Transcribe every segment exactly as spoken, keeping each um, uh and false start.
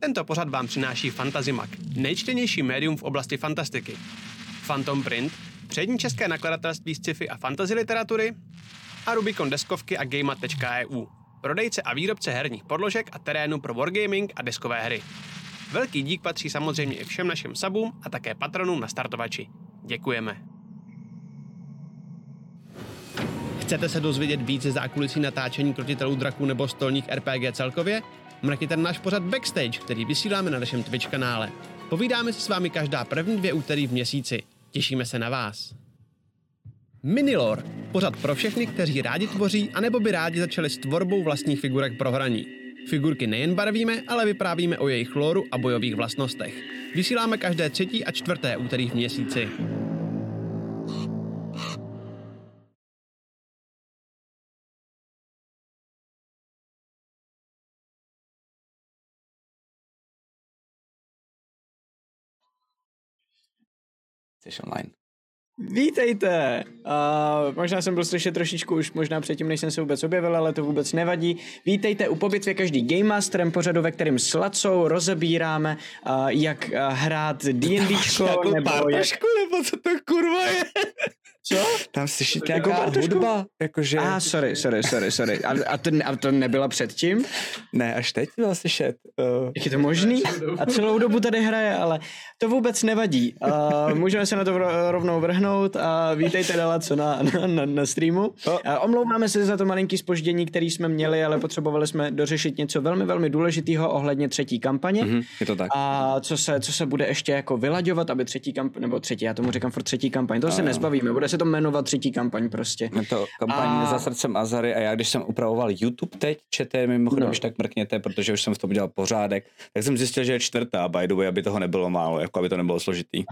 Tento pořad vám přináší Fantasy Mag, nejčtenější médium v oblasti fantastiky. Phantom Print, přední české nakladatelství z sci-fi a fantasy literatury a Rubicon deskovky a Gameat tečka e u, prodejce a výrobce herních podložek a terénu pro wargaming a deskové hry. Velký dík patří samozřejmě i všem našim subům a také patronům na startovači. Děkujeme. Chcete se dozvědět víc ze zákulisí natáčení Krotitelů draků nebo stolních er pé gé celkově? Mrkněte na náš pořad Backstage, který vysíláme na našem Twitch kanále. Povídáme si s vámi každá první dvě úterý v měsíci. Těšíme se na vás. Minilore, pořad pro všechny, kteří rádi tvoří, anebo by rádi začali s tvorbou vlastních figurek pro hraní. Figurky nejen barvíme, ale vyprávíme o jejich lóru a bojových vlastnostech. Vysíláme každé třetí a čtvrté úterý v měsíci. Jsi online. Vítejte! Uh, možná jsem byl slyšet trošičku už možná předtím, než jsem se vůbec objevil, ale to vůbec nevadí. Vítejte u Pobitvě každý Game Masterem, pořadu, ve kterým s Lacou rozebíráme, uh, jak uh, hrát D&Dčko, nebo jak... nebo co to kurva je? Co? Tam slyšíte nějaká hudba? Jakože... Ah, sorry, sorry, sorry, sorry. A, a, to, a to nebyla předtím? Ne, až teď byla slyšet. Uh... Jak je to možný? A celou dobu tady hraje, ale to vůbec nevadí. Uh, můžeme se na to rovnou vrhnout a vítejte dala co na, na, na, na streamu. Uh, omlouváme se za to malinký zpoždění, který jsme měli, ale potřebovali jsme dořešit něco velmi, velmi důležitého ohledně třetí kampaně. Mm-hmm, je to tak. A co se, co se bude ještě jako vylaďovat, aby třetí kampaň, nebo třetí, já tomu říkám furt třetí kampaň, to uh, se nezbavíme, bude se to jmenovat třetí kampaň prostě. Je to kampaň a... Za srdcem Azary a já když jsem upravoval YouTube teď, čete, mimochodem, no. Už tak mrkněte, protože už jsem v tom udělal pořádek, tak jsem zjistil, že je čtvrtá, by the way, aby toho nebylo málo, jako aby to nebylo složitý.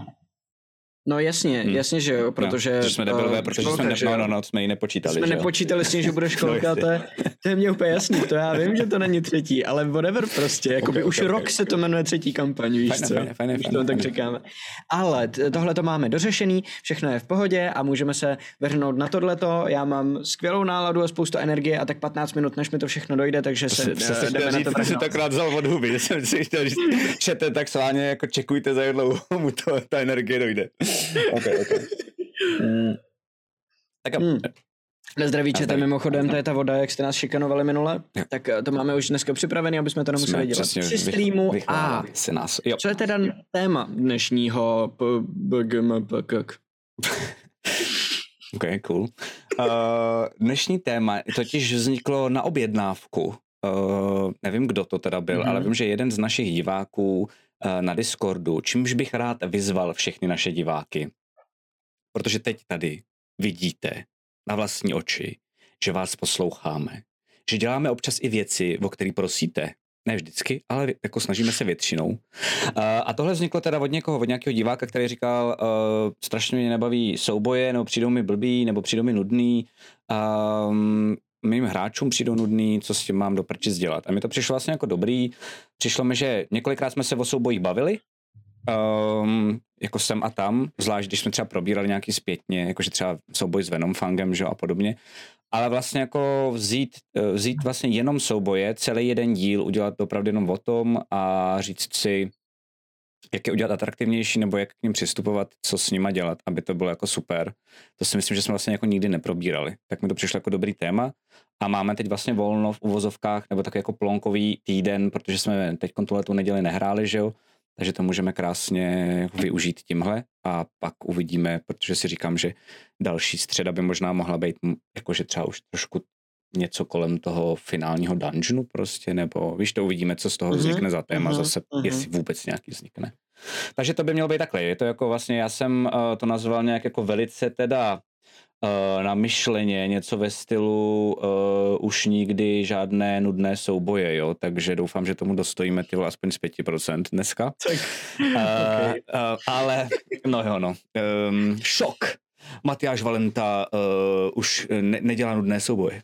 No jasně, hmm. jasně, že jo, protože... No, jsme debilové, protože školka, jsme, ne, no, no, no, jsme ji nepočítali, Jsme že nepočítali s tím, že bude školka, no, to, je, to je mně úplně jasný, to já vím, že to není třetí, ale whatever prostě, jakoby okay, už okay, rok okay. se to jmenuje třetí kampaň, víš fajne, co, fajne, fajne, už fajne, to fajne. tak říkáme. Ale tohle to máme dořešený, všechno je v pohodě a můžeme se vrhnout na tohleto, já mám skvělou náladu a spoustu energie a tak patnáct minut, než mi to všechno dojde, takže se to jdeme na to vrhnout. Jsi to krát vzal od huby, že jsem si chtěl říct, čete, tak sváně jako čekujte, za jak dlouho mu to, ta energie dojde. Okay, okay. Hmm. Tak a... hmm. Nezdraví čete, mimochodem, to je ta voda, jak jste nás šikanovali minule, jo. Tak to máme už dneska připravený, aby jsme to nemuseli dělat při streamu. A nás. Jo. Co je teda téma dnešního B G M P K? Ok, cool. Uh, dnešní téma totiž vzniklo na objednávku. Uh, nevím, kdo to teda byl, mm-hmm. ale vím, že jeden z našich diváků uh, na Discordu, čímž bych rád vyzval všechny naše diváky. Protože teď tady vidíte na vlastní oči, že vás posloucháme, že děláme občas i věci, o které prosíte. Ne vždycky, ale jako snažíme se většinou. Uh, a tohle vzniklo teda od někoho, od nějakého diváka, který říkal, uh, strašně mě nebaví souboje, nebo přijdou mi blbý, nebo přijdou mi nudný. Um, mým hráčům přijdou nudný, co s tím mám do prčic dělat. A mi to přišlo vlastně jako dobrý. Přišlo mi, že několikrát jsme se o soubojích bavili, Um, jako sem a tam, zvlášť když jsme třeba probírali nějaký zpětně, jakože třeba souboj s Venomfangem, že a podobně, ale vlastně jako vzít, vzít vlastně jenom souboje, celý jeden díl, udělat opravdu jenom o tom a říct si, jak je udělat atraktivnější, nebo jak k ním přistupovat, co s nima dělat, aby to bylo jako super. To si myslím, že jsme vlastně jako nikdy neprobírali. Tak mi to přišlo jako dobrý téma a máme teď vlastně volno v uvozovkách, nebo tak jako plonkový týden, protože jsme teď tuhletu neděli nehráli, že jo. Takže to můžeme krásně využít tímhle a pak uvidíme, protože si říkám, že další středa by možná mohla být jakože třeba už trošku něco kolem toho finálního dungeonu prostě, nebo víš, to uvidíme, co z toho vznikne za téma, zase jestli vůbec nějaký vznikne. Takže to by mělo být takhle. Je to jako vlastně, já jsem uh, to nazval nějak jako velice teda Uh, na myšleně, něco ve stylu uh, už nikdy žádné nudné souboje, jo, takže doufám, že tomu dostojíme ty aspoň z pět procent dneska. Tak. Uh, okay. uh, ale, no jo, no. Um, šok. Matyáš Valenta uh, už ne- nedělá nudné souboje.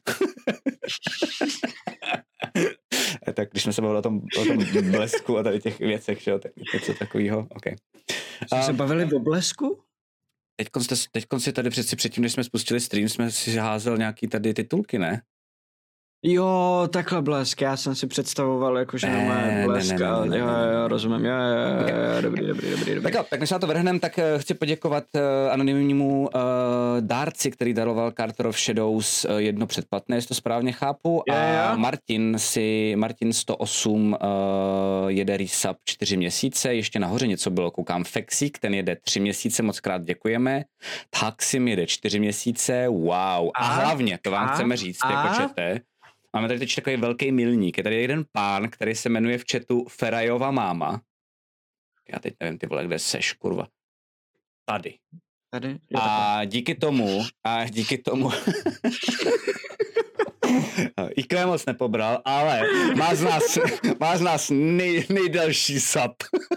Tak když jsme se bavili o tom, o tom blesku a tady těch věcech, že jo, tak něco takového, ok. Jsme um, se bavili o blesku? Teďkon, jste, teďkon si tady přeci předtím, než jsme spustili stream, jsme si házel nějaký tady titulky, ne? Jo, takhle blesk, já jsem si představoval, jakože Ne, normálně blesk, ne, ne, a ne, ne, jo, ne, jo, ne. rozumím, jo, jo, jo, jo, dobrý, dobrý, dobrý, dobrý. Tak jo, tak než se na to vrhnem, tak eh, chci poděkovat uh, anonymnímu uh, dárci, který daroval Carter of Shadows uh, jedno předplatné, jestli to správně chápu. Jo, A jo. Martin si, Martin sto osm uh, jede resub čtyři měsíce, ještě nahoře něco bylo, koukám, Fexík, ten jede tři měsíce, moc krát děkujeme. Taksim jede čtyři měsíce, wow. A, A? hlavně, to vám A? chceme říct, A? jako čete, máme tady teď takový velký milník, je tady jeden pán, který se jmenuje v chatu Ferajova máma. Já teď nevím, ty vole, kde seš, kurva. Tady. Tady? Jo, takhle. A díky tomu, a díky tomu, í kvé moc nepobral, ale má z nás, má z nás nej, nejdelší sub.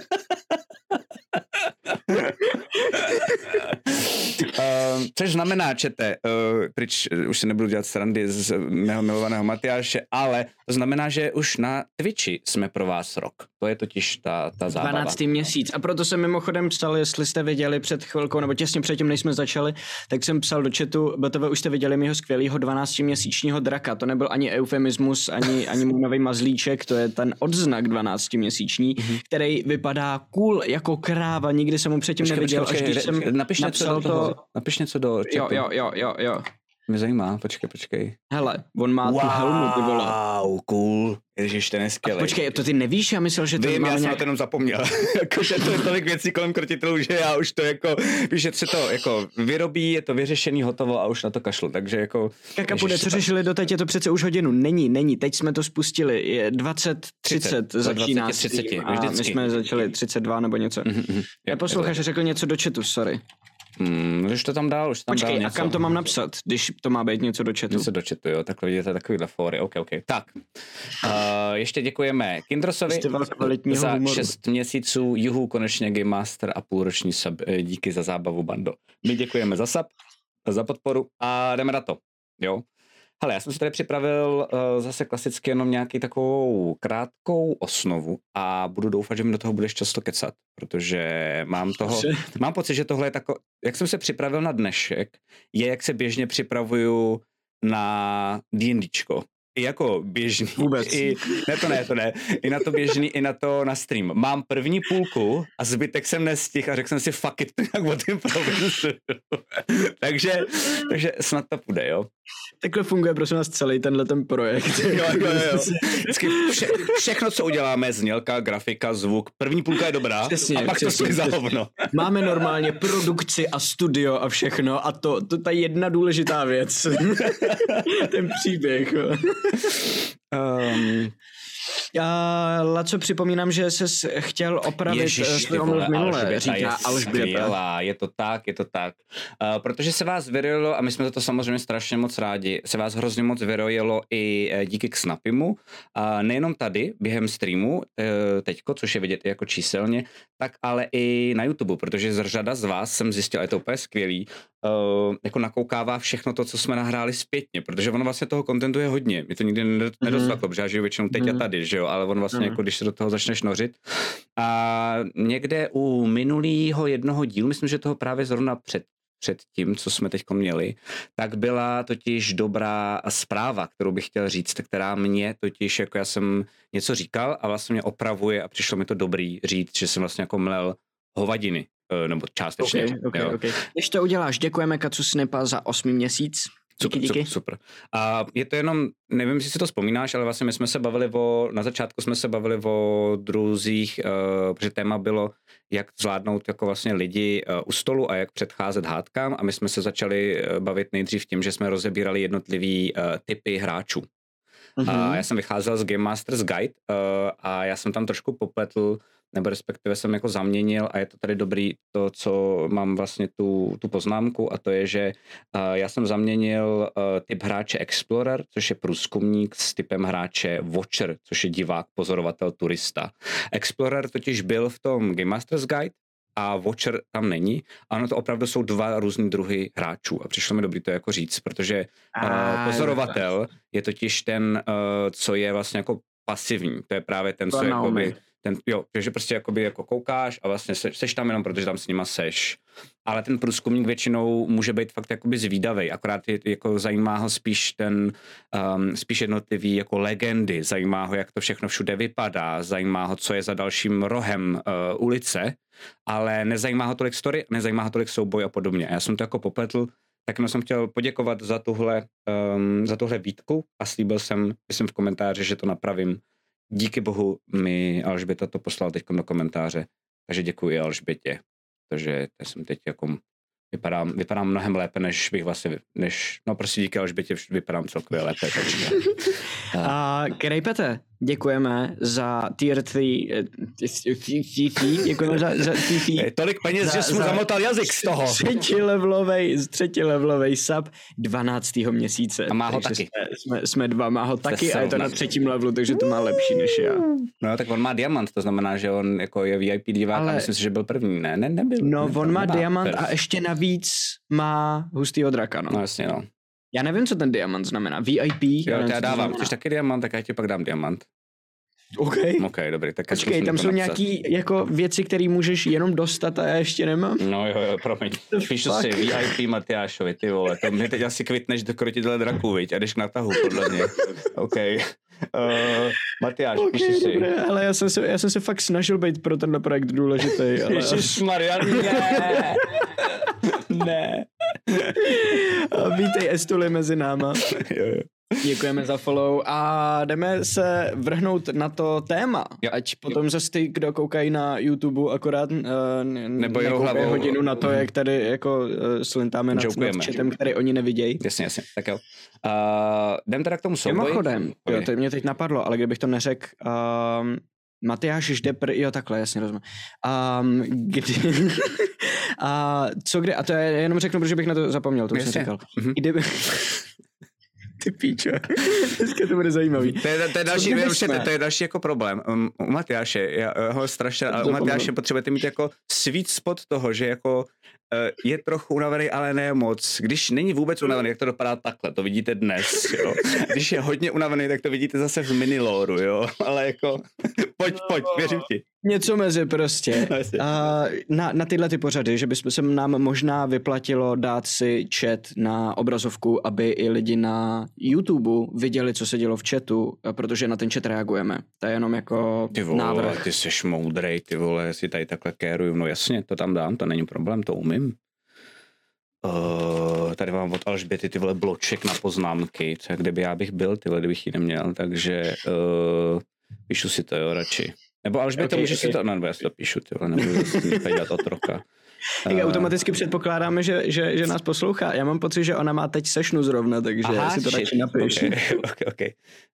Uh, což znamená, čete, uh, pryč, už se nebudu dělat srandy z mého milovaného Matyáše, ale to znamená, že už na Twitchi jsme pro vás rok. To je totiž ta, ta zábava. dvanáctý měsíc. A proto jsem mimochodem psal, jestli jste viděli před chvilkou, nebo těsně předtím, než jsme začali, tak jsem psal do chatu, B T V, už jste viděli mýho skvělého dvanáctiměsíčního draka. To nebyl ani eufemismus, ani, ani můj nový mazlíček, to je ten odznak dvanáctiměsíční, mm-hmm. který vypadá cool jako kráva, nikdy jsem mu předtím Počkej, neviděl, počkej, až když počkej, jsem napiš něco do napsal toho, to... napiš něco do chatu. Jo, jo, jo, jo, jo. Mě zajímá, počkej, počkej. Hele, on má wow, tu helmu, ty vole. Wow, cool. Ježiš, ten je skvělej. Počkej, to ty nevíš, já myslel, že to Vím, máme já jsem nějak... na to jenom zapomněl. Jakože to je tolik věcí kolem krotitelů, že já už to jako, víš, že se to jako vyrobí, je to vyřešený, hotovo a už na to kašlu, takže jako... Kaka bude, co řešili doteď, je to přece už hodinu. Není, není, teď jsme to spustili, je dvacet třicet začíná. dvacet třicet, a my vždycky. jsme začali třicet dva nebo něco. Mm-hmm. Já posloucháš, řekl něco do chatu, sorry. Hmm, už to tam dál, už tam Počkej, dál a něco. kam to mám napsat, když to má být něco do chatu? Něco do chatu, jo, takhle vidíte takovýhle fóry, ok, ok. Tak, uh, ještě děkujeme Kindrosovi Festival kvalitního za humoru. šest měsíců, juhu, konečně Game Master a půlroční sub, eh, díky za zábavu, bando. My děkujeme za sub, za podporu a jdeme na to, jo. Hele, já jsem si tady připravil uh, zase klasicky jenom nějaký takovou krátkou osnovu a budu doufat, že mi do toho budeš často kecat, protože mám toho, mám pocit, že tohle je tako, jak jsem se připravil na dnešek, je jak se běžně připravuju na D&Dčko. I jako běžný. Vůbec. I, ne, to ne, to ne. I na to běžný, i na to na stream. Mám první půlku a zbytek jsem nestihl a řekl jsem si fuck it, to nějak o tím provedu. takže, takže snad to půjde, jo. Takhle funguje, prosím vás, celý tenhle ten projekt. Jo, jo, jo. Vždycky vše, všechno, co uděláme, znělka, grafika, zvuk, první půlka je dobrá Přesně, a pak přesně, to stojí za hovno. Máme normálně produkci a studio a všechno a to, to ta jedna důležitá věc. Ten příběh. Um, Já, Laco, připomínám, že jsi chtěl opravit Ježiš, svůj omluv minule, říká Alžběta. Skvělá, je to tak, je to tak. Uh, protože se vás vyrojilo, a my jsme za to samozřejmě strašně moc rádi, se vás hrozně moc vyrojilo i uh, díky k Snapimu. Uh, nejenom tady, během streamu, uh, teďko, což je vidět i jako číselně, tak ale i na YouTube, protože z řada z vás jsem zjistil, a je to úplně skvělý, uh, jako nakoukává všechno to, co jsme nahráli zpětně, protože ono vlastně toho kontentu je hodně. Mi to nikdy nedostaklo, mm. protože já žiju většinou teď mm. a tady, že jo, ale on vlastně mm. jako když se do toho začneš nořit. A někde u minulého jednoho dílu, myslím, že toho právě zrovna před před tím, co jsme teď měli, tak byla totiž dobrá zpráva, kterou bych chtěl říct, která mě totiž, jako já jsem něco říkal a vlastně mě opravuje a přišlo mi to dobrý říct, že jsem vlastně jako mlel hovadiny, nebo částečně. Okay, okay, okay. Když to uděláš, děkujeme Kacu Snipa za osmý měsíc. Super, díky, díky. super, super. A je to jenom, nevím, jestli si to vzpomínáš, ale vlastně my jsme se bavili o, na začátku jsme se bavili o druzích, uh, protože téma bylo, jak zvládnout jako vlastně lidi uh, u stolu a jak předcházet hádkám a my jsme se začali uh, bavit nejdřív tím, že jsme rozebírali jednotlivý uh, typy hráčů. Mm-hmm. A já jsem vycházel z Game Master's Guide uh, a já jsem tam trošku popletl, nebo respektive jsem jako zaměnil a je to tady dobrý to, co mám vlastně tu, tu poznámku a to je, že uh, já jsem zaměnil uh, typ hráče Explorer, což je průzkumník s typem hráče Watcher, což je divák, pozorovatel, turista. Explorer totiž byl v tom Game Master's Guide a Watcher tam není. Ano, to opravdu jsou dva různý druhy hráčů a přišlo mi dobrý to jako říct, protože uh, pozorovatel je totiž ten, uh, co je vlastně jako pasivní, to je právě ten, co jakoby, ten, jo, že prostě jakoby jako koukáš a vlastně se, seš tam jenom, protože tam s nima seš. Ale ten průzkumník většinou může být fakt jakoby zvídavej, akorát je, jako zajímá ho spíš ten, um, spíš jednotlivý jako legendy, zajímá ho, jak to všechno všude vypadá, zajímá ho, co je za dalším rohem uh, ulice, ale nezajímá ho tolik story, nezajímá ho tolik souboj a podobně. A já jsem to jako popletl, tak jenom jsem chtěl poděkovat za tuhle, um, za tuhle výtku a slíbil jsem, jsem v komentáři, že to napravím. Díky bohu mi Alžběta to poslal teď do komentáře, takže děkuji Alžbětě. Takže jsem teď jako vypadám, vypadám mnohem lépe, než bych vlastně, než, no prostě díky Alžbětě vypadám celkově lépe. Takže. A Krejpete, děkujeme za tier tři, děkujeme za, za tier Tolik peněz, že jsem mu zamotal jazyk z toho. Třetilevelovej, třetilevelovej sub dvanáctého měsíce. A má ho taky. Jsme, jsme, jsme dva, má ho taky a je to na třetím levelu, takže to má lepší než já. No tak on má diamant, to znamená, že on jako je V I P divák ale... a myslím si, že byl první. Ne, ne, nebyl. No, ne, on má nemá diamant first. A ještě navíc má hustýho draka, no. No jasně, no. Já nevím, co ten diamant znamená. V I P? Jo, já to já dávám. Chceš taky diamant, tak já ti pak dám diamant. OK. OK, dobrý. Tak počkej, tam jsou nějaký jako věci, které můžeš jenom dostat a já ještě nemám? No jo, jo, promiň. Píšu si V I P Matyášovi, ty vole. To mě teď asi kvitneš do krotitele draků, viď? A jdeš na tahu, podle mě. OK. Uh, Matyáš, okay, píši si. Dobré, ale já jsem, se, já jsem se fakt snažil být pro tenhle projekt důležitý. Ale... Ježišmarja, ne. Ne. Vítej Estuli mezi náma. Jo, jo. Děkujeme za follow a jdeme se vrhnout na to téma. Jo. Ať potom zase ty, kdo koukají na YouTube, akorát uh, nebo jeho hlavou hodinu na to, jak tady jako uh, slintáme nad, nad chatem, který oni nevidějí. Jasně, jasně. Tak jo. Uh, jdem teda k tomu souboji. Mimochodem, jo, to mě teď napadlo, ale kdybych to neřekl, um, Matyáš Ždepr, jo takhle, jasně rozumím. Um, kdy... a co kde, a to já jenom řeknu, protože bych na to zapomněl, to už jsem říkal. Mm-hmm. Kdyby... Ty píčo, dneska to bude zajímavý. To je, to je, další, jsme... to je další jako problém. Um, u Matyáše, já ho strašně, ale u Matyáše potřebujete mít jako sweet spot toho, že jako uh, je trochu unavený, ale ne moc. Když není vůbec unavený, tak to dopadá takhle, to vidíte dnes, jo. Když je hodně unavený, tak to vidíte zase v miniloru, jo. Ale jako, pojď, pojď, věřím ti. Něco mezi prostě. A na, na tyhle ty pořady, že by se nám možná vyplatilo dát si chat na obrazovku, aby i lidi na YouTube viděli, co se dělo v chatu, protože na ten chat reagujeme. To je jenom jako ty vole, návrh. Ty jsi moudrej, ty vole, jestli tady takhle kéruju. No jasně, to tam dám, to není problém, to umím. Uh, tady mám od Alžběty ty vole bloček na poznámky, co kdyby já bych byl, ty vole, kdybych ji neměl, takže uh, píšu si to, jo, radši. Nebo Alžběta, okay, můžeš okay. si to, no, nebo já si to píšu, ty vole, nebudu si dělat otroka. Tak uh, automaticky předpokládáme, že, že, že nás poslouchá. Já mám pocit, že ona má teď sešnu zrovna, takže aha, si to radši napiš. Okay, okay, okay.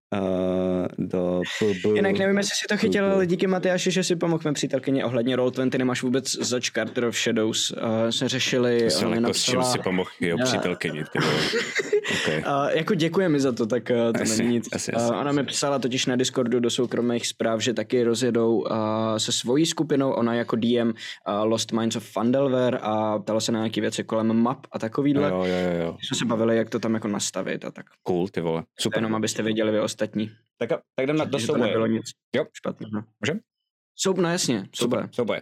Uh, do pub... Jinak nevím, jestli si to chytil, ale díky Matyáši, že si pomohl mé přítelkyně ohledně Roll dvacet, nemáš vůbec zač Carter of Shadows. Uh, jsme řešili... To jako s čím si pomohl jeho přítelkyni. Okay. Uh, jako děkuje mi za to, tak uh, to asi, není nic. Asi, asi, uh, ona mi psala totiž na Discordu do soukromých zpráv, že taky rozjedou uh, se svojí skupinou, ona jako D M uh, Lost Minds of Phandelver a ptala se na nějaké věci kolem map a takovýhle. Jo, jo, jo, jo. Jsme se bavili, jak to tam jako nastavit a tak. Cool, ty vole. Super. Jenom abyste věděli vy ostatní. Tak, tak jdem na do souboje. To nic. Jo. Špatně. No. Můžem? Soub, no jasně. Souboje. Super, souboje.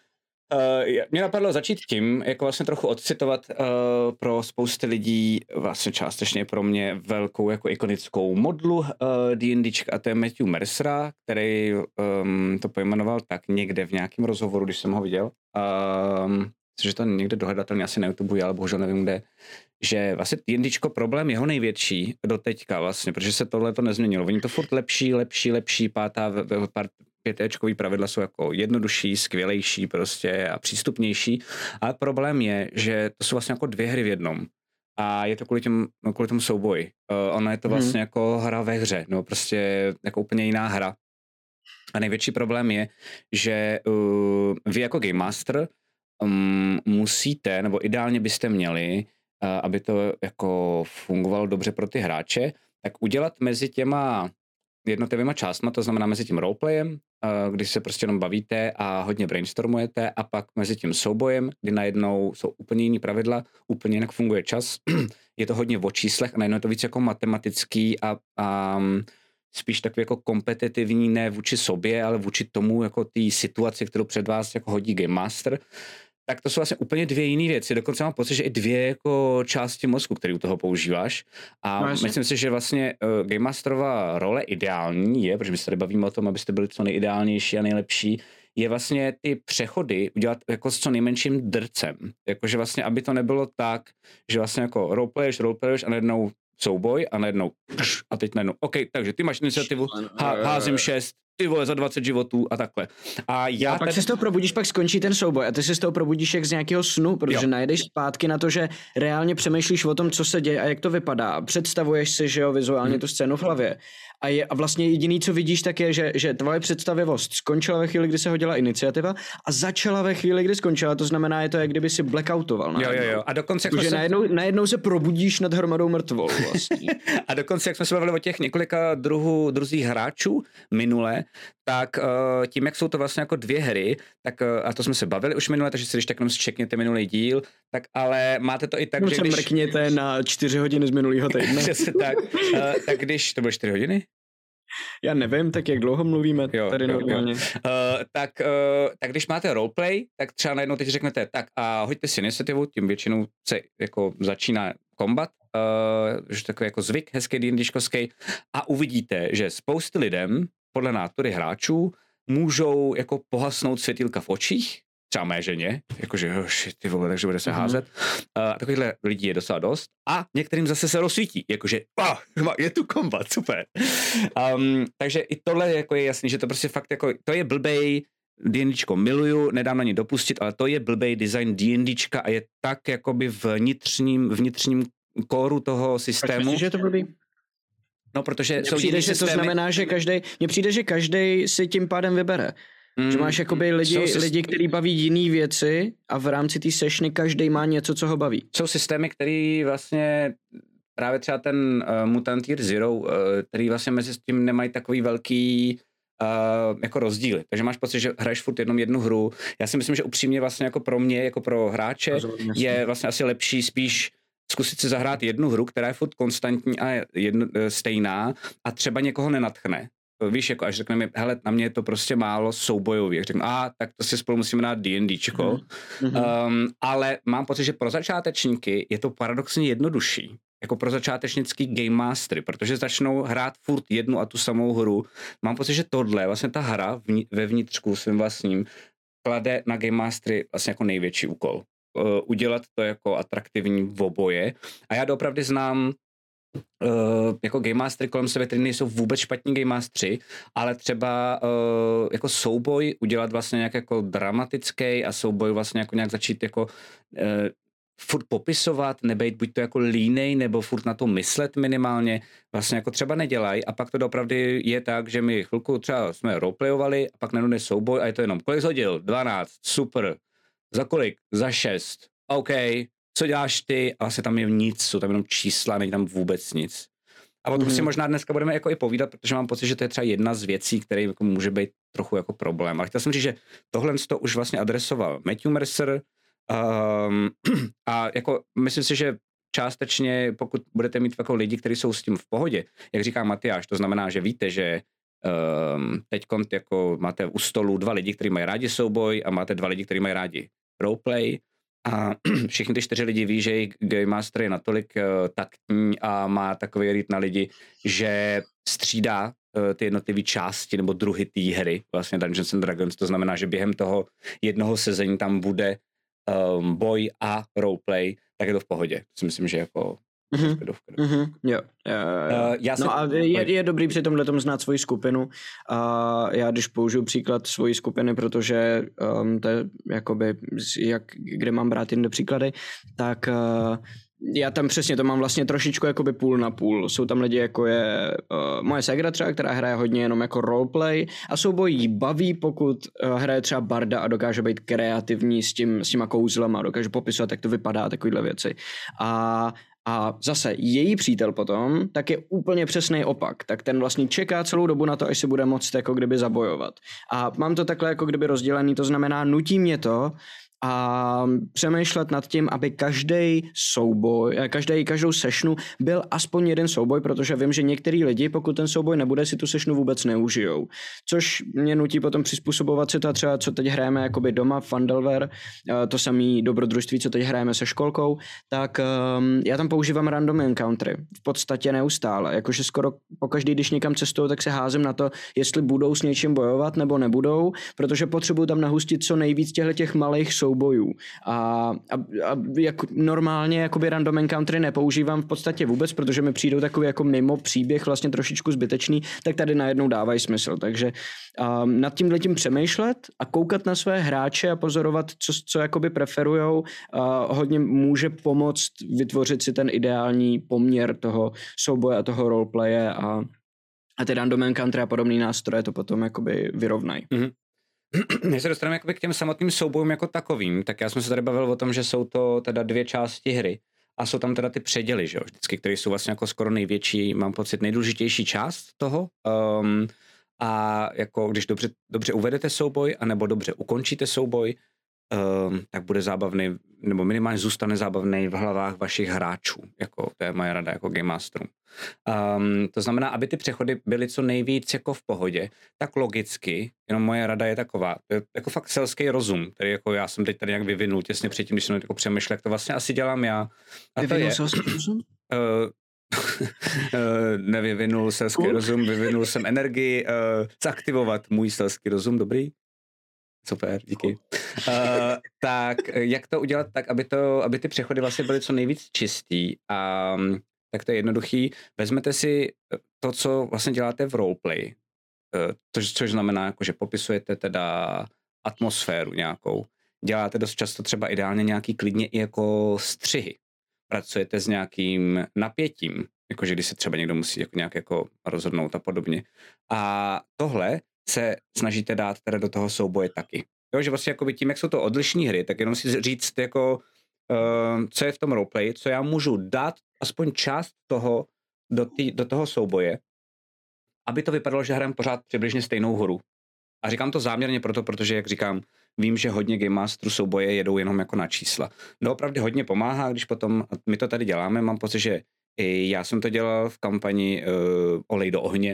Uh, mě napadlo začít tím, jako vlastně trochu odcitovat uh, pro spousty lidí, vlastně částečně pro mě velkou jako ikonickou modlu uh, D&Dčka, a to je Matthew Mercera, který um, to pojmenoval tak někde v nějakém rozhovoru, když jsem ho viděl. Um, že to někde dohledatelně asi na YouTube, ale bohužel nevím kde, že vlastně D&Dčko problém jeho největší do teďka vlastně, protože se tohle to nezměnilo. Oni to furt lepší, lepší, lepší, pátá pětéčkový pravidla jsou jako jednodušší, skvělejší prostě a přístupnější, ale problém je, že to jsou vlastně jako dvě hry v jednom. A je to kvůli, těm, no, kvůli tomu souboji. Uh, ono je to vlastně hmm. jako hra ve hře, no prostě jako úplně jiná hra. A největší problém je, že uh, vy jako Game Master um, musíte, nebo ideálně byste měli, uh, aby to jako fungovalo dobře pro ty hráče, tak udělat mezi těma jednotlivýma částma, to znamená mezi tím roleplayem, když se prostě jenom bavíte a hodně brainstormujete, a pak mezi tím soubojem, kdy najednou jsou úplně jiný pravidla, úplně jinak funguje čas, je to hodně o číslech a najednou je to víc jako matematický a, a spíš takový jako kompetitivní, ne vůči sobě, ale vůči tomu jako té situaci, kterou před vás jako hodí Game Master, tak to jsou vlastně úplně dvě jiné věci. Dokonce mám pocit, že i dvě jako části mozku, který u toho používáš. A no, myslím si, že vlastně uh, Game Masterová role ideální je, protože my se tady bavíme o tom, abyste byli co nejideálnější a nejlepší, je vlastně ty přechody udělat jako s co nejmenším drcem. Jakože vlastně, aby to nebylo tak, že vlastně jako roleplayeš, roleplayeš a najednou souboj a najednou a teď najednou, OK, takže ty máš iniciativu, há, házím šest, ty vole za dvacet životů a takhle. A já a pak tady... se z toho probudíš, pak skončí ten souboj a ty se z toho probudíš jak z nějakého snu, protože jo. najdeš zpátky na to, že reálně přemýšlíš o tom, co se děje a jak to vypadá a představuješ si, že jo, vizuálně hmm. tu scénu v hlavě. A, je, a vlastně jediný, co vidíš, tak je, že, že tvoje představivost skončila ve chvíli, kdy se hodila iniciativa a začala ve chvíli, kdy skončila. To znamená, je to, jak kdyby si blackoutoval. Jo, jo, jo. A dokonce, jak Takže se... najednou, najednou se probudíš nad hromadou mrtvol vlastně. A dokonce, jak jsme se bavili o těch několika druhů, druzích hráčů minule, tak uh, tím, jak jsou to vlastně jako dvě hry, tak, uh, a to jsme se bavili už minule, takže si když tak jenom zčekněte minulý díl, tak ale máte to i tak, no, že když... mrkněte na čtyři hodiny z minulého týdne. tak, uh, tak když, to bylo čtyři hodiny? Já nevím, tak jak dlouho mluvíme jo, tady jo, normálně. Jo. Uh, tak, uh, tak když máte roleplay, tak třeba najednou teď řeknete, tak a hoďte si iniciativu, tím většinou se jako začíná kombat, uh, že takový jako zvyk, hezký D&Dčkovský, a uvidíte, že spousty lidem, podle nátury hráčů, můžou jako pohasnout světýlka v očích, třeba mé ženě, jakože oh shit, ty vole, takže bude se házet. Uh, takovýchhle lidí je docela dost. A některým zase se rozsvítí, jakože oh, je tu kombat, super. Um, takže i tohle jako je jasný, že to prostě fakt jako, to je blbej, D&Dčko miluju, nedám na ně dopustit, ale to je blbej design D&Dčka a je tak jakoby vnitřním, vnitřním kóru toho systému. Myslíš, že je to blbý? No, protože mně jsou přijde, že systémy... to znamená, že každej, mně přijde, že každej si tím pádem vybere. Mm, že máš jakoby lidi, syst... lidi, kteří baví jiný věci a v rámci té sessiony každý má něco, co ho baví. Jsou systémy, který vlastně právě třeba ten uh, Mutant Year Zero, uh, který vlastně mezi tím nemají takový velký uh, jako rozdíly. Takže máš pocit, že hraješ furt jenom jednu hru. Já si myslím, že upřímně vlastně jako pro mě, jako pro hráče Rozumím, je vlastně asi lepší spíš zkusit si zahrát jednu hru, která je furt konstantní a jedno, stejná a třeba někoho nenadchne. Víš, jako až řekneme, hele, na mě je to prostě málo soubojový. Jak řeknu, a tak to si spolu musíme dát D&Dčko. Mm-hmm. Um, ale mám pocit, že pro začátečníky je to paradoxně jednodušší. Jako pro začátečnický game mastery, protože začnou hrát furt jednu a tu samou hru. Mám pocit, že tohle, vlastně ta hra vní, ve vnitřku svým vlastním, klade na game mastery vlastně jako největší úkol. Uh, udělat to jako atraktivní v oboje. A já doopravdy znám Uh, jako game mastery kolem sebe, který nejsou vůbec špatní game mastery, ale třeba uh, jako souboj udělat vlastně nějak jako dramatický a souboj vlastně jako nějak začít jako uh, furt popisovat, nebejt buď to jako línej, nebo furt na to myslet minimálně, vlastně jako třeba nedělají a pak to doopravdy je tak, že my chvilku třeba jsme roleplayovali a pak nenudný souboj a je to jenom kolik hodil? dvanáct, super. Za kolik? Za šest. OK. Co děláš ty? A vlastně tam je nic, jsou tam jenom čísla, není tam vůbec nic. A o tom mm. si možná dneska budeme jako i povídat, protože mám pocit, že to je třeba jedna z věcí, které jako může být trochu jako problém. Ale chtěl jsem říct, že tohle to už vlastně adresoval Matthew Mercer um, a jako myslím si, že částečně, pokud budete mít jako lidi, kteří jsou s tím v pohodě, jak říká Matyáš, to znamená, že víte, že um, teď jako máte u stolu dva lidi, kteří mají rádi souboj a máte dva lidi, kteří mají rádi roleplay. A všichni ty čtyři lidi ví, že Game Master je natolik uh, taktní a má takový rytm na lidi, že střídá uh, ty jednotlivé části nebo druhy té hry, vlastně Dungeons and Dragons, to znamená, že během toho jednoho sezení tam bude um, boj a roleplay, tak je to v pohodě. To si myslím, že jako Mm-hmm. Mm-hmm. Jo. Jo, jo. Uh, já jsem... No a je, je dobrý při tomhletom znát svoji skupinu. A já když použiju příklad svojí skupiny, protože um, to je jakoby, jak, kde mám brát jinde příklady, tak uh, já tam přesně to mám vlastně trošičku jakoby půl na půl. Jsou tam lidi, jako je uh, moje ségra třeba, která hraje hodně jenom jako roleplay a souboj jí baví, pokud uh, hraje třeba barda a dokáže být kreativní s, tím, s těma kouzlama, dokáže popisovat, jak to vypadá, takovýhle věci. A A zase její přítel potom, tak je úplně přesný opak. Tak ten vlastně čeká celou dobu na to, až se bude moct jako kdyby zabojovat. A mám to takhle jako kdyby rozdělený, to znamená, nutí mě to, a přemýšlet nad tím, aby každý souboj, každý, každou sessionu byl aspoň jeden souboj, protože vím, že některý lidi, pokud ten souboj nebude, si tu sessionu vůbec neužijou. Což mě nutí potom přizpůsobovat si to třeba, co teď hrajeme jakoby doma v Fandelver, to samý dobrodružství, co teď hrajeme se školkou, tak um, já tam používám random encountery. V podstatě neustále. Jakože skoro pokaždý, když někam cestuju, tak se házím na to, jestli budou s něčím bojovat nebo nebudou, protože potřebuju tam nahustit co nejvíc těchto těch malých soubojů. A, a, a jak normálně jakoby random encountery nepoužívám v podstatě vůbec, protože mi přijdou takový jako mimo příběh vlastně trošičku zbytečný, tak tady najednou dávají smysl. Takže um, nad tímhletím přemýšlet a koukat na své hráče a pozorovat, co, co jakoby preferujou, uh, hodně může pomoct vytvořit si ten ideální poměr toho souboje a toho roleplaye a, a ty random encountery a podobný nástroje to potom jakoby vyrovnají. Mm-hmm. Když se dostaneme jakoby k těm samotným soubojům jako takovým, tak já jsem se tady bavil o tom, že jsou to teda dvě části hry a jsou tam teda ty předěly, že jo, vždycky, které jsou vlastně jako skoro největší, mám pocit, nejdůležitější část toho. Um, a jako když dobře, dobře uvedete souboj, anebo dobře ukončíte souboj, um, tak bude zábavný, nebo minimálně zůstane zábavný v hlavách vašich hráčů. Jako, to je moje rada jako Game Masterů. Um, to znamená, aby ty přechody byly co nejvíc jako v pohodě, tak logicky, jenom moje rada je taková, to je jako fakt selský rozum, který jako já jsem teď tady nějak vyvinul těsně předtím, když jsem jako přemýšlel, jak to vlastně asi dělám já. A vyvinul to je, selský rozum? Uh, nevyvinul selský uh. rozum, vyvinul jsem energii uh, zaktivovat můj selský rozum, dobrý? Super, díky. Uh, tak jak to udělat tak, aby, to, aby ty přechody vlastně byly co nejvíc čistý a tak to je jednoduchý. Vezmete si to, co vlastně děláte v roleplay, to, což znamená, jako, že popisujete teda atmosféru nějakou. Děláte dost často třeba ideálně nějaký klidně i jako střihy. Pracujete s nějakým napětím, jakože když se třeba někdo musí jako nějak jako rozhodnout a podobně. A tohle se snažíte dát teda do toho souboje taky. Jo, že vlastně jakoby tím, jak jsou to odlišné hry, tak jenom si říct jako Uh, co je v tom roleplay, co já můžu dát aspoň část toho do, tý, do toho souboje, aby to vypadalo, že hrajeme pořád přibližně stejnou hru. A říkám to záměrně proto, protože, jak říkám, vím, že hodně Game Masterů souboje jedou jenom jako na čísla. No opravdu hodně pomáhá, když potom, my to tady děláme, mám pocit, že i já jsem to dělal v kampani uh, Olej do ohně.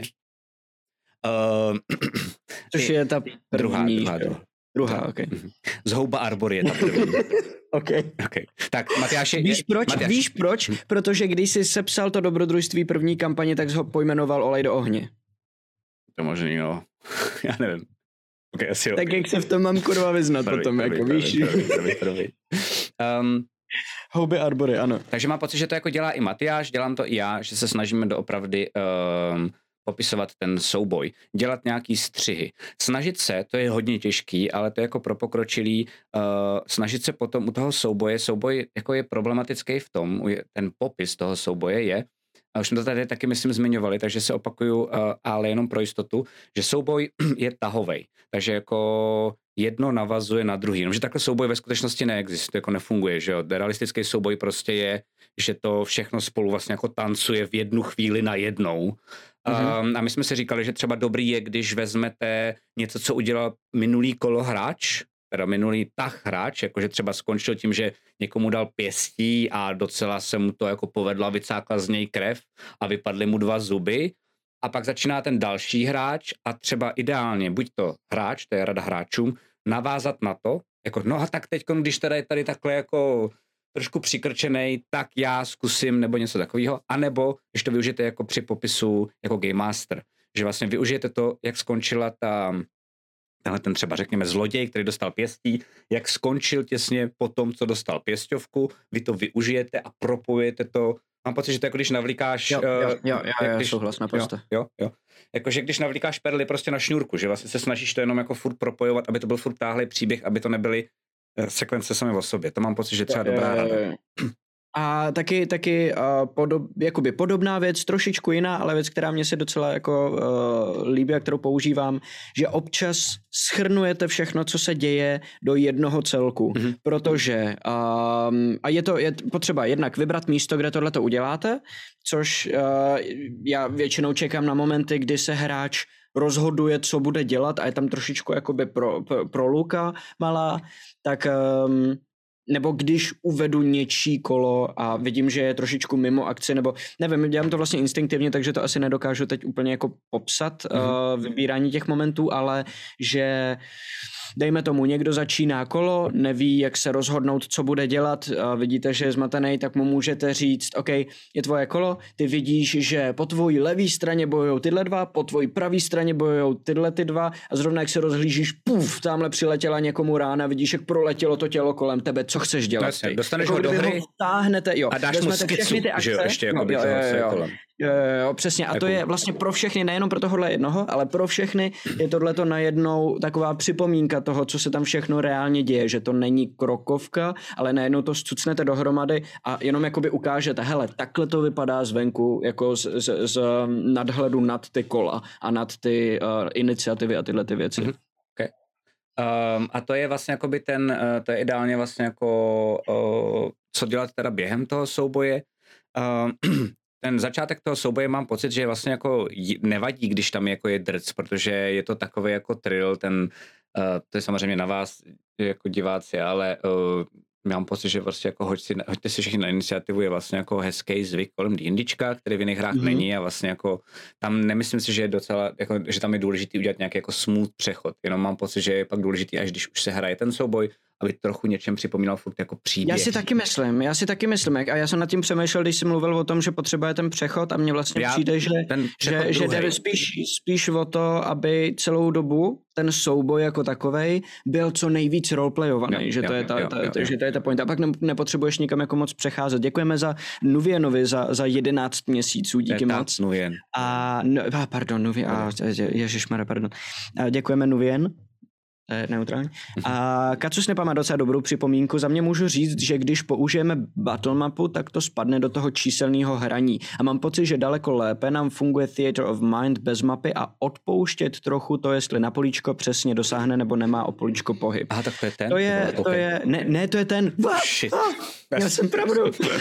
Uh, Což je ta první. Druhá, druhá, druhá. Druhá, ok. Zhouba Arbor je ta první. Okay. Okay. Tak Matyáši... Víš proč? Matyáši. Víš proč? Protože když jsi sepsal to dobrodružství první kampaně, tak jsi ho pojmenoval Olej do ohně. To možný, no. Já nevím. Okay, asi tak okay. Jak se v tom mám kurva vyznat pravi, potom, pravi, jako pravi, víš. Pravi, pravi, pravi. Um, Houby Arbory, ano. Takže mám pocit, že to jako dělá i Matyáš, dělám to i já, že se snažíme doopravdy um, popisovat ten souboj, dělat nějaký střihy. Snažit se, to je hodně těžký, ale to je jako pro pokročilý, uh, snažit se potom u toho souboje, souboj jako je problematický v tom, ten popis toho souboje je, a už jsme to tady taky, myslím, zmiňovali, takže se opakuju, uh, ale jenom pro jistotu, že souboj je tahovej, takže jako jedno navazuje na druhý, jenomže takhle souboj ve skutečnosti neexistuje, jako nefunguje, že jo, realistický souboj prostě je, že to všechno spolu vlastně jako tancuje v jednu chvíli na jednou. Mm-hmm. Um, a my jsme si říkali, že třeba dobrý je, když vezmete něco, co udělal minulý kolo hráč, teda minulý tah hráč, jakože třeba skončil tím, že někomu dal pěstí a docela se mu to jako povedla, vycákla z něj krev a vypadly mu dva zuby. A pak začíná ten další hráč a třeba ideálně, buď to hráč, to je rada hráčům, navázat na to, jako no a tak teď, když teda je tady takhle jako trošku přikrčenej, tak já zkusím nebo něco takového, anebo když to využijete jako při popisu jako Game Master, že vlastně využijete to, jak skončila ta, tenhle ten třeba řekněme zloděj, který dostal pěstí, jak skončil těsně po tom, co dostal pěsťovku, vy to využijete a propojujete to. Mám pocit, že to jako když navlíkáš... Jo, jo, jo, jo, jo když, souhlas naprosto. Jo, jo, jo. Jakože když navlíkáš perly prostě na šňůrku, že vlastně se snažíš to jenom jako furt propojovat, aby to byl furt táhlý příběh, aby to nebyly sekvence sami o sobě. To mám pocit, že třeba dobrá rada. A taky, taky uh, podob, jakoby podobná věc, trošičku jiná, ale věc, která mě se docela jako uh, líbí a kterou používám, že občas shrnujete všechno, co se děje do jednoho celku, mm-hmm. protože um, a je to je potřeba jednak vybrat místo, kde tohle to uděláte, což uh, já většinou čekám na momenty, kdy se hráč rozhoduje, co bude dělat a je tam trošičku jakoby pro, pro, pro Luka malá, tak um, nebo když uvedu něčí kolo a vidím, že je trošičku mimo akci, nebo nevím, dělám to vlastně instinktivně, takže to asi nedokážu teď úplně jako popsat mm-hmm. uh, vybírání těch momentů, ale že dejme tomu, někdo začíná kolo, neví, jak se rozhodnout, co bude dělat, a vidíte, že je zmatený, tak mu můžete říct, OK, je tvoje kolo, ty vidíš, že po tvojí levý straně bojujou tyhle dva, po tvojí pravý straně bojujou tyhle ty dva a zrovna jak se rozhlížíš, puf, tamhle přiletěla někomu rána, vidíš, jak proletělo to tělo kolem tebe, co chceš dělat? Jasně, dostaneš ho do hry táhnete, jo, a dáš mu skicu, že jo, ještě jako no, by jo, to jo, jo, kolem. Jo, jo, přesně. A jako... to je vlastně pro všechny, nejenom pro tohohle jednoho, ale pro všechny je tohleto najednou taková připomínka toho, co se tam všechno reálně děje, že to není krokovka, ale najednou to zcucnete dohromady a jenom jakoby ukážete, hele, takhle to vypadá zvenku, jako z, z, z nadhledu nad ty kola a nad ty uh, iniciativy a tyhle ty věci. Mm-hmm. Okay. Um, a to je vlastně jakoby ten, uh, to je ideálně vlastně jako, uh, co dělat teda během toho souboje. Uh, Ten začátek toho souboje mám pocit, že vlastně jako nevadí, když tam jako je drc, protože je to takový jako thrill, ten, uh, to je samozřejmě na vás jako diváci, ale uh, mám pocit, že vlastně jako hoďte si, hoďte si všichni na iniciativu, je vlastně jako hezký zvyk kolem D&Dčka, který v jiných hrách mm-hmm. není a vlastně jako tam nemyslím si, že je docela, jako, že tam je důležitý udělat nějaký jako smooth přechod, jenom mám pocit, že je pak důležitý, až když už se hraje ten souboj, aby trochu něčem připomínal furt jako příběh. Já si taky myslím, já si taky myslím, a já jsem nad tím přemýšlel, když jsem mluvil o tom, že potřebuje ten přechod a mně vlastně já, přijde, že, že, že jde spíš, spíš o to, aby celou dobu ten souboj jako takovej byl co nejvíc roleplayovaný, jo, že, jo, to je ta, jo, ta, jo, jo. že to je ta point. A pak ne, nepotřebuješ nikam jako moc přecházet. Děkujeme za Nuvienovi za, za jedenáct měsíců, díky je moc. Nuvien. A, no, a pardon, Nuvien, a, ježišmarja, pardon. A děkujeme Nuvien. Neutrální. A Kacusnepa má docela dobrou připomínku. Za mě můžu říct, že když použijeme battle mapu, tak to spadne do toho číselného hraní. A mám pocit, že daleko lépe nám funguje Theater of Mind bez mapy a odpouštět trochu to, jestli na políčko přesně dosáhne nebo nemá o políčko pohyb. Aha, tak to je ten? To je, to okay. je, ne, ne, to je ten. Shit. Já jsem pravdu.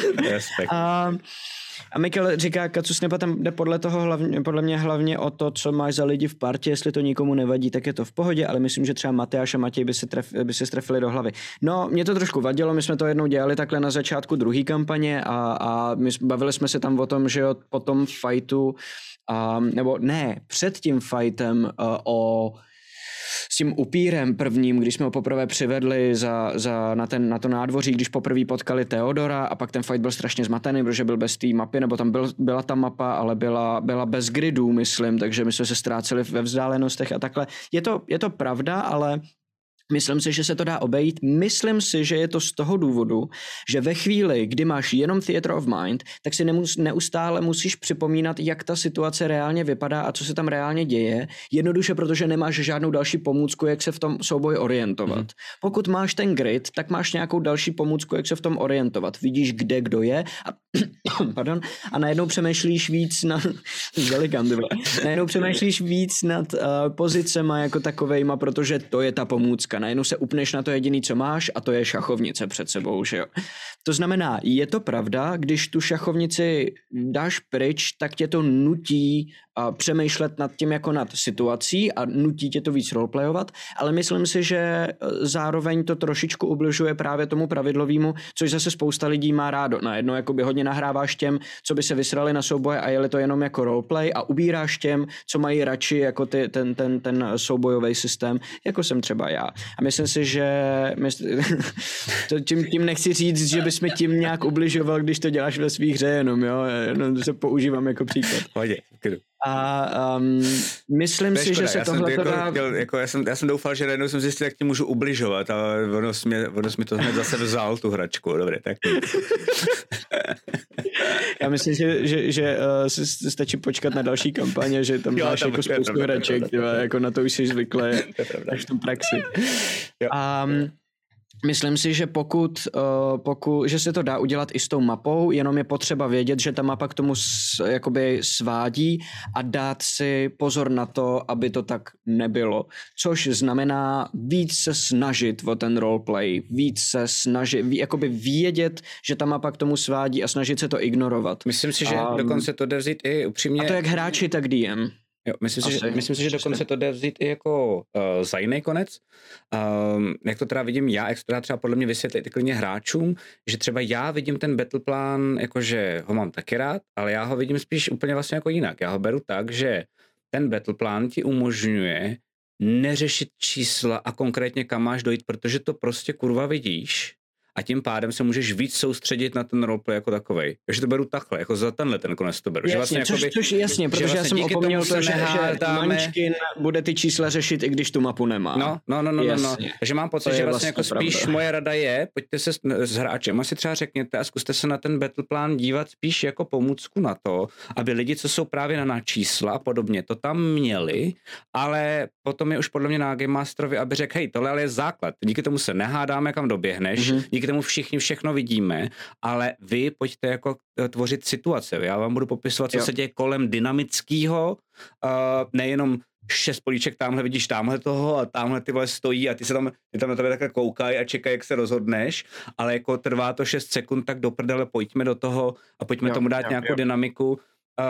a, a Mikkel říká, Kacusnepa tam jde podle toho hlavně, podle mě hlavně o to, co máš za lidi v partě, jestli to nikomu nevadí, tak je to v pohodě, ale myslím, že třeba Matyáš a Matěj by se, tref, by se strefili do hlavy. No, mě to trošku vadilo, my jsme to jednou dělali takhle na začátku druhé kampaně a, a my bavili jsme se tam o tom, že jo, po tom fightu, a, nebo ne, před tím fightem a, o s tím upírem prvním, když jsme ho poprvé přivedli za, za, na, ten, na to nádvoří, když poprvé potkali Theodora a pak ten fight byl strašně zmatený, protože byl bez té mapy, nebo tam byl, byla ta mapa, ale byla, byla bez gridů, myslím, takže my jsme se ztráceli ve vzdálenostech a takhle. Je to, je to pravda, ale myslím si, že se to dá obejít. Myslím si, že je to z toho důvodu, že ve chvíli, kdy máš jenom Theater of Mind, tak si nemus, neustále musíš připomínat, jak ta situace reálně vypadá a co se tam reálně děje, jednoduše protože nemáš žádnou další pomůcku, jak se v tom souboji orientovat. Mm. Pokud máš ten grid, tak máš nějakou další pomůcku, jak se v tom orientovat. Vidíš, kde kdo je a, pardon, a najednou přemýšlíš víc na najednou přemýšlíš víc nad uh, pozicema jako takovejma, protože to je ta pomůcka. Najednou se upneš na to jediný, co máš a to je šachovnice před sebou, že jo. To znamená, je to pravda, když tu šachovnici dáš pryč, tak tě to nutí a přemýšlet nad tím jako nad situací a nutí tě to víc roleplayovat, ale myslím si, že zároveň to trošičku ubližuje právě tomu pravidlovému, což zase spousta lidí má rádo. Najednou jakoby hodně nahráváš těm, co by se vysrali na souboje a jeli to jenom jako roleplay a ubíráš těm, co mají radši jako ty, ten, ten, ten soubojový systém, jako jsem třeba já. A myslím si, že mysl... tím, tím nechci říct, že bychom tím nějak ubližoval, když to děláš ve svých hře jenom, jo, jenom se používám jako příklad. Pojď, A um, myslím si, že se tohle jako, dá... jako, já, jsem, já jsem doufal, že najednou jsem zjistil, jak ti můžu ubližovat, ale ono mi, ono mi to hned zase vzal, tu hračku. Dobré, tak Já myslím, že, že, že uh, stačí počkat na další kampaně, že tam jo, máš tam jako spoustu hraček, tyva, jako na to už jsi zvyklý až v tom praxi. Um, Myslím si, že pokud, uh, pokud, že se to dá udělat i s tou mapou, jenom je potřeba vědět, že ta mapa k tomu s, jakoby svádí a dát si pozor na to, aby to tak nebylo. Což znamená víc se snažit o ten roleplay, víc se snažit, ví, jakoby vědět, že ta mapa k tomu svádí a snažit se to ignorovat. Myslím si, že um, dokonce to jde vzít i upřímně. A to jak hráči, tak D M. Jo, myslím, si, Asi, že, myslím si, že dokonce to jde vzít i jako uh, za jiný konec. Um, jak to teda vidím já, jak to teda třeba podle mě vysvětlit i klidně hráčům, že třeba já vidím ten battleplan, jakože ho mám taky rád, ale já ho vidím spíš úplně vlastně jako jinak. Já ho beru tak, že ten battleplan ti umožňuje neřešit čísla a konkrétně kam máš dojít, protože to prostě kurva vidíš. A tím pádem se můžeš víc soustředit na ten roleplay jako takovej. Takže to beru takhle, jako za tenhle ten konec to beru. Jasně, že vlastně což, jakoby, což jasně, protože vlastně já jsem opomněl to, že, že Munchkin bude ty čísla řešit, i když tu mapu nemá. No, no, no, no, no, no. Takže mám pocit, že vlastně, vlastně jako spíš pravda. Moje rada je, pojďte se s, s hráčem, asi třeba řekněte a zkuste se na ten battleplan dívat spíš jako pomůcku na to, aby lidi, co jsou právě na čísla a podobně, to tam měli, ale potom je už podle mě na Game Masterovi, aby řekl, hej, tohle ale je základ, díky tomu se nehádáme, kam doběhneš, mm-hmm. díky tomu všichni všechno vidíme, ale vy pojďte jako tvořit situace. Já vám budu popisovat, co jo. se děje kolem dynamického, uh, nejenom šest políček, tamhle vidíš tamhle toho a tamhle ty vole stojí a ty se tam, ty tam na tebe takhle koukají a čekají, jak se rozhodneš, ale jako trvá to šest sekund, tak do prdele pojďme do toho a pojďme jo, tomu dát jo, nějakou jo. dynamiku. Uh,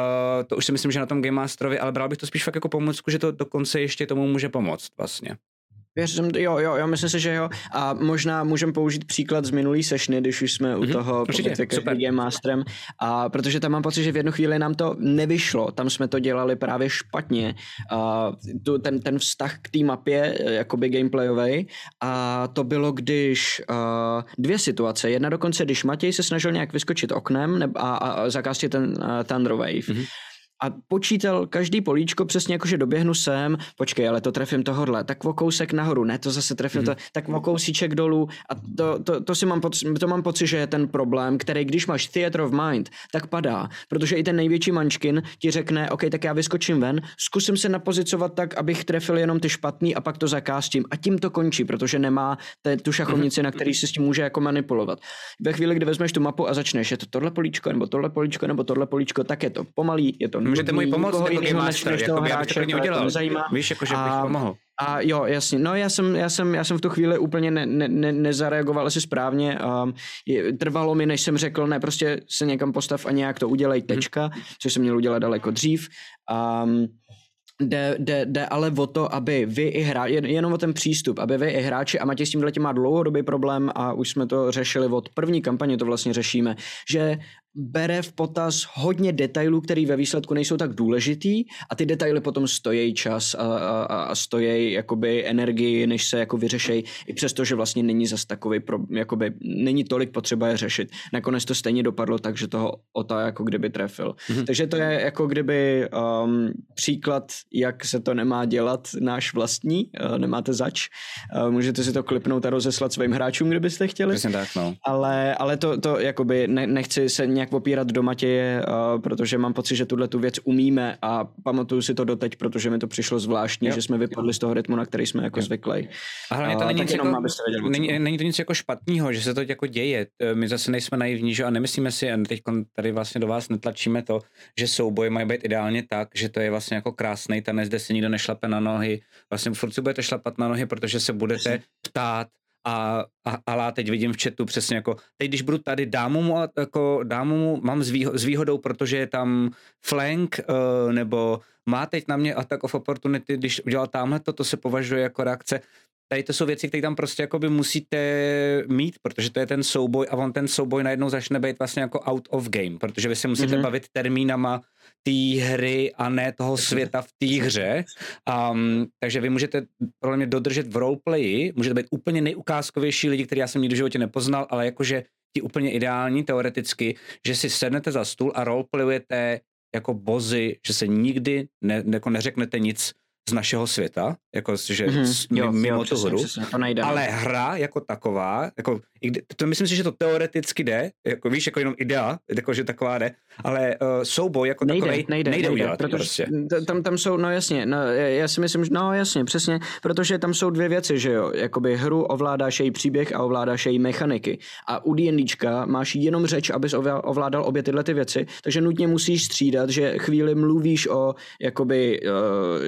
to už si myslím, že na tom Game Masterovi, ale bral bych to spíš fakt jako pomůcku, že to dokonce ještě tomu může pomoct vlastně. Věřím, jo, jo, jo, myslím si, že jo. A možná můžeme použít příklad z minulý sešny, když už jsme mm-hmm, u toho Game Masterem. A protože tam mám pocit, že v jednu chvíli nám to nevyšlo. Tam jsme to dělali právě špatně. A tu, ten, ten vztah k té mapě, jakoby gameplayovej. A to bylo, když uh, dvě situace. Jedna dokonce, když Matěj se snažil nějak vyskočit oknem neb, a, a zakástit ten uh, Thunder Wave. Mm-hmm. A počítal každý políčko přesně jako, že doběhnu sem, počkej, ale to trefím tohodle, tak o kousek nahoru, ne, to zase trefím mm. to, tak o kousíček dolů a to, to, to si mám pocit, to mám pocit, že je ten problém, který když máš theater of mind, tak padá, protože i ten největší Munchkin ti řekne, OK, tak já vyskočím ven, zkusím se napozicovat tak, abych trefil jenom ty špatný a pak to zakástím a tím to končí, protože nemá te, tu šachovnici, na který si s tím může jako manipulovat. Ve chvíli, kdy vezmeš tu mapu a začneš, je to tohle políčko, nebo tohle políčko, nebo tohle políčko, tak je to pomalý, je to můžete mi pomoct jako Game Master, jako by já to první udělal. Víš, jako, že bych pomohl. A jo, jasně. No já jsem, já jsem, já jsem v tu chvíli úplně ne, ne, ne, nezareagoval asi správně. Um, je, trvalo mi, než jsem řekl, ne, prostě se někam postav a nějak to udělej, tečka, hmm. což jsem měl udělat daleko dřív. Um, Jde, jde, jde ale o to, aby vy i hráči, jen, jenom o ten přístup, aby vy i hráči, a Matěj s tímhle má dlouhodobý problém a už jsme to řešili od první kampaně, to vlastně řešíme, že bere v potaz hodně detailů, které ve výsledku nejsou tak důležitý a ty detaily potom stojí čas a, a, a stojí jakoby energii, než se jako vyřešejí, i přesto, že vlastně není zas takový, pro, jakoby není tolik potřeba je řešit. Nakonec to stejně dopadlo tak, že toho Ota jako kdyby trefil. Mm-hmm. Takže to je jako kdyby um, příklad, jak se to nemá dělat, náš vlastní, uh, nemáte zač. Uh, můžete si to klipnout a rozeslat svým hráčům, kdybyste chtěli. Přesně tak, no. Ale, ale to, to jakoby ne, nechci se nějak opírat do Matěje, uh, protože mám pocit, že tuhle tu věc umíme a pamatuju si to doteď, protože mi to přišlo zvláštní, jo. že jsme vypadli z toho rytmu, na který jsme jako zvyklí. A hlavně to není, uh, nic jako, věděl, není, není to nic jako špatného, že se to jako děje. My zase nejsme naivní, že a nemyslíme si, a teď tady vlastně do vás netlačíme to, že souboje mají být ideálně tak, že to je vlastně jako krásnej tanec, kde se nikdo nešlape na nohy. Vlastně furt si budete šlapat na nohy, protože se budete ptát. A, a, ale teď vidím v chatu přesně jako, teď když budu tady, dám mu, jako, dám mu mám s, výho, s výhodou, protože je tam flank, uh, nebo má teď na mě attack of opportunity, když udělal tamhle to, to se považuje jako reakce. Tady to jsou věci, které tam prostě jakoby musíte mít, protože to je ten souboj a on ten souboj najednou začne být vlastně jako out of game, protože vy se musíte mm-hmm. bavit termínama té hry a ne toho světa v té hře. Um, takže vy můžete podle mě dodržet v roleplayi, můžete být úplně nejukázkovější lidi, který já jsem nikdy v životě nepoznal, ale jakože ti úplně ideální teoreticky, že si sednete za stůl a roleplayujete jako bozy, že se nikdy ne, jako neřeknete nic z našeho světa, jako že mm-hmm. jo, mimo jo, tu hru, ale hra jako taková, jako, to myslím si, že to teoreticky jde, jako víš, jako jenom idea, jako že taková jde, ale uh, souboj jako nejde, takovej nejde, nejde, nejde udělat. Protože prostě. tam, tam jsou, no jasně, no, já si myslím, že no jasně, přesně, protože tam jsou dvě věci, že jo, jakoby hru ovládáš její příběh a ovládáš její mechaniky a u D&Dčka máš jenom řeč, abys ovládal obě tyhle ty věci, takže nutně musíš střídat, že chvíli mluvíš o jakoby, uh, jako D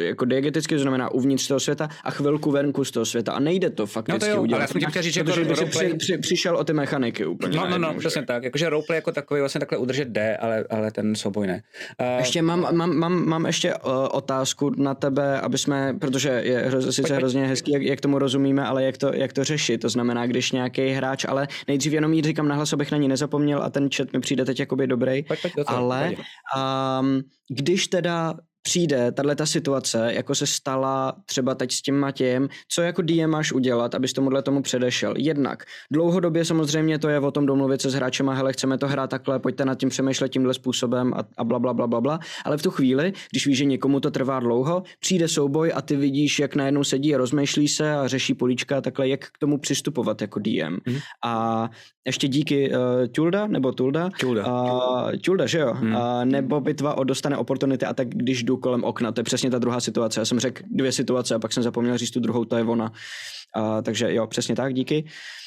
energeticky, to znamená uvnitř toho světa a chvilku venku z toho světa a nejde to fakticky no to jo, udělat. Ale já jsem ti chtěl říct, že protože jako by si roleplay... při, při, přišel o ty mechaniky úplně. No, no, no, přesně tak. Jakože roleplay jako takový vlastně takhle udržet jde, ale, ale ten souboj ne. Uh, ještě mám, mám, mám, mám ještě uh, otázku na tebe, aby jsme, protože je hro, sice pojď, hrozně hezký, jak, jak tomu rozumíme, ale jak to, jak to řešit. To znamená, když nějaký hráč, ale nejdřív jenom jí říkám nahlas, abych na ní nezapomněl a ten chat mi přijde teď jakoby dobrý. Pojď, pojď, docela, ale um, když teda přijde tato situace, jako se stala třeba teď s tím Matějem, co jako D M máš udělat, abys tomuhle tomu předešel? Jednak dlouhodobě samozřejmě to je o tom domluvit se s hráčema, hele, chceme to hrát takhle, pojďte nad tím přemýšlet tímhle způsobem a, a bla, bla, bla, bla, bla. Ale v tu chvíli, když víš, že někomu to trvá dlouho, přijde souboj a ty vidíš, jak najednou sedí a rozmýšlí se a řeší políčka, takhle, jak k tomu přistupovat jako D M. Mm. A ještě díky uh, Tulda, nebo Tulda, Tulda, uh, Tulda, že jo? Mm. Uh, nebo bitva o dostane opportunity a tak, když jdu kolem okna, to je přesně ta druhá situace. Já jsem řekl dvě situace a pak jsem zapomněl říct tu druhou, to je ona. Uh, takže jo, přesně tak, díky.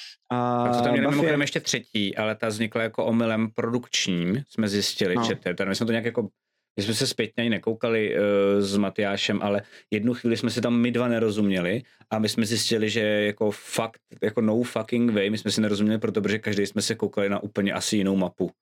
A pak to tam měli mimochodem ještě třetí, ale ta vznikla jako omylem produkčním, jsme zjistili, no. Čete. My jsme to nějak jako, my jsme se zpětně ani nekoukali uh, s Matyášem, ale jednu chvíli jsme si tam my dva nerozuměli a my jsme zjistili, že jako fakt, jako no fucking way, my jsme si nerozuměli proto, protože každý jsme se koukali na úplně asi jinou mapu.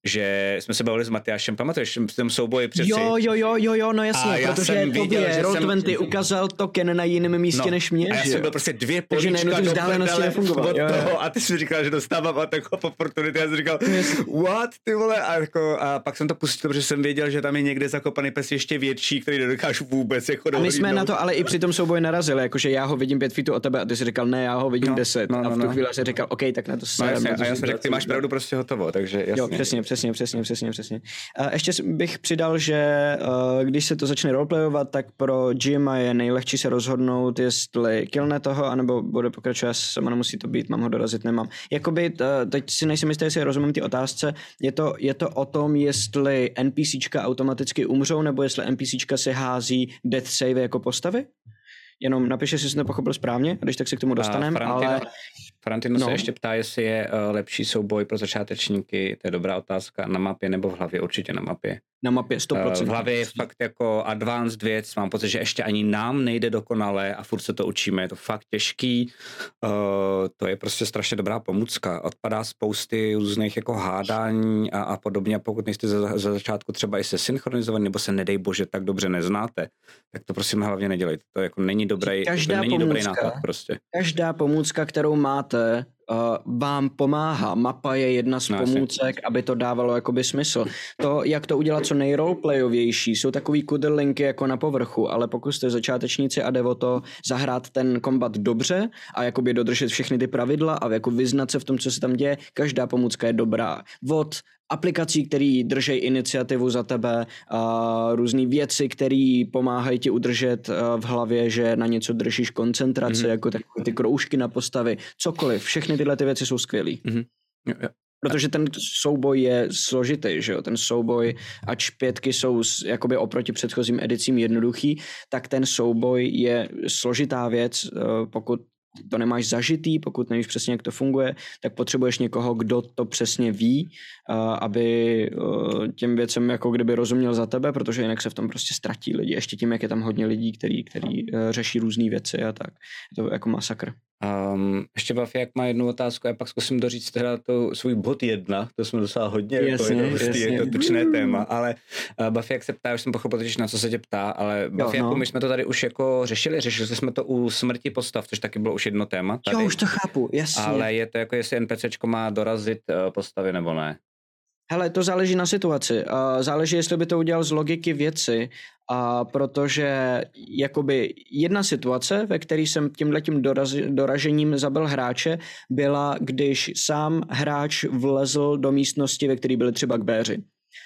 Že jsme se bavili s Matyášem, pamatuješ, v tom souboji přeci. Jo, jo, jo, jo, jo, no jasně, protože tobě Roll dvacet ukázal token na jiném místě no, než mě, a já jsem byl prostě dvě políčka do prdele od toho a ty jsi mi říkal, že dostávám a takovou opportunity a já jsem říkal, what, ty vole, a, jako, a pak jsem to pustil, protože jsem věděl, že tam je někde zakopaný pes ještě větší, který nedokážu vůbec jako dohlídnout. A my jsme na to ale i při tom souboji narazili, jakože já ho vidím pět feetů od tebe a ty jsi říkal, ne, já ho vidím no, deset no, no, a v tu chvíli jsem říkal, OK, tak na to se. No, a já jsem řekl, ty máš pravdu prostě hotovo, takže jasně. Jo, přesně, přesně, přesně, přesně, přesně. A ještě bych přidal, že uh, když se to začne roleplayovat, tak pro Jima je nejlehčí se rozhodnout, jestli killne toho, anebo bude pokračovat, sama nemusí to být, mám ho dorazit, nemám. Jakoby, uh, teď si nejsem jistý, jestli rozumím ty otázce, je to, je to o tom, jestli NPCčka automaticky umřou, nebo jestli NPCčka si hází death save jako postavy? Jenom napiš, jestli jsem to pochopil správně, když tak se k tomu dostaneme, ale... Frantino no. se ještě ptá, jestli je uh, lepší souboj pro začátečníky, to je dobrá otázka, na mapě nebo v hlavě, určitě na mapě. Na mapě sto procent. Uh, v hlavě je fakt jako advanced věc, mám pocit, že ještě ani nám nejde dokonale a furt se to učíme, je to fakt těžký, uh, to je prostě strašně dobrá pomůcka, odpadá spousty různých jako hádání a, a podobně, a pokud nejste za, za začátku třeba i se synchronizovaní, nebo se nedej bože tak dobře neznáte, tak to prosím hlavně nedělejte, to jako není dobrý, to není dobrý nápad prostě. Každá pomůcka, kterou máte, Uh, vám pomáhá. Mapa je jedna z no, pomůcek, asi. Aby to dávalo jakoby smysl. To, jak to udělat co nejroleplayovější, jsou takový kudelinky jako na povrchu, ale pokud jste začátečníci a jde o to zahrát ten kombat dobře a jakoby dodržet všechny ty pravidla a jako vyznat se v tom, co se tam děje, každá pomůcka je dobrá. Od aplikací, které drží iniciativu za tebe, a různý věci, které pomáhají ti udržet v hlavě, že na něco držíš koncentraci, mm-hmm. jako takové ty kroužky na postavy, cokoliv. Všechny tyhle ty věci jsou skvělý. Mm-hmm. Jo, jo. Protože ten souboj je složitý, že jo? Ten souboj, ač pětky jsou jakoby oproti předchozím edicím jednoduchý, tak ten souboj je složitá věc, pokud to nemáš zažitý, pokud nevíš přesně, jak to funguje, tak potřebuješ někoho, kdo to přesně ví, aby těm věcem jako kdyby rozuměl za tebe, protože jinak se v tom prostě ztratí lidi. Ještě tím, jak je tam hodně lidí, který, který řeší různé věci a tak. Je to jako masakr. Um, ještě Buffy, jak má jednu otázku, já pak zkusím doříct teda to svůj bod jedna, to jsme docela hodně, jasně, jako je, to, jasně. je to tučné téma, ale uh, Buffy, jak se ptá, už jsem pochopil totiž, na co se tě ptá, ale Buffy, jo, no. Jako my jsme to tady už jako řešili, řešili jsme to u smrti postav, což taky bylo už jedno téma tady. Jo, už to chápu, jasně. Ale je to jako, jestli NPCčko má dorazit uh, postavy nebo ne. Hele, to záleží na situaci. Uh, záleží, jestli by to udělal z logiky věci, a protože jakoby jedna situace, ve které jsem tímhletím doraz, doražením zabil hráče, byla, když sám hráč vlezl do místnosti, ve které byli tři bugbeři.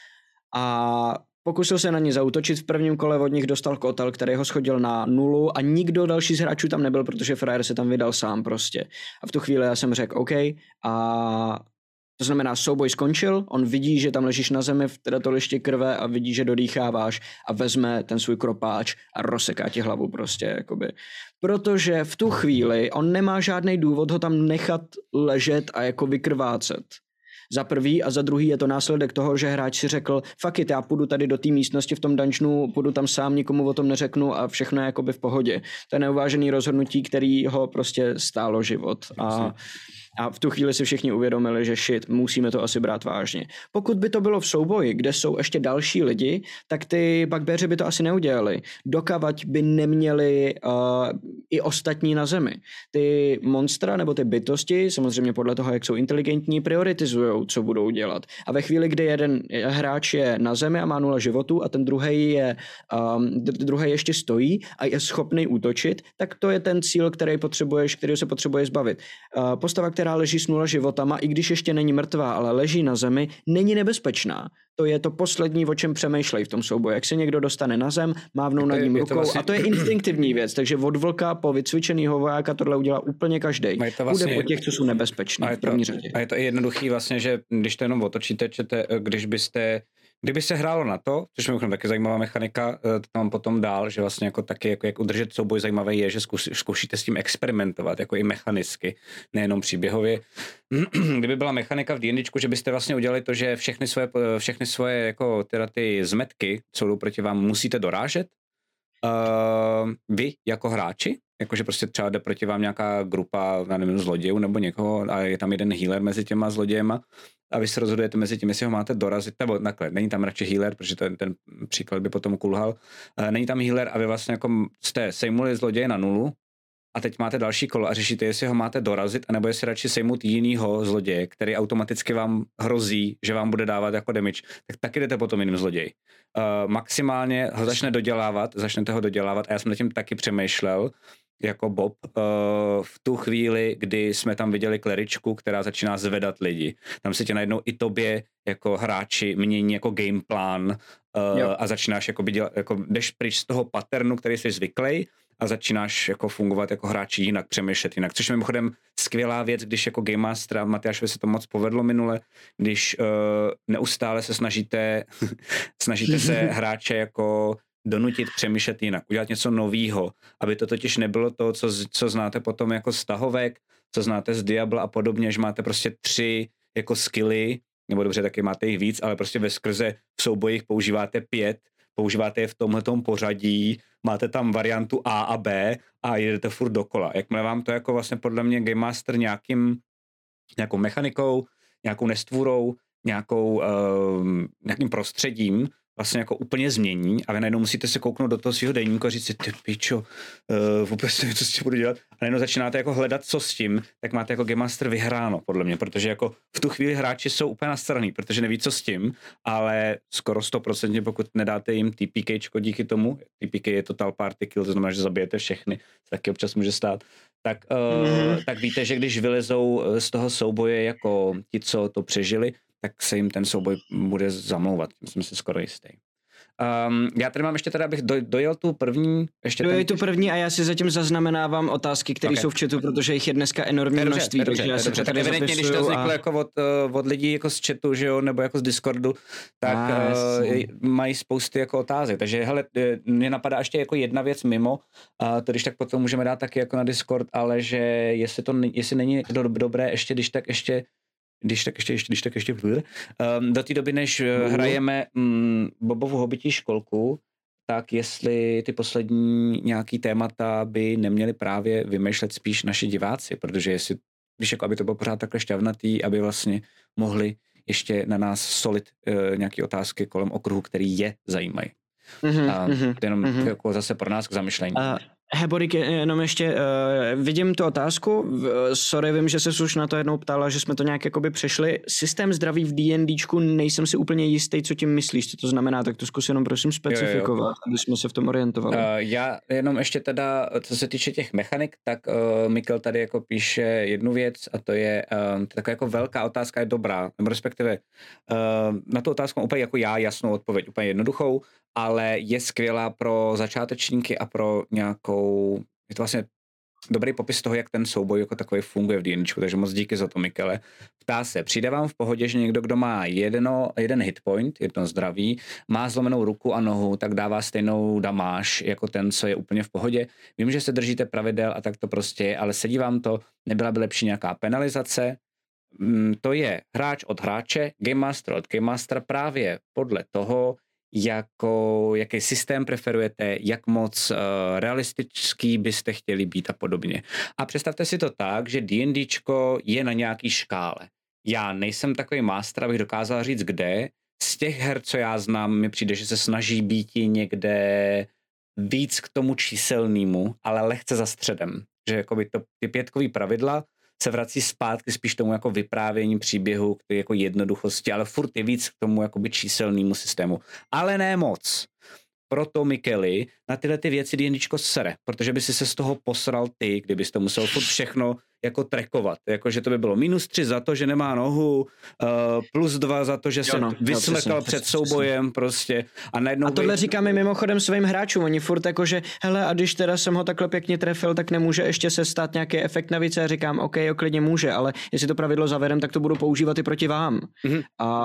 A pokusil se na ně zaútočit, v prvním kole od nich dostal kotel, který ho schodil na nulu a nikdo další z hráčů tam nebyl, protože frajer se tam vydal sám prostě. A v tu chvíli já jsem řekl OK a to znamená, souboj skončil, on vidí, že tam ležíš na zemi v teda toliště krve a vidí, že dodýcháváš a vezme ten svůj kropáč a rozseká ti hlavu prostě, jakoby. Protože v tu chvíli on nemá žádný důvod ho tam nechat ležet a jako vykrvácet. Za prvý a za druhý je to následek toho, že hráč si řekl, fuck it, já půjdu tady do té místnosti v tom dungeonu, půjdu tam sám, nikomu o tom neřeknu a všechno je jakoby v pohodě. To je neuvážený rozhodnutí, který ho prostě stálo život. A A v tu chvíli si všichni uvědomili, že shit, musíme to asi brát vážně. Pokud by to bylo v souboji, kde jsou ještě další lidi, tak ty bugbeři by to asi neudělali. Dokavať by neměli uh, i ostatní na zemi. Ty monstra nebo ty bytosti, samozřejmě podle toho, jak jsou inteligentní, prioritizujou, co budou dělat. A ve chvíli, kdy jeden hráč je na zemi a má nula životů a ten druhý je um, druhý ještě stojí a je schopný útočit, tak to je ten cíl, který potřebuješ, který se potřebuje zbavit. Uh, postava, která která leží s nula životama, i když ještě není mrtvá, ale leží na zemi, není nebezpečná. To je to poslední, o čem přemýšlej v tom souboji. Jak se někdo dostane na zem, mávnou nad ním rukou vlastně... a to je instinktivní věc, takže od vlka po vycvičenýho vojáka tohle udělá úplně každej. Vlastně... Bude po těch, co jsou nebezpeční v první řadě. A je to i jednoduchý vlastně, že když to jenom otočíte, čete, když byste Kdyby se hrálo na to, což je taky zajímavá mechanika, to tam potom dál, že vlastně jako taky, jako jak udržet souboj zajímavý je, že zkus, zkoušíte s tím experimentovat, jako i mechanicky, nejenom příběhově. Kdyby byla mechanika v D and D, že byste vlastně udělali to, že všechny svoje, všechny svoje jako teda ty zmetky, co jdou proti vám, musíte dorážet, uh, vy jako hráči, jakože prostě třeba jde proti vám nějaká grupa, já nevím, zlodějů nebo někoho a je tam jeden healer mezi těma zlodějema a vy se rozhodujete mezi tím, jestli ho máte dorazit, nebo takhle, není tam radši healer, protože ten, ten příklad by potom kulhal, není tam healer a vy vlastně jako jste sejmuli zloděje na nulu a teď máte další kolo a řešíte, jestli ho máte dorazit, anebo jestli radši sejmout jinýho zloděje, který automaticky vám hrozí, že vám bude dávat jako damage, tak taky jdete potom jiným zloději. Uh, maximálně ho začne dodělávat, začnete ho dodělávat a já jsem nad tím taky přemýšlel, jako Bob, uh, v tu chvíli, kdy jsme tam viděli kleričku, která začíná zvedat lidi. Tam se tě najednou i tobě jako hráči mění jako gameplán uh, a začínáš jako, dělat, jako jdeš pryč z toho patternu, který jsi zvyklý a začínáš jako fungovat jako hráči jinak, přemýšlet jinak. Což je mimochodem skvělá věc, když jako Game Master a Matyášovi se to moc povedlo minule, když uh, neustále se snažíte snažíte se hráče jako donutit přemýšlet jinak, udělat něco novýho, aby to totiž nebylo to, co, co znáte potom jako z tahovek, co znáte z Diabla a podobně, že máte prostě tři jako skilly, nebo dobře, taky máte jich víc, ale prostě ve skrze v soubojích používáte pět, používáte je v tomhletom pořadí, máte tam variantu A a B a jedete furt dokola. Jakmile vám to jako vlastně podle mě Game Master nějakým, nějakou mechanikou, nějakou nestvůrou, nějakou, uh, nějakým prostředím vlastně jako úplně změní a vy najednou musíte se kouknout do toho svého deníku a říct si, ty pičo, uh, vůbec nevím, co s tím budu dělat. A najednou začínáte jako hledat, co s tím, tak máte jako Game Master vyhráno, podle mě, protože jako v tu chvíli hráči jsou úplně nastraný, protože neví, co s tím, ale skoro sto procent, pokud nedáte jim TPKčko díky tomu, T P K je total party kill, to znamená, že zabijete všechny, taky občas může stát, tak, uh, mm. tak víte, že když vylezou z toho souboje jako ti, co to přežili, tak se jim ten souboj bude zamlouvat. Myslím si skoro jistý. Um, já tady mám ještě teda, abych do, dojel tu první. Ještě dojel ten... tu první a já si zatím zaznamenávám otázky, které okay. jsou v chatu, protože jich je dneska enormní dobře, množství. Dobře, takže já se dobře, tak evidentně, když to vzniklo a... jako od, uh, od lidí jako z chatu, že jo, nebo jako z Discordu, tak ah, uh, mají spousty jako otázek. Takže hele, mě napadá ještě jako jedna věc mimo, a to když tak potom můžeme dát taky jako na Discord, ale že jestli to jestli není do, dobré ještě, když tak ještě Když tak ještě, ještě, když tak ještě um, do té doby, než uh, hrajeme um, Bobovu hobití školku, tak jestli ty poslední nějaký témata by neměli právě vymýšlet spíš naši diváci, protože jestli, když jako aby to bylo pořád takhle šťavnatý, aby vlastně mohli ještě na nás solit uh, nějaké otázky kolem okruhu, který je zajímají. Mm-hmm, a mm-hmm, jenom mm-hmm. jako zase pro nás k zamyšlení. Uh. Heborik, jenom ještě, uh, vidím tu otázku, uh, sorry, vím, že se už na to jednou ptala, že jsme to nějak jakoby přešli. Systém zdraví v D&Dčku, nejsem si úplně jistý, co tím myslíš, co to znamená, tak to zkus jenom prosím specifikovat, jo, jo. aby jsme se v tom orientovali. Uh, já jenom ještě teda, co se týče těch mechanik, tak uh, Mikkel tady jako píše jednu věc a to je uh, taková jako velká otázka, je dobrá, nebo respektive uh, na tu otázku úplně jako já jasnou odpověď, úplně jednoduchou, ale je skvělá pro začátečníky a pro nějakou, je to vlastně dobrý popis toho, jak ten souboj jako takový funguje v D&Dčku, takže moc díky za to, Mikele. Ptá se, přijde vám v pohodě, že někdo, kdo má jedno, jeden hitpoint, jedno zdraví, má zlomenou ruku a nohu, tak dává stejnou damáž jako ten, co je úplně v pohodě. Vím, že se držíte pravidel a tak to prostě je, ale sedí vám to, nebyla by lepší nějaká penalizace? to je hráč od hráče, Game Master od Game Master právě podle toho, jako, jaký systém preferujete, jak moc uh, realistický byste chtěli být a podobně. A představte si to tak, že D&Dčko je na nějaký škále. Já nejsem takový master, abych dokázal říct kde. Z těch her, co já znám, mi přijde, že se snaží být někde víc k tomu číselnému, ale lehce za středem. Že jakoby to, ty pětkový pravidla se vrací zpátky spíš tomu jako vyprávění příběhu, k jako jednoduchosti, ale furt je víc k tomu jakoby číselnému systému. Ale ne moc. Proto Mikeli na tyhle ty věci D&Dčko sere, protože by si se z toho posral ty, kdybys to musel furt všechno jako trackovat. Jako, že to by bylo minus tři za to, že nemá nohu, uh, plus dva za to, že se no, vysmrkal před přesně, soubojem přesně. prostě. A, najednou a tohle by... říkáme mimochodem svým hráčům. Oni furt jako, že hele, a když teda jsem ho takhle pěkně trefil, tak nemůže ještě se stát nějaký efekt navíc. A říkám, OK, jo, klidně může, ale jestli to pravidlo zavedem, tak to budu používat i proti vám. Mm-hmm.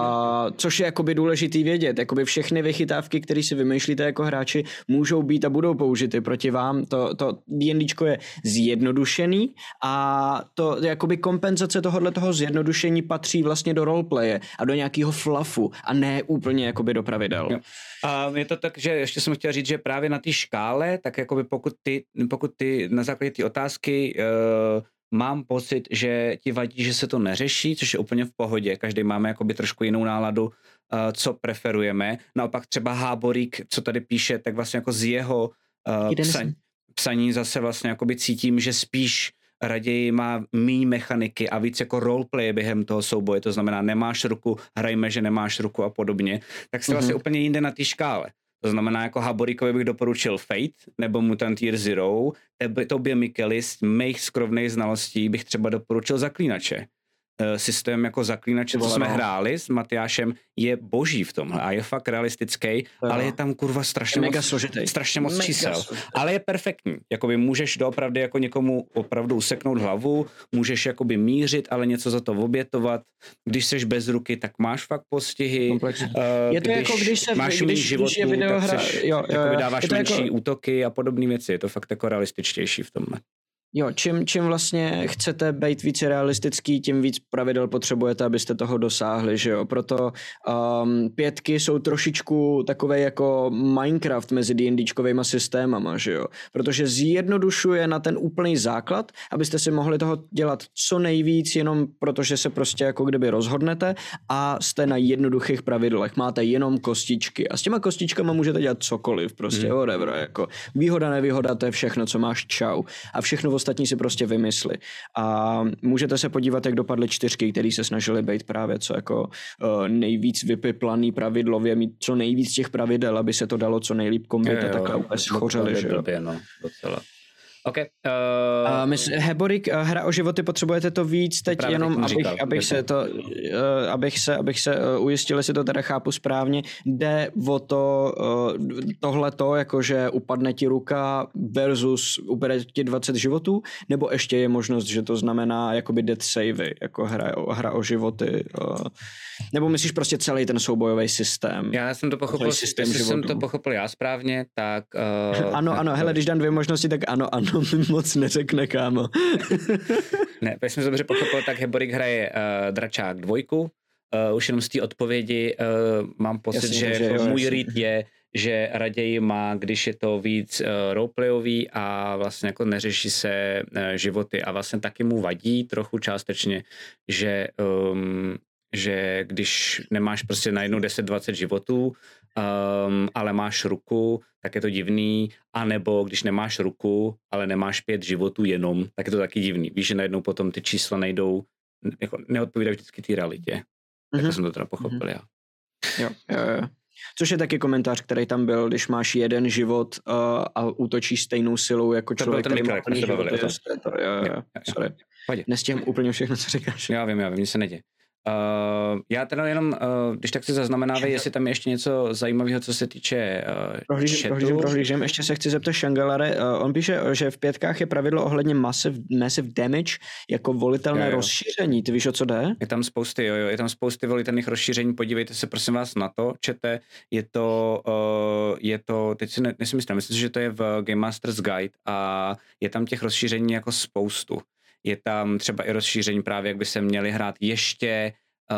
A což je jakoby důležitý vědět. Jakoby všechny vychytávky, které si vymýšlíte jako hráči, můžou být a budou použity proti vám. To, to D&Dčko je zjednodušený a to jakoby kompenzace tohohle toho zjednodušení patří vlastně do roleplaye a do nějakého fluffu a ne úplně jakoby do pravidel. Jo. A je to tak, že ještě jsem chtěl říct, že právě na té škále, tak jakoby pokud ty, pokud ty na základě té otázky uh, mám pocit, že ti vadí, že se to neřeší, což je úplně v pohodě. Každý máme jakoby trošku jinou náladu, uh, co preferujeme. Naopak třeba Háborík, co tady píše, tak vlastně jako z jeho uh, psaní, psaní zase vlastně jakoby cítím, že spíš raději má míň mechaniky a víc jako roleplay během toho souboje, to znamená nemáš ruku, hrajme, že nemáš ruku a podobně, tak se mm-hmm. vlastně úplně jinde na té škále. To znamená, jako Haboríkovi bych doporučil Fate nebo Mutant Year Zero, tobě Mikeli z mých skrovných znalostí bych třeba doporučil Zaklínače. Systém jako Zaklínače, co jsme hráli s Matyášem, je boží v tomhle a je fakt realistický, no. ale je tam kurva strašně mega moc, složitý. strašně moc mega čísel. složitý. Ale je perfektní. Jakoby můžeš doopravdy jako někomu opravdu useknout hlavu, můžeš jakoby mířit, ale něco za to obětovat. Když seš bez ruky, tak máš fakt postihy. Uh, je to když jako když se máš když, životů, když je video hra, seš, jo, jo, jako dáváš menší jako... útoky a podobné věci. Je to fakt jako realističtější v tomhle. Jo, čím, čím vlastně chcete být více realistický, tím víc pravidel potřebujete, abyste toho dosáhli, že jo. Proto um, pětky jsou trošičku takové jako Minecraft mezi D&Dčkovejma systémama, že jo. Protože zjednodušuje na ten úplný základ, abyste si mohli toho dělat co nejvíc, jenom protože se prostě jako kdyby rozhodnete a jste na jednoduchých pravidlech. Máte jenom kostičky a s těma kostičkama můžete dělat cokoliv, prostě hmm. whatever, jako výhoda, nevýhoda, to je všechno, co máš, čau. A všechno ostatní si prostě vymysli. A můžete se podívat, jak dopadly čtyřky, který se snažili být právě co jako uh, nejvíc vypiplaný pravidlově, mít co nejvíc těch pravidel, aby se to dalo co nejlíp kombit a takhle úplně schořeli, že jo. No, docela. Okay, uh, uh, mys, Haborík, uh, hra o životy, potřebujete to víc teď jenom, abych, říkal, abych, se to, uh, abych se abych se uh, ujistil, jestli to teda chápu správně, jde o to uh, tohleto, jakože upadne ti ruka versus ubere ti dvacet životů, nebo ještě je možnost, že to znamená jakoby death savey, jako hra, hra o životy, uh, nebo myslíš prostě celý ten soubojový systém? Já jsem to pochopil, jestli jsem to pochopil já správně, tak... Uh, ano, ano, hele, když dám dvě možnosti, tak ano, ano. No mi moc neřekne, kámo. Ne, když jsem to dobře pochopil, tak Haborík hraje uh, Dračák dvojku. Uh, už jenom z té odpovědi uh, mám pocit, jasně, že, že jako jo, můj read je, že raději má, když je to víc uh, roleplayový a vlastně jako neřeší se uh, životy a vlastně taky mu vadí trochu částečně, že, um, že když nemáš prostě najednou deset dvacet životů, Um, ale máš ruku, tak je to divný, anebo když nemáš ruku, ale nemáš pět životů jenom, tak je to taky divný. Víš, že najednou potom ty čísla nejdou, jako neodpovídají vždycky té realitě. Mm-hmm. Tak jsem to teda pochopil mm-hmm. já. Jo, jo, jo. Což je taky komentář, který tam byl, když máš jeden život uh, a útočíš stejnou silou jako to člověk, který má plný život. Nestihám úplně všechno, co říkáš. Já vím, já vím, nic se neděje. Uh, já teda jenom, uh, když tak si zaznamenávej, jestli tam je ještě něco zajímavého, co se týče uh, prohlížím, prohlížím, prohlížím. Ještě se chci zeptat Shangalare. Uh, on píše, že v pětkách je pravidlo ohledně massive, massive damage jako volitelné jo, jo. rozšíření. Ty víš, o co jde? Je tam spousty, jo, jo, je tam spousty volitelných rozšíření. Podívejte se prosím vás na to, čete. Je to, uh, je to, teď si ne, nesmyslím, myslím si, že to je v Game Master's Guide a je tam těch rozšíření jako spoustu. je tam třeba i rozšíření právě, jak by se měly hrát ještě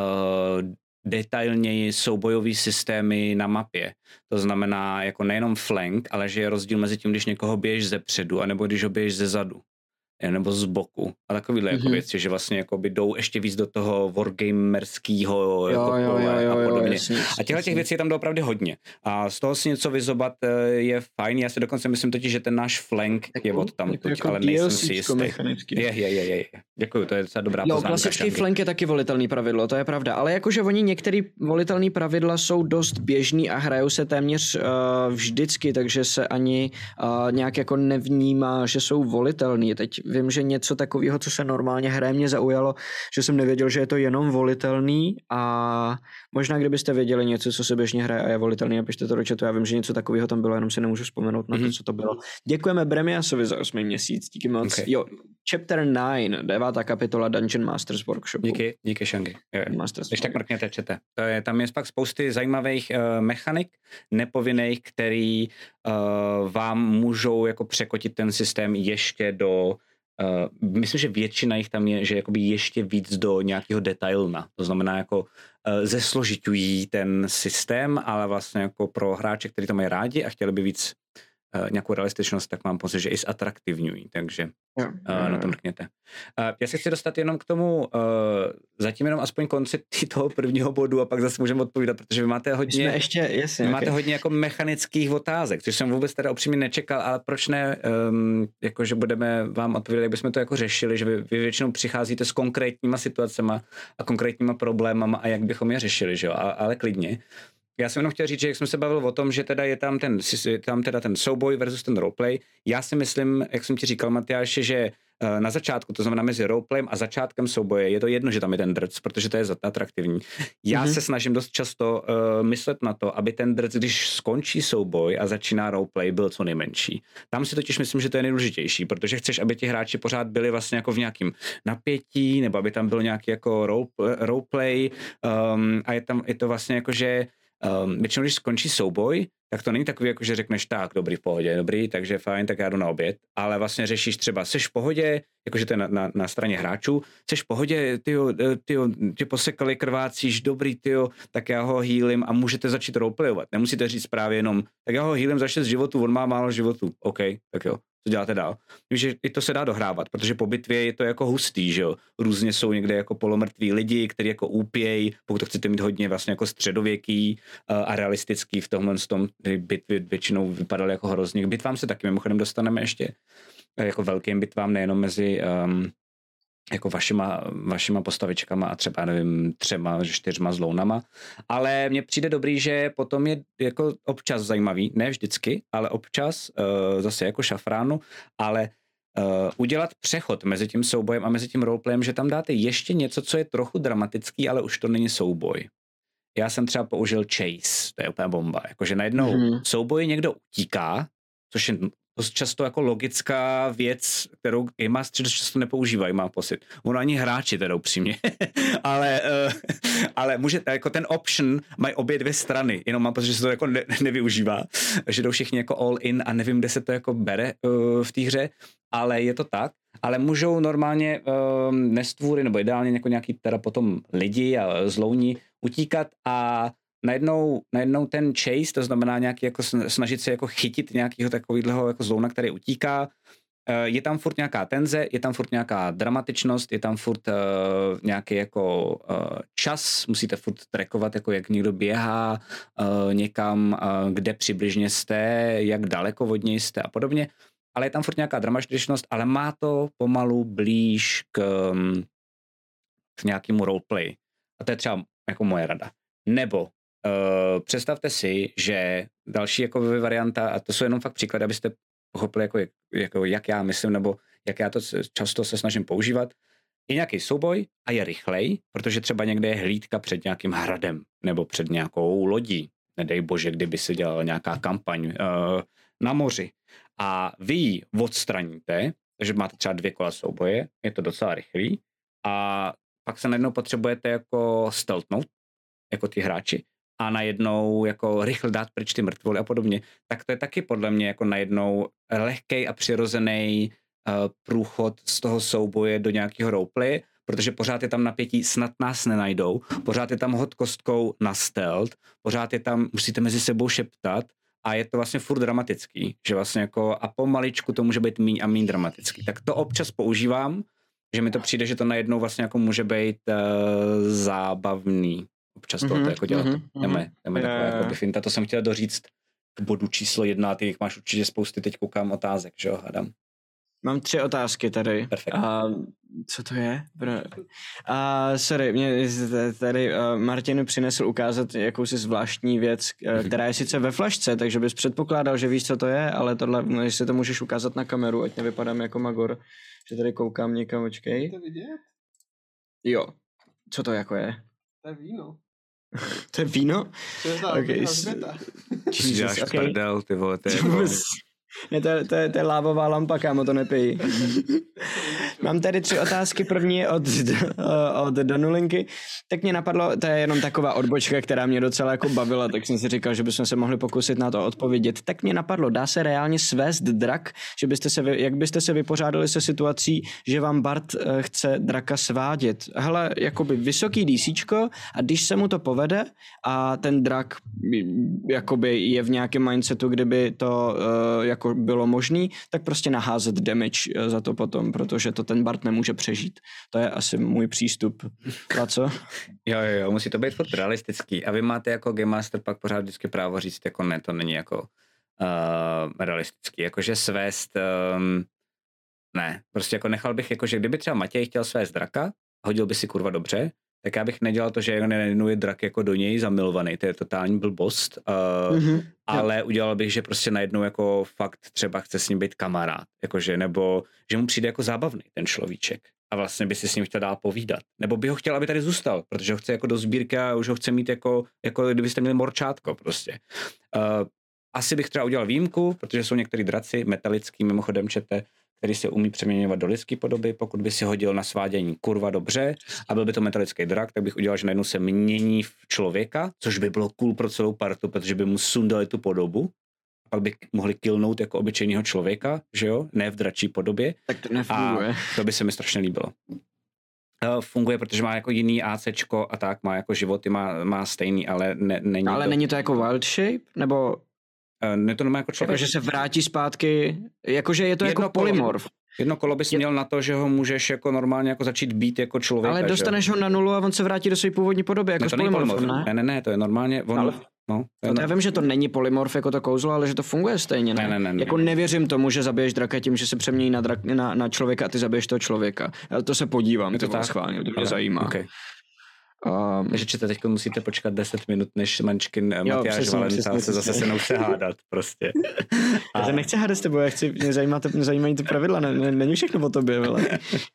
uh, detailněji soubojový systémy na mapě. To znamená jako nejenom flank, ale že je rozdíl mezi tím, když někoho běžíš ze předu, anebo když ho běžíš ze zadu. Nebo z boku. A takovýhle mm-hmm. jako věci, že vlastně jako by jdou ještě víc do toho wargamerského jako jo, jo, jo, a podobně. Jo, jasný, a těchto těch věcí je tam opravdu hodně. A z toho si něco vyzobat je fajn. Já si dokonce myslím totiž, že ten náš flank jako, je od tam, jako ale nejsem si jistý. Je, je, je, je. Děkuju, to je docela dobrá poznámka. Jo, klasický flank je taky volitelný pravidlo, to je pravda. Ale jakože oni některé volitelné pravidla jsou dost běžný a hrajou se téměř uh, vždycky, takže se ani uh, nějak jako nevnímá, že jsou volitelný. Teď vím, že něco takového, co se normálně hraje, mě zaujalo, že jsem nevěděl, že je to jenom volitelný a možná kdybyste věděli něco, co se běžně hraje a je volitelný, napište to do chatu. Já vím, že něco takového tam bylo, jenom si nemůžu vzpomenout na to, mm-hmm. co to bylo. Děkujeme Bremiasovi za osmý měsíc, díky moc. Okay. Jo, chapter nine, devátá kapitola Dungeon Masters Workshopu. Díky, díky Shangy. Když tak mrkněte, čete. To je, tam je pak spousty zajímavých uh, mechanik, nepovinných, který uh, vám můžou jako překotit ten systém ještě do Uh, myslím, že většina jich tam je, že jakoby ještě víc do nějakého detailna. To znamená jako uh, zesložitují ten systém, ale vlastně jako pro hráče, kteří to mají rádi a chtěli by víc uh, nějakou realističnost, tak mám pocit, že i zatraktivňují, takže uh, na to mrkněte. Uh, já se chci dostat jenom k tomu, uh, zatím jenom aspoň konci toho prvního bodu a pak zase můžeme odpovídat, protože vy máte hodně, ještě, jasně, vy okay. máte hodně jako mechanických otázek, což jsem vůbec teda upřímně nečekal, ale proč ne, um, jakože budeme vám odpovídat, jak bychom to jako řešili, že vy, vy většinou přicházíte s konkrétníma situacema a konkrétníma problémama a jak bychom je řešili, že jo, ale, ale klidně. Já jsem jenom chtěl říct, že jak jsem se bavil o tom, že teda je tam ten, je tam teda ten souboj versus ten roleplay, já si myslím, jak jsem ti říkal, Matyáši, že na začátku, to znamená mezi roleplayem a začátkem souboje, je to jedno, že tam je ten drc, protože to je atraktivní. Já mm-hmm. se snažím dost často uh, myslet na to, aby ten drc, když skončí souboj a začíná roleplay, byl co nejmenší. Tam si totiž myslím, že to je nejdůležitější, protože chceš, aby ti hráči pořád byli vlastně jako v nějakém napětí, nebo aby tam byl nějaký jako role, roleplay um, a je tam je to vlastně jako, že Um, většinou, když skončí souboj, tak to není takový, jako že řekneš tak, dobrý, v pohodě, dobrý, takže fajn, tak já jdu na oběd, ale vlastně řešíš třeba, seš v pohodě, jakože to je na, na, na straně hráčů, seš v pohodě, tyjo, tyjo, tě posekali, krvácíš, dobrý, tyjo, tak já ho healím a můžete začít roleplayovat. Nemusíte říct právě jenom, tak já ho healím za šest životů, on má málo životů, OK, tak jo. Co děláte dál? Vím, že i to se dá dohrávat, protože po bitvě je to jako hustý, že jo. Různě jsou někde jako polomrtví lidi, kteří jako úpějí, pokud to chcete mít hodně vlastně jako středověký uh, a realistický v tomhle tom, kdy bitvy většinou vypadaly jako hrozně. K bitvám se taky mimochodem dostaneme ještě, jako velkým bitvám, nejenom mezi um, jako vašima, vašima postavičkama a třeba, nevím, třema, čtyřma zlounama, ale mně přijde dobrý, že potom je jako občas zajímavý, ne vždycky, ale občas, uh, zase jako šafránu, ale uh, udělat přechod mezi tím soubojem a mezi tím roleplayem, že tam dáte ještě něco, co je trochu dramatický, ale už to není souboj. Já jsem třeba použil chase, to je úplně bomba, jakože najednou mm. souboj někdo utíká, což je dost často jako logická věc, kterou Game Master často nepoužívají, mám pocit. Ono ani hráči teda upřímně. ale, uh, ale může, jako ten option mají obě dvě strany, jenom mám pocit, že se to jako ne, nevyužívá, že jdou všichni jako all in a nevím, kde se to jako bere uh, v té hře, ale je to tak. Ale můžou normálně uh, nestvůry, nebo ideálně jako nějaký teda potom lidi a zlouni utíkat a Najednou, najednou ten chase, to znamená nějaký jako snažit se jako chytit nějakého takového jako zlouna, který utíká. Je tam furt nějaká tenze, je tam furt nějaká dramatičnost, je tam furt uh, nějaký jako uh, čas, musíte furt trackovat, jako jak někdo běhá uh, někam, uh, kde přibližně jste, jak daleko od něj jste a podobně. Ale je tam furt nějaká dramatičnost, ale má to pomalu blíž k, um, k nějakému roleplay. A to je třeba jako moje rada. Nebo Uh, představte si, že další jako varianta, a to jsou jenom fakt příklady, abyste pochopili, jako, jako, jak já myslím, nebo jak já to často se snažím používat, je nějaký souboj a je rychlej, protože třeba někde je hlídka před nějakým hradem, nebo před nějakou lodí, nedej bože, kdyby se dělala nějaká kampaň uh, na moři. A vy ji odstraníte, takže máte třeba dvě kola souboje, je to docela rychlý, a pak se najednou potřebujete jako stealthnout, jako ty hráči, a najednou jako rychle dát pryč ty mrtvoly a podobně, tak to je taky podle mě jako najednou lehkej a přirozený průchod z toho souboje do nějakého roleplay, protože pořád je tam napětí, snad nás nenajdou, pořád je tam hod kostkou na stealth, pořád je tam, musíte mezi sebou šeptat a je to vlastně furt dramatický, že vlastně jako a pomaličku to může být míň a míň dramatický. Tak to občas používám, že mi to přijde, že to najednou vlastně jako může být uh, zábavný. Občas to mm-hmm, jako dělat. Mm-hmm, jdeme, jdeme je, takové jako finta. To jsem chtěl doříct k bodu číslo jedna a ty jich máš určitě spousty, teď koukám otázek, že jo, hádám. Mám tři otázky tady. Perfekt. A co to je? A sorry, mě tady uh, Martin přinesl ukázat jakousi zvláštní věc, uh, která je sice ve flašce, takže bys předpokládal, že víš, co to je, ale tohle, no, jestli to můžeš ukázat na kameru, ať nevypadám jako magor, že tady koukám někam, očkej. To vidět? Jo. Co to jako je? To je víno. To je víno? To je ta okay. světa. Jesus, okay. Prdel, ty vole, to je jako... Ne, to, je, to, je, to je lávová lampa, kámo, to nepij. Mám tady tři otázky. První je od, od Danulinky. Tak mě napadlo, to je jenom taková odbočka, která mě docela jako bavila, tak jsem si říkal, že bychom se mohli pokusit na to odpovědět. Tak mě napadlo, dá se reálně svést drak? Že byste se, jak byste se vypořádali se situací, že vám Bart chce draka svádět? Hele, jakoby vysoký DCčko a když se mu to povede a ten drak jakoby je v nějakém mindsetu, kdyby to uh, jako bylo možný, tak prostě naházet damage za to potom, protože to ten Bart nemůže přežít. To je asi můj přístup. A co? Jo, jo, jo, musí to být furt realistický. A vy máte jako Game Master pak pořád vždycky právo říct, jako ne, to není jako uh, realistický. Jakože svést um, ne, prostě jako nechal bych, jakože kdyby třeba Matěj chtěl svést draka, hodil by si kurva dobře, tak já bych nedělal to, že nenuje drak jako do něj zamilovaný, to je totální blbost, uh, mm-hmm, ale jo. Udělal bych, že prostě najednou jako fakt třeba chce s ním být kamarád, jakože, nebo že mu přijde jako zábavný ten človíček a vlastně by si s ním chtěl dál povídat, nebo by ho chtěl, aby tady zůstal, protože ho chce jako do sbírky a už ho chce mít jako, jako kdybyste měli morčátko prostě. Uh, asi bych třeba udělal výjimku, protože jsou některý draci, metalický, mimochodem čete, který se umí přeměňovat do lidské podoby, pokud by si hodil na svádění kurva dobře a byl by to metalický drak, tak bych udělal, že najednou se mění v člověka, což by bylo cool pro celou partu, protože by mu sundali tu podobu, a pak by mohli killnout jako obyčejného člověka, že jo, ne v dračí podobě. Tak to nefunguje. A to by se mi strašně líbilo. Funguje, protože má jako jiný ACčko a tak, má jako životy, má, má stejný, ale ne, není ale to... není to jako wild shape, nebo... Ne, to nemá jako člověk. Jakože se vrátí zpátky, jakože je to jedno jako polymorf. Jedno kolo bys je... měl na to, že ho můžeš jako normálně jako začít být jako člověk. Ale dostaneš že? Ho na nulu a on se vrátí do své původní podoby, jako ne, s polymorfem, ne? Ne, ne, ne, to je normálně... On... Ale... No, to je no, já vím, že to není polymorf jako to kouzlo, ale že to funguje stejně, ne? Ne, ne, ne, ne jako ne. Nevěřím tomu, že zabiješ draka tím, že se přemění na, drak, na, na člověka a ty zabiješ toho člověka. Ale to se podívám, to, to schválně, to mě ale... zajímá. Okay. Um, Takže čete, teď musíte počkat deset minut, než Mančkin Matyáš Valenta se zase se naučí hádat prostě. A... Já se nechci hádat s tebou, já chci, mě, zajímá to, mě zajímají ty pravidla, ne, ne, není všechno o tobě, vele.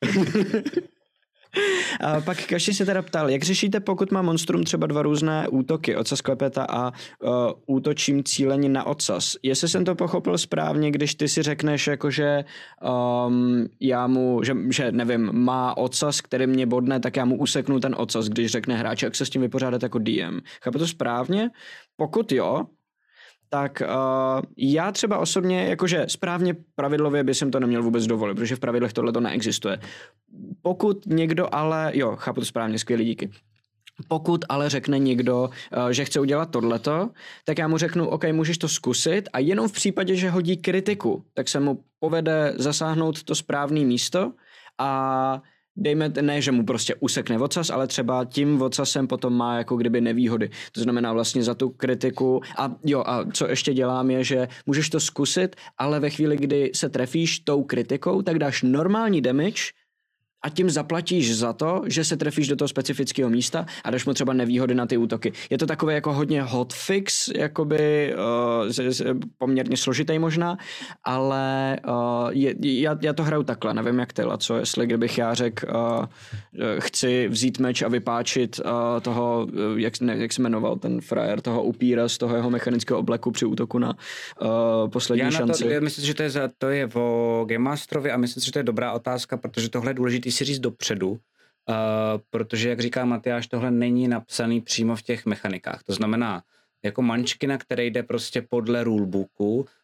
A pak Kaši se teda ptal, jak řešíte, pokud má monstrum třeba dva různé útoky, ocas klepeta a uh, útočím cílení na ocas. Jestli jsem to pochopil správně, když ty si řekneš, jakože um, já mu, že, že nevím, má ocas, který mě bodne, tak já mu useknu ten ocas, když řekne hráč, jak se s tím vypořádat jako D M. Chápu to správně? Pokud jo, tak uh, já třeba osobně, jakože správně pravidlově by jsem to neměl vůbec dovolit, protože v pravidlech tohle to neexistuje. Pokud někdo ale, jo, chápu to správně, skvělý, díky. Pokud ale řekne někdo, uh, že chce udělat tohleto, tak já mu řeknu, OK, můžeš to zkusit a jenom v případě, že hodí kritiku, tak se mu povede zasáhnout to správné místo a dejme, ne, že mu prostě usekne ocas, ale třeba tím ocasem potom má jako kdyby nevýhody. To znamená vlastně za tu kritiku a jo, a co ještě dělám je, že můžeš to zkusit, ale ve chvíli, kdy se trefíš tou kritikou, tak dáš normální damage a tím zaplatíš za to, že se trefíš do toho specifického místa a dáš mu třeba nevýhody na ty útoky. Je to takové jako hodně hotfix, jakoby uh, z, z, poměrně složitý možná, ale uh, je, já, já to hraju takhle, nevím jak ty, co jestli kdybych já řekl, uh, chci vzít meč a vypáčit uh, toho, uh, jak, ne, jak se jmenoval ten frajer, toho upíra z toho jeho mechanického obleku při útoku na uh, poslední já šanci. To, já myslím, že to je, za, to je o Game Masterovi a myslím, že to je dobrá otázka, protože tohle je důležitý si říct dopředu, uh, protože, jak říká Matyáš, tohle není napsaný přímo v těch mechanikách. To znamená, jako Mančkina, který jde prostě podle rulebooku,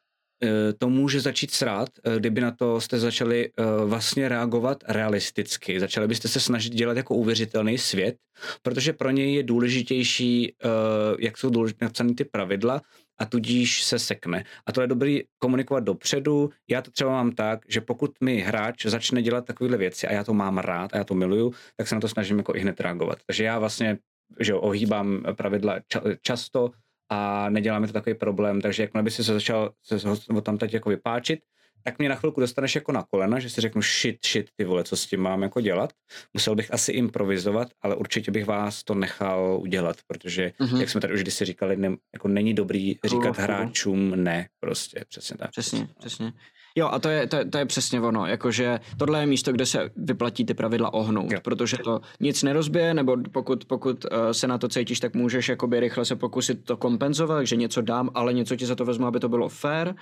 to může začít srát, kdyby na to jste začali vlastně reagovat realisticky. Začali byste se snažit dělat jako uvěřitelný svět, protože pro něj je důležitější, jak jsou důležité napsané ty pravidla, a tudíž se sekne. A to je dobrý komunikovat dopředu. Já to třeba mám tak, že pokud mi hráč začne dělat takovéhle věci a já to mám rád a já to miluju, tak se na to snažím jako i hned reagovat. Takže já vlastně, že ohýbám pravidla ča- často a nedělá mi to takový problém, takže jakmile by si se začal se tam teď jako vypáčit, tak mě na chvilku dostaneš jako na kolena, že si řeknu shit, shit, ty vole, co s tím mám jako dělat. Musel bych asi improvizovat, ale určitě bych vás to nechal udělat, protože, mm-hmm. jak jsme tady už kdysi říkali, ne, jako není dobrý říkat hráčům ne, prostě, přesně tak. Přesně, přesně. Jo, a to je, to, je, to je přesně ono, jakože tohle je místo, kde se vyplatí ty pravidla ohnout, jo. Protože to nic nerozbije, nebo pokud, pokud uh, se na to cítíš, tak můžeš jakoby rychle se pokusit to kompenzovat, takže něco dám, ale něco ti za to vezmu, aby to bylo fair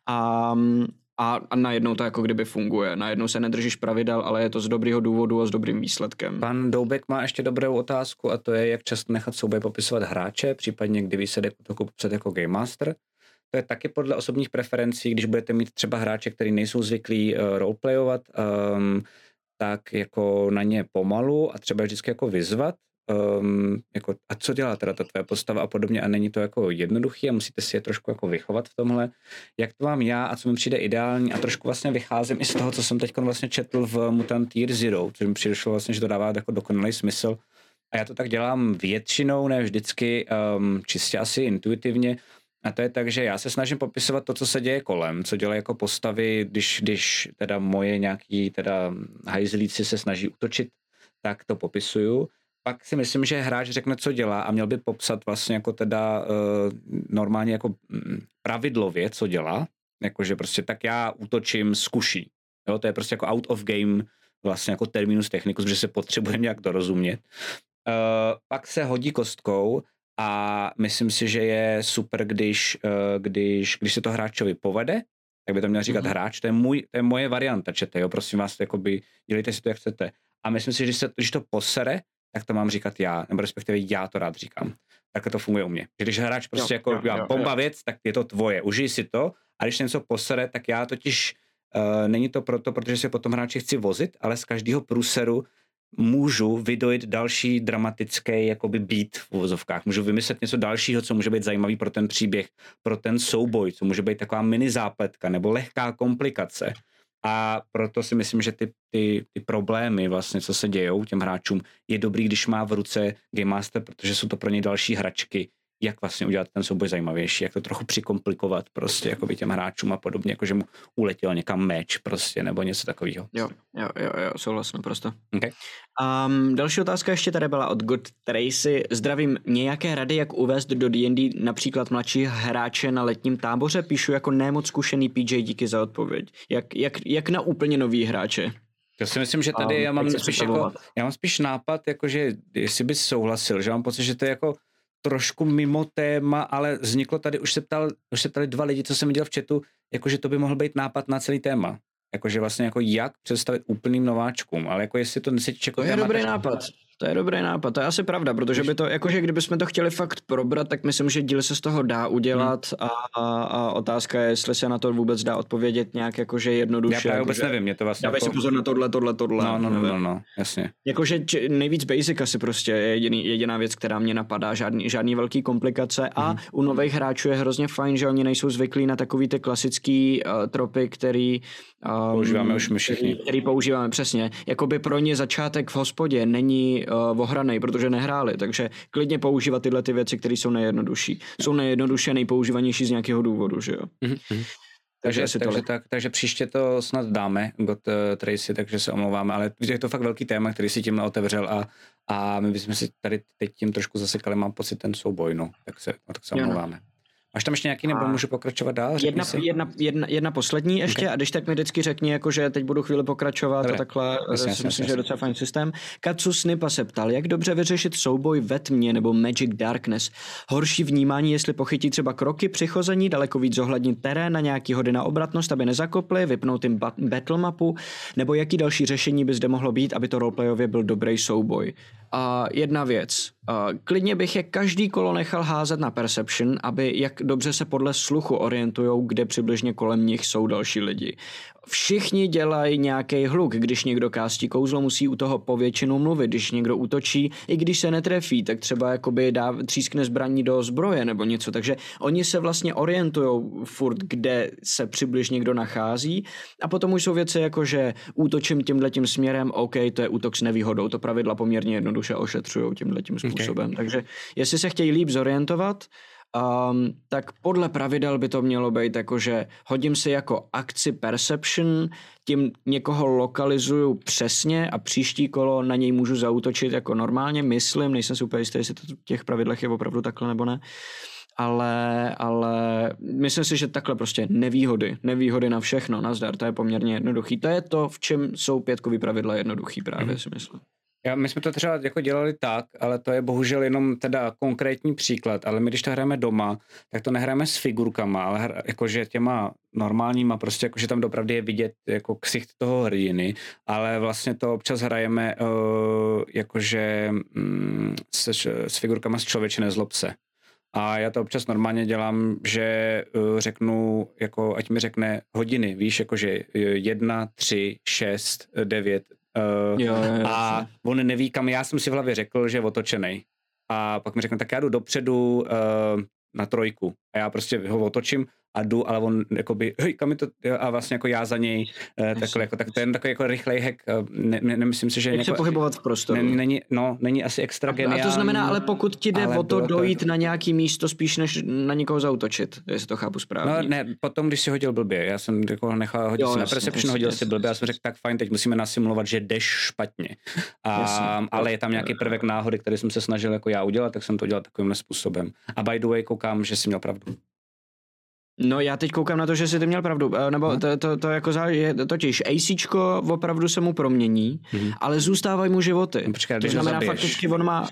a, a, a najednou to jako kdyby funguje. Najednou se nedržíš pravidel, ale je to z dobrýho důvodu a s dobrým výsledkem. Pan Doubek má ještě dobrou otázku a to je, jak často nechat souboj popisovat hráče, případně kdyby se jde to popsat jako Game Master. To je taky podle osobních preferencí, když budete mít třeba hráče, kteří nejsou zvyklí uh, roleplayovat, um, tak jako na ně pomalu a třeba vždycky jako vyzvat, um, jako, a co dělá teda ta tvoje postava a podobně a není to jako jednoduchý a musíte si je trošku jako vychovat v tomhle, jak to mám já a co mi přijde ideální a trošku vlastně vycházím i z toho, co jsem teď vlastně četl v Mutant Year Zero, což mi přišlo vlastně, že to dává jako dokonalý smysl a já to tak dělám většinou, ne vždycky, um, čistě asi intuitivně. A to je tak, že já se snažím popisovat to, co se děje kolem, co dělají jako postavy, když, když teda moje nějaký teda hajzlíci se snaží útočit, tak to popisuju. Pak si myslím, že hráč řekne, co dělá a měl by popsat vlastně jako teda uh, normálně jako pravidlově, co dělá. Jakože prostě tak já útočím z kuší. Jo, to je prostě jako out of game vlastně jako terminus technicus, že se potřebujeme nějak dorozumět. Uh, pak se hodí kostkou a myslím si, že je super, když, když, když se to hráčovi povede, tak by to měl říkat mm-hmm. hráč, to je, můj, to je moje varianta, čete, jo, prosím vás, jakoby, dělejte si to, jak chcete. A myslím si, že když, se, když to posere, tak to mám říkat já, nebo respektive já to rád říkám. Takhle to funguje u mě. Když hráč prostě jo, jako jo, jo, bomba jo. věc, tak je to tvoje, užij si to, a když něco posere, tak já totiž, uh, není to proto, protože se potom hráči chci vozit, ale z každého průseru můžu vydojit další dramatický jakoby beat v uvozovkách. Můžu vymyslet něco dalšího, co může být zajímavý pro ten příběh, pro ten souboj, co může být taková mini zápletka nebo lehká komplikace. A proto si myslím, že ty, ty, ty problémy vlastně, co se dějou těm hráčům, je dobrý, když má v ruce Game Master, protože jsou to pro něj další hračky, jak vlastně udělat ten souboj zajímavější, jak to trochu přikomplikovat prostě jakoby těm hráčům a podobně, jako že mu uletěl někam meč prostě, nebo něco takového. Jo, jo, jo, jo, souhlasím prostě. Okay. Um, další otázka ještě tady byla od God Tracy. Zdravím, nějaké rady, jak uvést do D and D například mladší hráče na letním táboře? Píšu jako nemoc zkušený P J, díky za odpověď. Jak, jak, jak na úplně nový hráče? Já si myslím, že tady um, já mám spíš jako, já mám spíš nápad, jakože jestli bys souhlasil, že mám pocit, že to je jako trošku mimo téma, ale vzniklo tady, už se ptal, už se ptali dva lidi, co jsem viděl v chatu, jakože to by mohl být nápad na celý téma. Jakože vlastně jako jak představit úplným nováčkům, ale jako jestli to nesečí jako to je téma, dobrý tak... nápad. To je dobrý nápad, to je asi pravda, protože by to, jakože kdybychom to chtěli fakt probrat, tak myslím, že díl se z toho dá udělat hmm. a, a, a otázka je, jestli se na to vůbec dá odpovědět nějak jakože jednoduše. Já právě jako, vůbec nevím, mě to vlastně dávej jako... si pozor na tohle, tohle, tohle. No, no, no, no, no, jasně. Jakože č- nejvíc basic asi prostě je jediný, jediná věc, která mě napadá, žádný, žádný velký komplikace a hmm. u nových hráčů je hrozně fajn, že oni nejsou zvyklí na takový ty klasický uh, tropy, který um, používáme už my všichni. Který, který používáme, přesně. Jakoby pro ně začátek v hospodě není uh, ohranej, protože nehráli, takže klidně používat tyhle ty věci, které jsou nejjednodušší. Jsou nejjednodušší a nejpoužívanější z nějakého důvodu, že jo? Mm-hmm. Takže, takže, takže, tak, takže příště to snad dáme, God uh, Tracy, takže se omlouváme, ale je to fakt velký téma, který si tím otevřel a, a my bychom si tady teď tím trošku zasekali, mám pocit ten souboj, no, tak se, no, tak se omlouváme. Máš tam ještě nějaký, nebo můžu pokračovat dál? Jedna, jedna, jedna, jedna poslední ještě okay. A když tak mi vždycky řekni, jako, že teď budu chvíli pokračovat. Dobre. A takhle jasně, si myslím, jasně, že je docela fajn systém. Katsu Snipa se ptal, jak dobře vyřešit souboj ve tmě nebo Magic Darkness. Horší vnímání, jestli pochytí třeba kroky při chození, daleko víc zohlednit terén na nějaký hody na obratnost, aby nezakopli, vypnout jim battle mapu, nebo jaký další řešení by zde mohlo být, aby to roleplayově byl dobrý souboj. A jedna věc. Uh, klidně bych je každý kolo nechal házet na Perception, aby jak dobře se podle sluchu orientujou, kde přibližně kolem nich jsou další lidi. Všichni dělají nějaký hluk, když někdo kástí kouzlo, musí u toho povětšinou mluvit, když někdo útočí, i když se netrefí, tak třeba jakoby dá, třískne zbraní do zbroje nebo něco, takže oni se vlastně orientujou furt, kde se přibližně kdo nachází a potom už jsou věci jako, že útočím tímhletím směrem, OK, to je útok s nevýhodou, to pravidla poměrně jednoduše ošetřují tímhletím způsobem, okay. Takže jestli se chtějí líp zorientovat, Um, tak podle pravidel by to mělo být jako, že hodím si jako akci perception, tím někoho lokalizuju přesně a příští kolo na něj můžu zaútočit jako normálně, myslím, nejsem si úplně jistý, jestli to v těch pravidlech je opravdu takhle nebo ne, ale, ale myslím si, že takhle prostě nevýhody, nevýhody na všechno, nazdar, to je poměrně jednoduchý, to je to, v čem jsou pětkový pravidla jednoduchý právě, mm. si myslím. Já, my jsme to třeba jako dělali tak, ale to je bohužel jenom teda konkrétní příklad, ale my když to hrajeme doma, tak to nehrajeme s figurkama, ale hra, jakože těma normálníma, prostě jakože tam dopravdy je vidět jako ksicht toho hrdiny, ale vlastně to občas hrajeme uh, jakože um, s, s figurkama z Člověče nezlob se. A já to občas normálně dělám, že uh, řeknu, jako ať mi řekne hodiny, víš, jakože jedna, tři, šest, devět, Uh, jo, jo, a on neví, kam já jsem si v hlavě řekl, že je otočenej. A pak mi řekne, tak já jdu dopředu uh, na trojku. A já prostě ho otočím a jdu, ale on jakoby, hej, kam je to, a vlastně jako já za něj, uh, takhle, jako, tak to je takový jako rychlej hack, uh, ne, ne, nemyslím si, že... Jak jako, se pohybovat v prostoru. Ne, není, no, není asi extra a, geniální. A to znamená, ale pokud ti jde o to dojít to... na nějaký místo spíš, než na někoho zaútočit, jestli to chápu správně. No ne, potom, když si hodil blbě, já jsem jako nechal hodit jo, si na perception, hodil si blbě, já jsem řekl, tak fajn, teď musíme nasimulovat, že jdeš špatně. A, jasně, ale je tam nějaký prvek náhody, který jsem se snažil jako já udělat, tak jsem to dělal takovým způsobem. A by the way, koukám, že jsi měl pravdu. No já teď koukám na to, že jsi ty měl pravdu, nebo hmm. to, to, to jako záleží, totiž ACčko opravdu se mu promění, hmm. ale zůstávají mu životy. No, počkej, to znamená fakticky on má,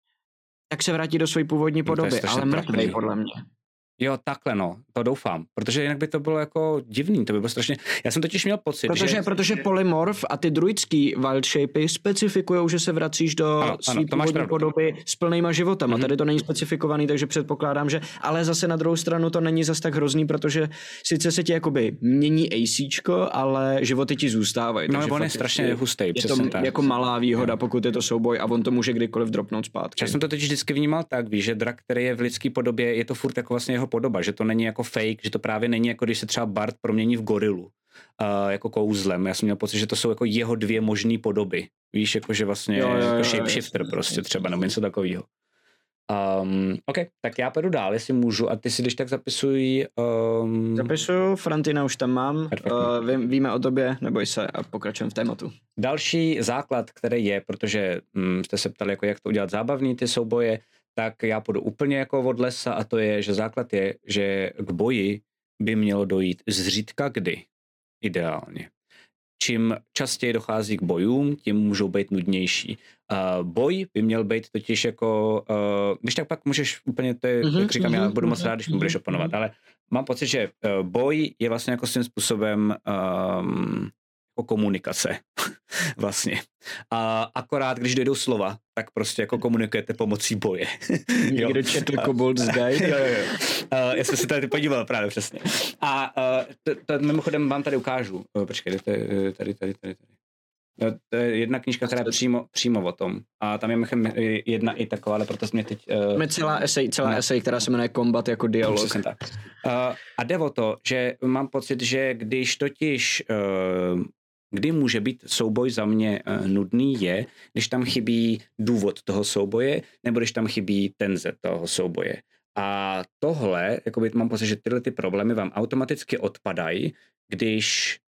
tak se vrátí do své původní podoby, no, ale mrtvej podle mě. Jo, takhle no, to doufám, protože jinak by to bylo jako divný, to by bylo strašně, já jsem totiž měl pocit, protože, že... Protože polymorf a ty druidský wild shapey specifikujou, že se vracíš do své původní podoby s plnýma životama, mm-hmm. Tady to není specifikovaný, takže předpokládám, že, ale zase na druhou stranu to není zas tak hrozný, protože sice se ti jakoby mění ACčko, ale životy ti zůstávají. No, on je strašně hustý, přesně tak. Je to jako malá výhoda, jo. Pokud je to souboj a on to může kdykoliv dropnout zpátky. Já jsem to teď vždycky vnímal tak, víš, že drak, který je v lidské podobě, je to furt jako vlastně jeho podoba, že to není jako fake, že to právě není jako když se třeba Bard promění v gorilu, uh, jako kouzlem. Já jsem měl pocit, že to jsou jako jeho dvě možné podoby. Víš, jako že vlastně jo, jo, jako shapeshifter jo, prostě třeba, nebo něco takového. Um, OK, tak já půjdu dál, jestli můžu, a ty si když tak zapisuj... Um... Zapisuju, Frantina už tam mám, uh, ví, víme o tobě, neboj se a pokračujeme v tématu. Další základ, který je, protože hm, jste se ptali, jako jak to udělat zábavný, ty souboje, tak já půjdu úplně jako od lesa a to je, že základ je, že k boji by mělo dojít zřídka kdy, ideálně. Čím častěji dochází k bojům, tím můžou být nudnější. Uh, boj by měl být totiž jako, uh, když tak pak můžeš úplně, to je, uh-huh, jak říkám, uh-huh, já budu moc rád, když mi budeš oponovat, ale mám pocit, že uh, boj je vlastně jako svým způsobem um, jako komunikace vlastně. A akorát, když dojdou slova, tak prostě jako komunikujete pomocí boje. Někdo četl Kobold's Guide? Jo, jo, jo. Uh, já jsem se tady podíval právě přesně. A uh, to, to mimochodem vám tady ukážu. Uh, počkej, tady, tady, tady, tady. No, to je jedna knížka, která je přímo, přímo o tom. A tam je mechem jedna i taková, ale proto mě teď... Uh, je celá esej, celá no. esej, která se jmenuje Combat jako dialog. Tak. Uh, a jde o to, že mám pocit, že když totiž... Uh, kdy může být souboj za mě uh, nudný je, když tam chybí důvod toho souboje, nebo když tam chybí tenze toho souboje. A tohle, jakoby mám pocit, že tyhle ty problémy vám automaticky odpadají, když,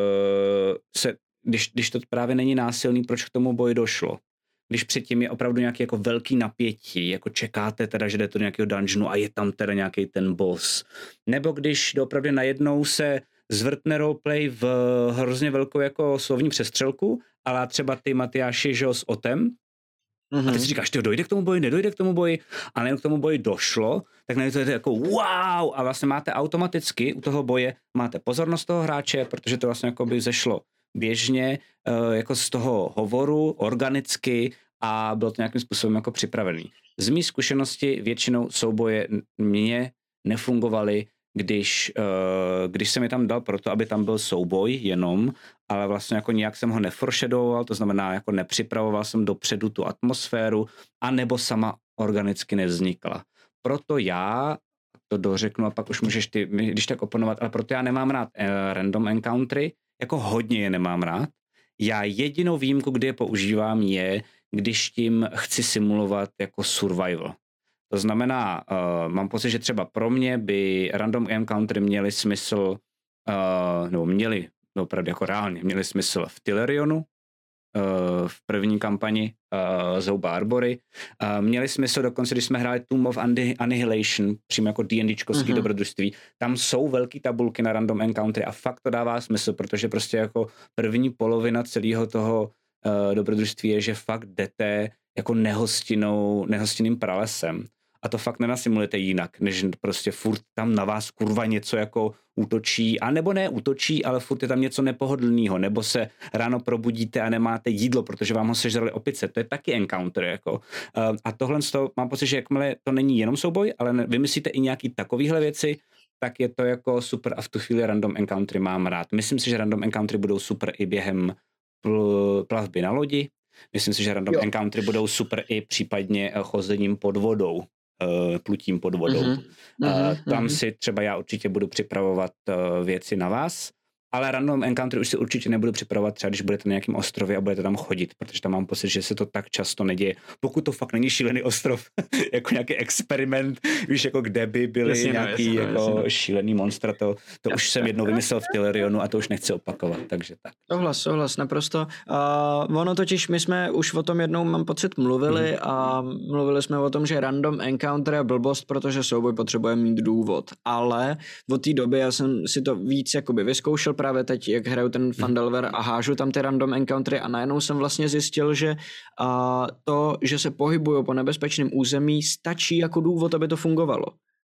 uh, se, když, když to právě není násilný, proč k tomu boji došlo. Když předtím je opravdu nějaký jako velký napětí, jako čekáte teda, že jde do nějakého dungeonu a je tam teda nějaký ten boss. Nebo když opravdu najednou se zvrtne roleplay v hrozně velkou jako slovní přestřelku, ale třeba ty Matyáši, že s Otem, mm-hmm. a ty si říkáš, ty dojde k tomu boji, nedojde k tomu boji, a nejen k tomu boji došlo, tak najednou to je jako wow, a vlastně máte automaticky u toho boje, máte pozornost toho hráče, protože to vlastně jako by zešlo běžně, jako z toho hovoru, organicky, a bylo to nějakým způsobem jako připravený. Z mý zkušenosti většinou souboje mě nefungovaly, když, uh, když jsem je tam dal proto, aby tam byl souboj jenom, ale vlastně jako nějak jsem ho neforshadoval, to znamená jako nepřipravoval jsem dopředu tu atmosféru, anebo sama organicky nevznikla. Proto já, to dořeknu a pak už můžeš ty, když tak oponovat, ale proto já nemám rád uh, random encountery, jako hodně je nemám rád. Já jedinou výjimku, kdy je používám, je, když tím chci simulovat jako survival. To znamená, uh, mám pocit, že třeba pro mě by random encountery měly smysl, uh, nebo měly, no opravdu jako reálně, měly smysl v Tillerionu, uh, v první kampani uh, Zouba Arbory. Uh, měly smysl dokonce, když jsme hráli Tomb of Annihilation, přímo jako D&Dčkovský mm-hmm. dobrodružství. Tam jsou velké tabulky na random encountery a fakt to dává smysl, protože prostě jako první polovina celého toho uh, dobrodružství je, že fakt jdete jako nehostinou, nehostinným pralesem. A to fakt nenasimulujete jinak, než prostě furt tam na vás kurva něco jako útočí, anebo ne útočí, ale furt je tam něco nepohodlného, nebo se ráno probudíte a nemáte jídlo, protože vám ho sežrali opice. To je taky encounter. Jako. A tohle z toho, mám pocit, že jakmile to není jenom souboj, ale vymyslíte i nějaký takovýhle věci, tak je to jako super a v tu chvíli random encountery mám rád. Myslím si, že random encountery budou super i během pl- plavby na lodi. Myslím si, že random jo. encountery budou super i případně chozením pod vodou. Uh, plutím pod vodou. Uh-huh. Uh, tam uh-huh. si třeba já určitě budu připravovat uh, věci na vás, ale random encounter už si určitě nebudu připravovat třeba, když budete na nějakém ostrově a budete tam chodit, protože tam mám pocit, že se to tak často neděje. Pokud to fakt není šílený ostrov, jako nějaký experiment, víš, jako kde by byly jasně, nějaký jasně, jako jasně. šílený monstra, to, to už jsem jednou vymyslel v Tillerionu a to už nechci opakovat, takže tak. Souhlas, souhlas, naprosto. Uh, ono totiž, my jsme už o tom jednou, mám pocit, mluvili hmm. a mluvili jsme o tom, že random encounter je blbost, protože souboj potřebuje mít důvod, ale od té doby já jsem si to víc jakoby vyzkoušel právě teď, jak hraju ten Phandelver a hážu tam ty random encountery a najednou jsem vlastně zjistil, že uh, to, že se pohybují po nebezpečném území, stačí jako důvod, aby to fungovalo.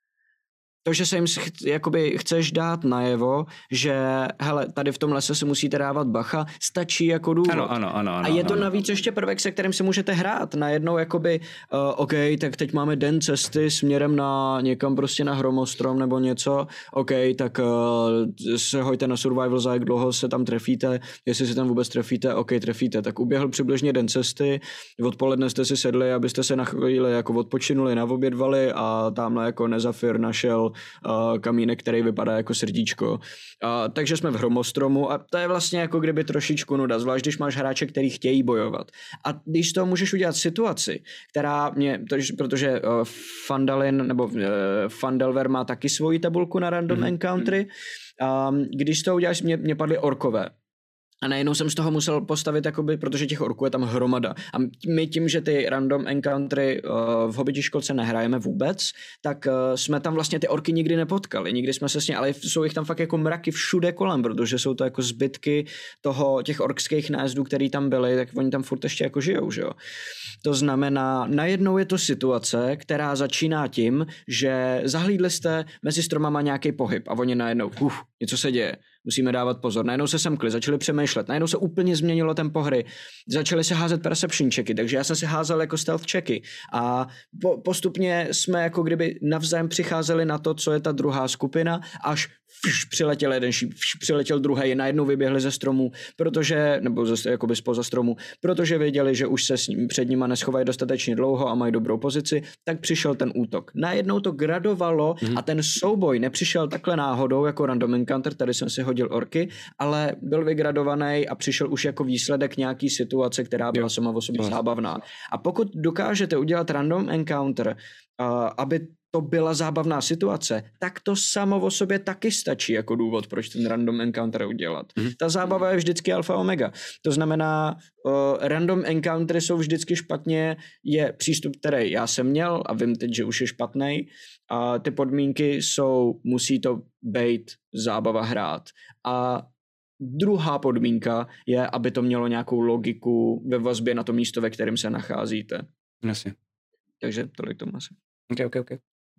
To, že se jim ch- jakoby chceš dát najevo, že hele, tady v tom lese si musíte dávat bacha, stačí jako důvod. Ano, ano, ano, ano, a je to ano. navíc ještě prvek, se kterým si můžete hrát. Najednou jakoby, uh, OK, tak teď máme den cesty směrem na někam prostě na hromostrom nebo něco. OK, tak uh, se hojte na survival, za jak dlouho se tam trefíte, jestli se tam vůbec trefíte, OK, trefíte. Tak uběhl přibližně den cesty, odpoledne jste si sedli, abyste se na chvíli jako odpočinuli, naobědvali a tamhle jako Nezafir našel Uh, kamínek, který vypadá jako srdíčko. Uh, takže jsme v hromostromu a to je vlastně jako kdyby trošičku nuda, zvlášť když máš hráče, který chtějí bojovat. A když z toho můžeš udělat situaci, která mě, protože uh, Phandalin nebo uh, Phandelver má taky svoji tabulku na random mm-hmm. encountery, um, když z toho uděláš, mě, mě padly orkové. A najednou jsem z toho musel postavit, jakoby, protože těch orků je tam hromada. A my tím, že ty random encountery uh, v Hobiti školce nehrajeme vůbec, tak uh, jsme tam vlastně ty orky nikdy nepotkali. Nikdy jsme se s ně, ale jsou jich tam fakt jako mraky všude kolem, protože jsou to jako zbytky toho, těch orkských nájezdů, který tam byly, tak oni tam furt ještě jako žijou, že jo. To znamená, najednou je to situace, která začíná tím, že zahlídli jste mezi stromama nějaký pohyb a oni najednou, uf, něco se děje. Musíme dávat pozor. Najednou se semkli, začali přemýšlet. Najednou se úplně změnilo tempo hry. Začali se házet perception checky, takže já jsem si házel jako stealth checky. A po, postupně jsme jako kdyby navzájem přicházeli na to, co je ta druhá skupina, až vš, přiletěl jeden šíp, vš, přiletěl druhý, najednou vyběhli ze stromu, protože, nebo ze, jakoby spoza stromu, protože věděli, že už se s ním, před nima neschovají dostatečně dlouho a mají dobrou pozici, tak přišel ten útok. Najednou to gradovalo mm-hmm. a ten souboj nepřišel takhle náhodou jako random encounter, tady jsem si hodil orky, ale byl vygradovaný a přišel už jako výsledek nějaký situace, která byla sama o sobě zábavná. A pokud dokážete udělat random encounter, uh, aby to byla zábavná situace, tak to samo o sobě taky stačí jako důvod, proč ten random encounter udělat. Mm-hmm. Ta zábava je vždycky alfa omega. To znamená, uh, random encountery jsou vždycky špatně, je přístup, který já jsem měl a vím teď, že už je špatnej. A ty podmínky jsou, musí to být zábava hrát. A druhá podmínka je, aby to mělo nějakou logiku ve vazbě na to místo, ve kterém se nacházíte. Jasně. Takže tolik tomu asi. Ok, ok, ok.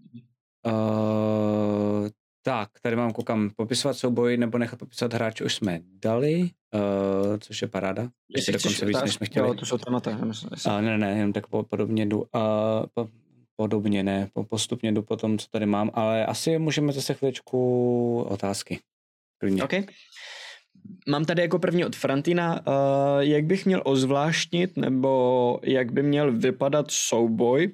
Uh, tak, tady mám, koukám, popisovat souboj nebo nechat popisovat hráče už jsme dali, uh, což je paráda. Jestli dokonce víc, než jsme chtěli. Jo, to jsou témata. Uh, ne, ne, jenom tak podobně jdu. Uh, po, podobně, ne, postupně jdu po tom, co tady mám, ale asi můžeme zase chvíličku otázky. Klidně. Okay. Mám tady jako první od Frantina, uh, jak bych měl ozvláštnit, nebo jak by měl vypadat souboj,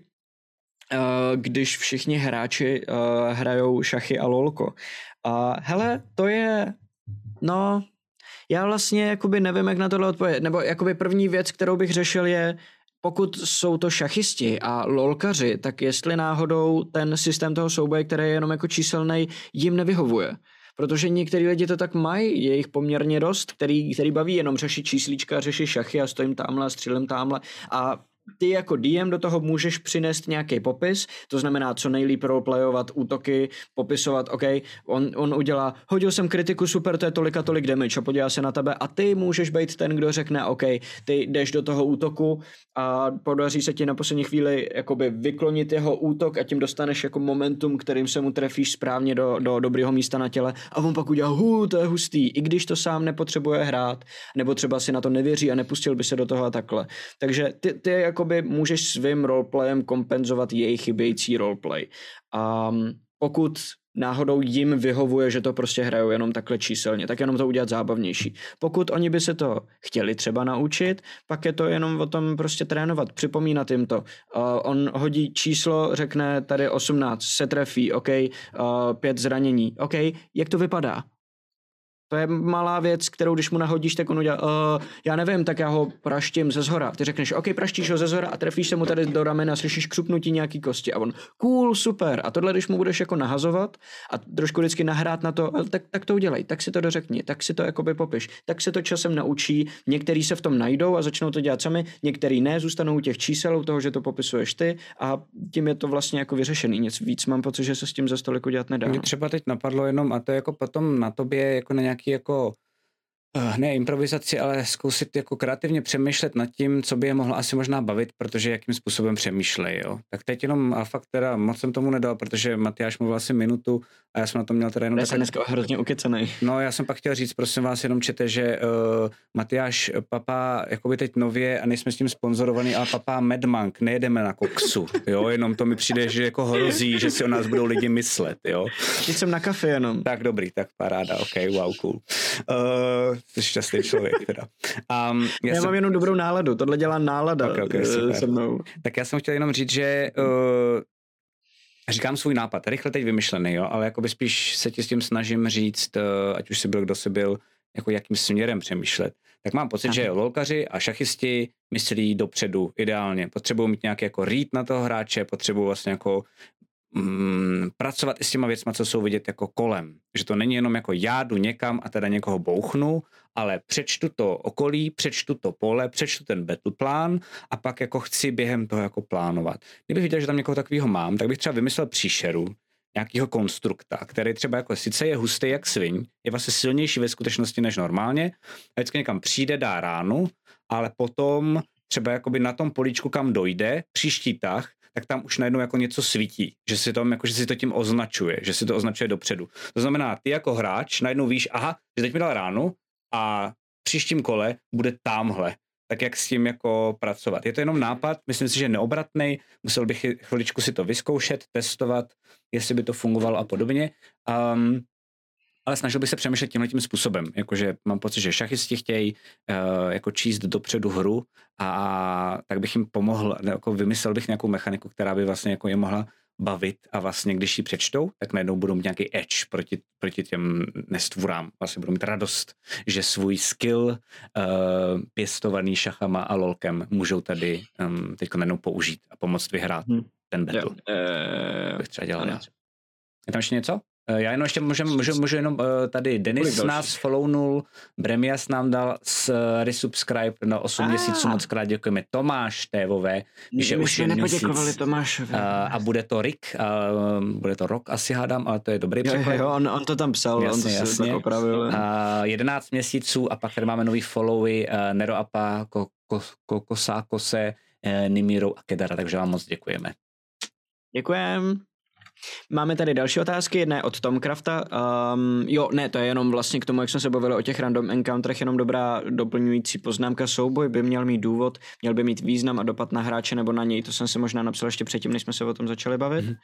uh, když všichni hráči uh, hrajou šachy a lolko. Uh, hele, to je, no, já vlastně jakoby nevím, jak na tohle odpovědět, nebo jakoby první věc, kterou bych řešil je, pokud jsou to šachisti a lolkaři, tak jestli náhodou ten systém toho souboje, který je jenom jako číselnej, jim nevyhovuje. Protože některý lidi to tak mají, je jich poměrně dost, který, který baví jenom řešit číslíčka, řešit šachy a stojím tamhle a střílím tamhle a ty jako D M do toho můžeš přinést nějaký popis, to znamená co nejlíp roleplayovat útoky, popisovat, OK, on, on udělá, hodil jsem kritiku, super, to je tolik a tolik damage a podívá se na tebe a ty můžeš být ten, kdo řekne, OK, ty jdeš do toho útoku a podaří se ti na poslední chvíli jakoby vyklonit jeho útok a tím dostaneš jako momentum, kterým se mu trefíš správně do, do dobrého místa na těle a on pak udělá, hu, to je hustý, i když to sám nepotřebuje hrát, nebo třeba si na to nevěří a nepustil by se do toho a takhle. Takže ty, ty jakoby můžeš svým roleplayem kompenzovat jejich chybějící roleplay. A pokud náhodou jim vyhovuje, že to prostě hrajou jenom takhle číselně, tak jenom to udělat zábavnější. Pokud oni by se to chtěli třeba naučit, pak je to jenom o tom prostě trénovat, připomínat jim to. Uh, on hodí číslo, řekne tady osmnáct, se trefí, OK, uh, pět zranění, OK, jak to vypadá? To je malá věc, kterou když mu nahodíš, tak on udělá, uh, já nevím, tak já ho praštím ze zhora. Ty řekneš, OK, praštíš ho ze zhora a trefíš se mu tady do ramena a slyšíš křupnutí nějaký kosti. A on, cool, super. A tohle, když mu budeš jako nahazovat a trošku vždycky nahrát na to, tak, tak to udělej, tak si to dořekni, tak si to jakoby popiš. Tak se to časem naučí. Některý se v tom najdou a začnou to dělat sami, některý ne, zůstanou u těch čísel, u toho, že to popisuješ ty a tím je to vlastně jako vyřešený. Nic víc mám pocit, že se s tím za stolik udělat nedá. Mě třeba teď napadlo jenom, a to je jako potom na tobě jako na nějaký jako ne improvizaci, ale zkusit jako kreativně přemýšlet nad tím, co by je mohlo asi možná bavit, protože jakým způsobem přemýšlej, jo. Tak teď jenom a fakt teda moc jsem tomu nedal, protože Matyáš mluvil asi minutu a já jsem na to měl teda jenom... Já jsem dneska hrozně ukecanej. No já jsem pak chtěl říct, prosím vás, jenom čete, že uh, Matyáš papá jakoby teď nově a nejsme s tím sponzorovaný, ale papá Medmank, nejedeme na koksu, jo, jenom to mi přijde, že jako hrozí, že si o nás budou lidi myslet, jo. Teď jsem na kafe jenom. Tak dobrý, tak paráda, ok, wow, cool. Uh, jsi šťastný člověk teda. Um, já já jsem... mám jenom dobrou náladu, tohle dělá nálada okay, okay, se mnou. Tak já jsem chtěl jenom říct, že uh, říkám svůj nápad, rychle teď vymyšlený, jo, ale jakoby spíš se ti s tím snažím říct, uh, ať už jsi byl, kdo jsi byl, jako jakým směrem přemýšlet. Tak mám pocit, Aha. že lolkaři a šachisti myslí dopředu ideálně. Potřebují mít nějaký jako read na toho hráče, potřebují vlastně jako Mm, pracovat i s těma věcma, co jsou vidět jako kolem. Že to není jenom jako já jdu někam a teda někoho bouchnu, ale přečtu to okolí, přečtu to pole, přečtu ten battle plán a pak jako chci během toho jako plánovat. Kdybych viděl, že tam někoho takového mám, tak bych třeba vymyslel příšeru, nějakého konstrukta, který třeba jako sice je hustý jak sviň, je vlastně silnější ve skutečnosti než normálně a vždycky někam přijde, dá ránu, ale potom třeba jakoby na tom políčku, kam dojde, příští tah, tak tam už najednou jako něco svítí, že si to, jako, že si to tím označuje, že si to označuje dopředu. To znamená, ty jako hráč najednou víš, aha, že teď mi dal ránu a v příštím kole bude tamhle. Tak jak s tím jako pracovat. Je to jenom nápad, myslím si, že neobratnej, musel bych chviličku si to vyzkoušet, testovat, jestli by to fungovalo a podobně. Um, ale snažil bych se přemýšlet tímhletím způsobem, jakože mám pocit, že šachisti chtějí uh, jako číst dopředu hru a tak bych jim pomohl, jako vymyslel bych nějakou mechaniku, která by vlastně jako je mohla bavit a vlastně když ji přečtou, tak najednou budou mít nějaký edge proti, proti těm nestvůrám. Vlastně budou mít radost, že svůj skill uh, pěstovaný šachama a lolkem můžou tady um, teďko najednou použít a pomoct vyhrát hmm. ten battle. Jo, uh, bych třeba dělal já. Je tam ještě něco? Já jenom ještě můžu, můžu, můžu jenom uh, tady Denis nás follownul, Bremias nám dal s resubscribe na osm měsíců, moc krát děkujeme. Tomáš Tévové, že už je měsíc uh, a bude to Rick, uh, bude to rok asi hádám, ale to je dobrý překlad. Jo, jo, on, on to tam psal, jasně, on to jasně. Tak opravil. Uh, jedenáct měsíců a pak tady máme nový followy uh, Neroapa, Kokosákose, uh, Nimirou a Kedara, takže vám moc děkujeme. Děkujem. Máme tady další otázky, jedna je od Tomcrafta. Um, jo, ne, to je jenom vlastně k tomu, jak jsme se bavili o těch random encounterech, jenom dobrá doplňující poznámka. Souboj by měl mít důvod, měl by mít význam a dopad na hráče nebo na něj. To jsem si možná napsal ještě předtím, než jsme se o tom začali bavit. Mm-hmm.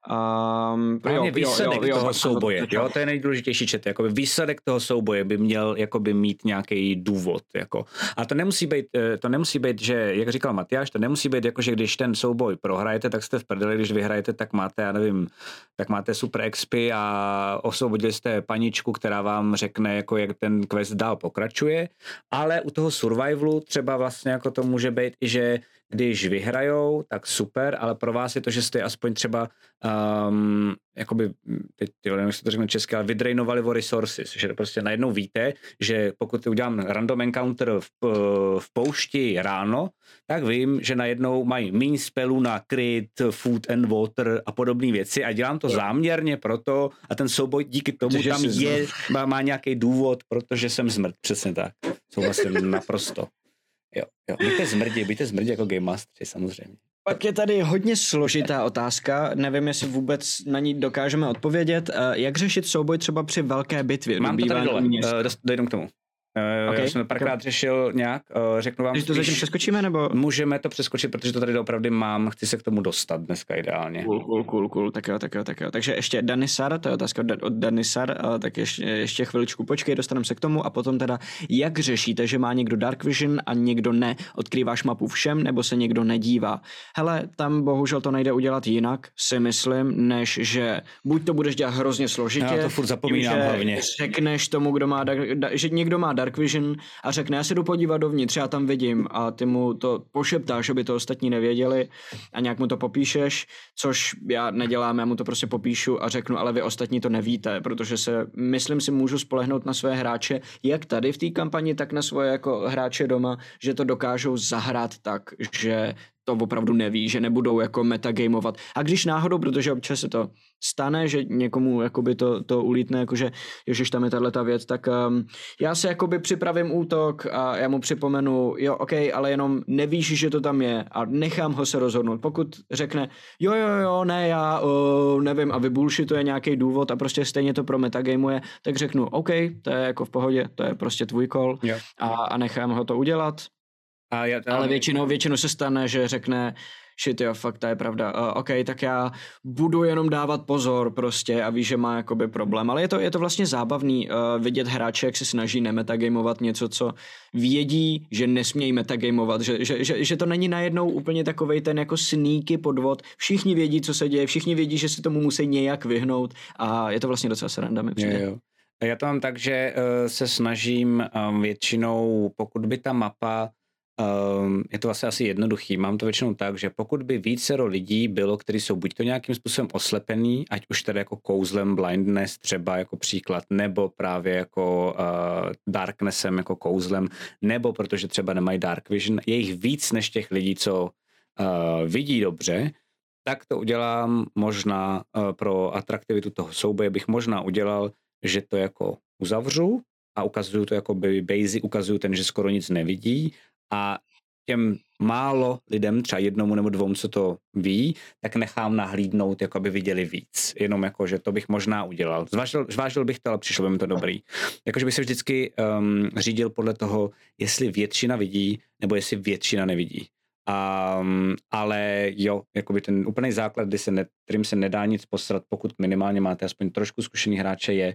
Um, jo, výsledek jo, jo, toho jo, souboje, to, jo, to je nejdůležitější čet, jakoby výsledek toho souboje by měl jakoby mít nějaký důvod, jako. A to nemusí být, to nemusí být, že, jak říkal Matyáš, to nemusí být jako, že když ten souboj prohrajete, tak jste v prdeli, když vyhrajete, tak máte, já nevím, tak máte super expy a osvobodili jste paničku, která vám řekne, jako jak ten quest dál pokračuje, ale u toho survivalu třeba vlastně jako to může být i, že když vyhrajou, tak super, ale pro vás je to, že jste aspoň třeba um, jakoby, teď nevím, jak se to řekne česky, ale vydrainovali o resources, že prostě najednou víte, že pokud udělám random encounter v, v poušti ráno, tak vím, že najednou mají méně spelů na crit, food and water a podobné věci a dělám to záměrně proto a ten souboj díky tomu Protože tam je, má, má nějaký důvod, protože jsem zmrt, přesně tak. Souhlasím naprosto. Jo, jo. Buďte zmrdí, buďte zmrdí jako Game Mastery, samozřejmě. Pak je tady hodně složitá otázka, nevím, jestli vůbec na ní dokážeme odpovědět. Jak řešit souboj třeba při velké bitvě? Mám to tady dole, uh, dojdem k tomu. Uh, okay. Já jsem to párkrát okay. řešil nějak, uh, řeknu vám. Takže to zatím přeskočíme, nebo? Můžeme to přeskočit, protože to tady opravdu mám, chci se k tomu dostat dneska ideálně. Cool, cool, cool, cool. Tak jo, tak jo, tak jo. Takže ještě Danisar, to je otázka od Danisar, uh, tak ještě, ještě chviličku počkej, dostaneme se k tomu a potom teda, jak řešíte, že má někdo Dark Vision a někdo ne? Odkrýváš mapu všem, nebo se někdo nedívá? Hele, tam bohužel to nejde udělat jinak, si myslím, než že buď to budeš dělat hrozně složitě, já to furt zapomínám hlavně. Řekneš tomu, kdo má, že někdo má Dark Vision a řekne, já se jdu podívat dovnitř, já tam vidím a ty mu to pošeptáš, aby to ostatní nevěděli a nějak mu to popíšeš, což já nedělám, já mu to prostě popíšu a řeknu, ale vy ostatní to nevíte, protože se, myslím si, můžu spolehnout na své hráče, jak tady v té kampani, tak na svoje jako hráče doma, že to dokážou zahrát tak, že to opravdu neví, že nebudou jako metagamovat. A když náhodou, protože občas se to stane, že někomu jakoby to, to ulítne, jakože ježiš, tam je tato věc, tak um, já se jakoby připravím útok a já mu připomenu, jo, ok, ale jenom nevíš, že to tam je a nechám ho se rozhodnout. Pokud řekne, jo, jo, jo, ne, já uh, nevím a vybullshituje nějaký důvod a prostě stejně to pro metagamuje, tak řeknu, ok, to je jako v pohodě, to je prostě tvůj call yeah. a, a nechám ho to udělat. A já, tam... Ale většinou, většinou se stane, že řekne shit, jo, fakt, to je pravda. Uh, OK, tak já budu jenom dávat pozor prostě a víš, že má jakoby problém. Ale je to, je to vlastně zábavný uh, vidět hráče, jak se snaží nemetagamovat něco, co vědí, že nesmějí metagamovat, že, že, že, že to není najednou úplně takovej ten jako sneaky podvod. Všichni vědí, co se děje, všichni vědí, že si tomu musí nějak vyhnout a je to vlastně docela sranda mi přijde. Jo, jo. Já to mám tak, že uh, se snažím um, většinou, pokud by ta mapa Um, je to vlastně asi jednoduchý. Mám to většinou tak, že pokud by vícero lidí bylo, kteří jsou buď to nějakým způsobem oslepený, ať už tedy jako kouzlem blindness třeba jako příklad, nebo právě jako uh, darknessem jako kouzlem, nebo protože třeba nemají dark vision, je jich víc než těch lidí, co uh, vidí dobře, tak to udělám možná uh, pro atraktivitu toho souboje bych možná udělal, že to jako uzavřu a ukazuju to jako by basic, ukazuju ten, že skoro nic nevidí a těm málo lidem, třeba jednomu nebo dvou, co to ví, tak nechám nahlídnout, jako aby viděli víc. Jenom jako, že to bych možná udělal. Zvážil, zvážil bych to, ale přišlo by mi to dobrý. Jakože bych se vždycky um, řídil podle toho, jestli většina vidí, nebo jestli většina nevidí. Um, ale jo, jakoby ten úplný základ, kdy se ne, kterým se nedá nic posrat, pokud minimálně máte aspoň trošku zkušený hráče, je,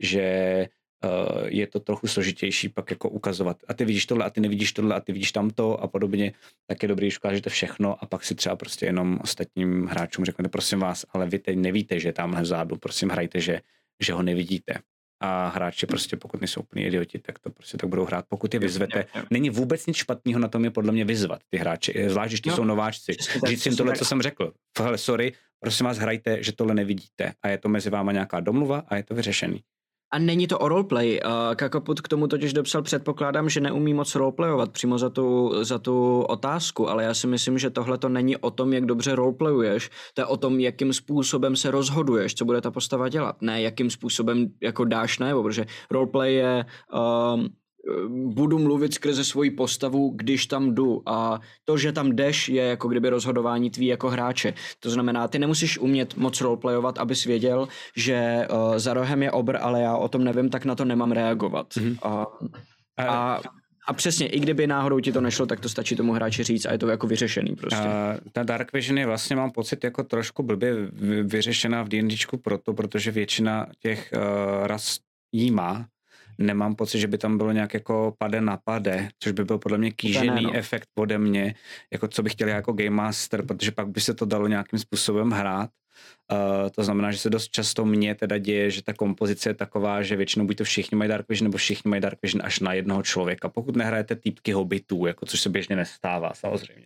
že Uh, je to trochu složitější pak jako ukazovat. A ty vidíš tohle a ty nevidíš tohle a ty vidíš tamto a podobně, tak je dobrý, když ukážete všechno a pak si třeba prostě jenom ostatním hráčům řeknete, prosím vás, ale vy teď nevíte, že je tamhle vzadu, prosím hrajte, že, že ho nevidíte. A hráči prostě, pokud nejsou úplně idioti, tak to prostě tak budou hrát. Pokud je vyzvete, není vůbec nic špatného na tom je podle mě vyzvat ty hráči, zvlášť, když ty no, jsou nováčci. Říct jim tohle, co jsem řekl. Hele, sorry, prosím vás, hrajte, že tohle nevidíte. A je to mezi váma nějaká domluva a je to vyřešený. A není to o roleplay. Uh, Kakoput k tomu totiž dopsal, předpokládám, že neumí moc roleplayovat přímo za tu, za tu otázku, ale já si myslím, že tohle to není o tom, jak dobře roleplayuješ, to je o tom, jakým způsobem se rozhoduješ, co bude ta postava dělat, ne jakým způsobem jako dáš najevo, protože roleplay je um, budu mluvit skrze svoji postavu, když tam jdu a to, že tam jdeš, je jako kdyby rozhodování tvý jako hráče. To znamená, ty nemusíš umět moc roleplayovat, abys věděl, že uh, za rohem je obr, ale já o tom nevím, tak na to nemám reagovat. Mm-hmm. A, a, a přesně, i kdyby náhodou ti to nešlo, tak to stačí tomu hráči říct a je to jako vyřešený prostě. A ta Dark Vision je vlastně, mám pocit, jako trošku blbě vyřešená v D&Dčku proto, protože většina těch uh, ras jí má. Nemám pocit, že by tam bylo nějak jako pade na pade, což by byl podle mě kýžený no. efekt ode mě, jako co bych chtěl jako Game Master, protože pak by se to dalo nějakým způsobem hrát. Uh, to znamená, že se dost často mně teda děje, že ta kompozice je taková, že většinou buď to všichni mají Dark Vision, nebo všichni mají Dark Vision až na jednoho člověka. Pokud nehrajete týpky hobitů, jako což se běžně nestává, samozřejmě.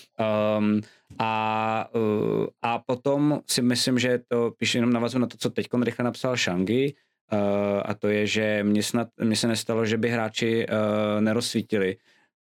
Um, a, uh, a potom si myslím, že to píše jenom navazu na to, co teďkon rychle napsal Shangi, Uh, a to je, že mně, snad, mně se nestalo, že by hráči uh, nerozsvítili.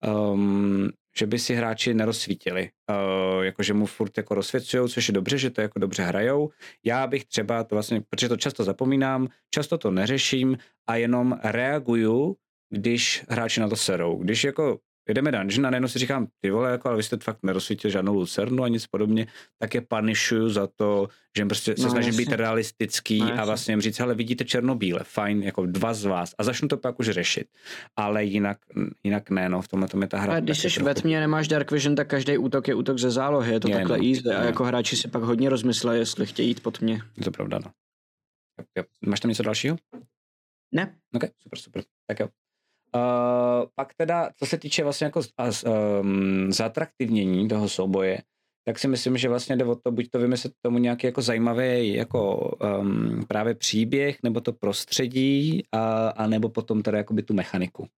Um, že by si hráči nerozsvítili. Uh, jakože mu furt jako rozsvěcujou, což je dobře, že to jako dobře hrajou. Já bych třeba to vlastně, protože to často zapomínám, často to neřeším a jenom reaguju, když hráči na to serou. Když jako jedeme dungeon a najednou si říkám, ty vole, jako, ale vy jste fakt nerozsvítil žádnou lucernu a nic podobně, tak je punishuju za to, že jim prostě se no, snažím jasně. být realistický no, a vlastně jim říct, hele, vidíte černobíle, fajn, jako dva z vás a začnu to pak už řešit. Ale jinak, jinak ne, no, v tomhle tom je ta hra. A když jsi ve tmě nemáš Dark Vision, tak každý útok je útok ze zálohy, je to je, takhle no, easy a jako hráči si pak hodně rozmyslejí, jestli chtějí jít pod mě. Je to pravda, no. Máš tam něco dalšího? Ne. Ok, super, super. Tak jo. Uh, pak teda, co se týče vlastně jako um, zatraktivnění toho souboje, tak si myslím, že vlastně jde o to, buď to vymyslet tomu nějaký jako zajímavý jako um, právě příběh, nebo to prostředí, a, a nebo potom teda jakoby tu mechaniku.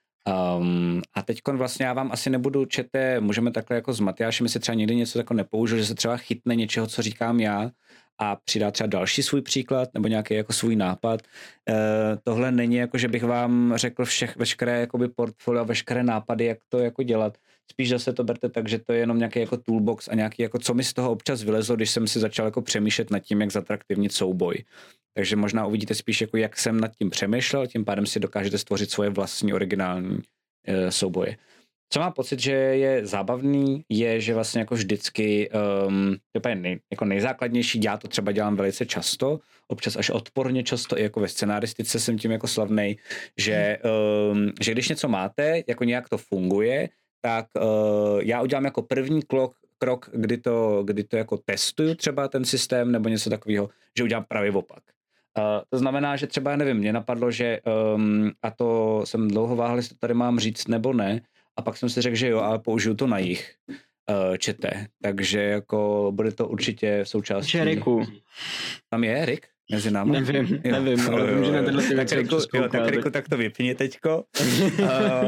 Um, a teďkon vlastně já vám asi nebudu čete, můžeme takhle jako s Matyášem, jestli třeba někdy něco tako nepoužil, že se třeba chytne něčeho, co říkám já a přidá třeba další svůj příklad nebo nějaký jako svůj nápad. E, tohle není jako, že bych vám řekl všech, veškeré jakoby portfolio a veškeré nápady, jak to jako dělat. Spíš zase to berte tak, že to je jenom nějaký jako toolbox a nějaký jako, co mi z toho občas vylezlo, když jsem si začal jako přemýšlet nad tím, jak zatraktivnit souboj. Takže možná uvidíte spíš, jako jak jsem nad tím přemýšlel, tím pádem si dokážete stvořit svoje vlastní originální e, souboje. Co mám pocit, že je zábavný, je, že vlastně jako vždycky um, to je nej, jako nejzákladnější, já to třeba dělám velice často, občas až odporně často, i jako ve scenaristice jsem tím jako slavnej, že, um, že když něco máte, jako nějak to funguje, tak uh, já udělám jako první krok, krok kdy, to, kdy to jako testuju třeba ten systém nebo něco takového, že udělám pravý opak. Uh, to znamená, že třeba, nevím, mě napadlo, že um, a to jsem dlouho váhal, jestli to tady mám říct nebo ne, a pak jsem si řekl, že jo, ale použiju to na jich uh, čete, takže jako bude to určitě v součástí. Riku. Tam je Rick mezi námi? Nevím, jo. nevím, ale jo, můžeme tenhle tak, Riku, jo, tak Riku, tak to vypni teďko. uh,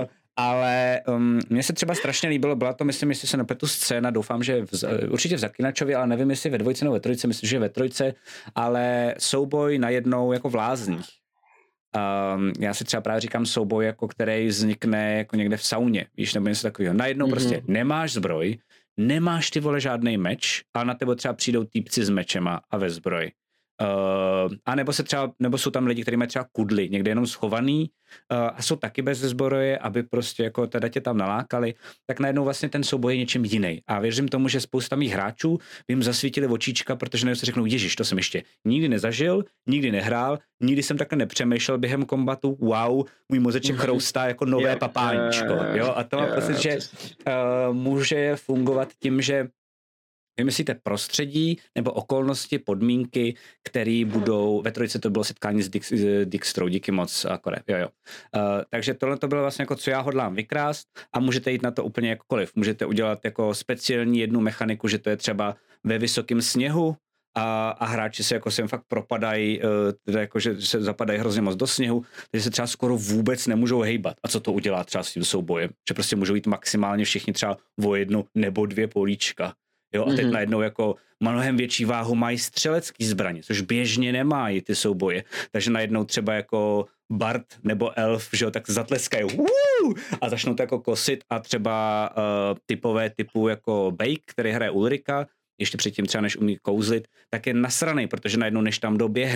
ale um, mně se třeba strašně líbilo, byla to, myslím, jestli se napletu scéna, doufám, že v, určitě v Zaklinačově, ale nevím, jestli ve dvojce nebo ve trojce, myslím, že ve trojce, ale souboj najednou jako v lázních. Um, já si třeba právě říkám souboj, jako který vznikne jako někde v sauně, víš, nebo něco takového. Najednou mm-hmm. prostě nemáš zbroj, nemáš ty vole žádnej meč, ale na tebe třeba přijdou týpci s mečema a ve zbroj. Uh, a nebo se třeba, nebo jsou tam lidi, kteří mají třeba kudly, někde jenom schovaný uh, a jsou taky bez zbroje, aby prostě jako teda tě tam nalákali, tak najednou vlastně ten souboj je něčím jiný. A věřím tomu, že spousta mých hráčů by jim zasvítili očíčka, protože najednou si řeknou, ježiš, to jsem ještě nikdy nezažil, nikdy nehrál, nikdy jsem takhle nepřemýšlel během kombatu, wow, můj mozeček chroustá jako nové yeah, papáníčko. Yeah, jo? A to mám yeah, pocit, že uh, může fungovat tím, že vymyslíte prostředí nebo okolnosti, podmínky, které budou, ve trojce to bylo setkání s, Dix, s Dijkstrou, díky moc, akore, jo, jo. Uh, takže tohle to bylo vlastně jako, co já hodlám vykrást a můžete jít na to úplně jakkoliv. Můžete udělat jako speciální jednu mechaniku, že to je třeba ve vysokém sněhu a, a hráči se jako sem fakt propadají, uh, teda jako, že se zapadají hrozně moc do sněhu, takže se třeba skoro vůbec nemůžou hejbat. A co to udělá třeba s tím soubojem? Že prostě můžou jít maximálně všichni třeba o jednu nebo dvě políčka. Jo, a teď mm-hmm. najednou jako mnohem větší váhu mají střelecký zbraně, což běžně nemají ty souboje. Takže najednou třeba jako bard nebo elf, že jo, tak zatleskají Woo! A začnou to jako kosit a třeba uh, typové typu jako Bake, který hraje Ulrika, ještě předtím třeba než umí kouzlit, tak je nasranej, protože najednou než tam doběhne,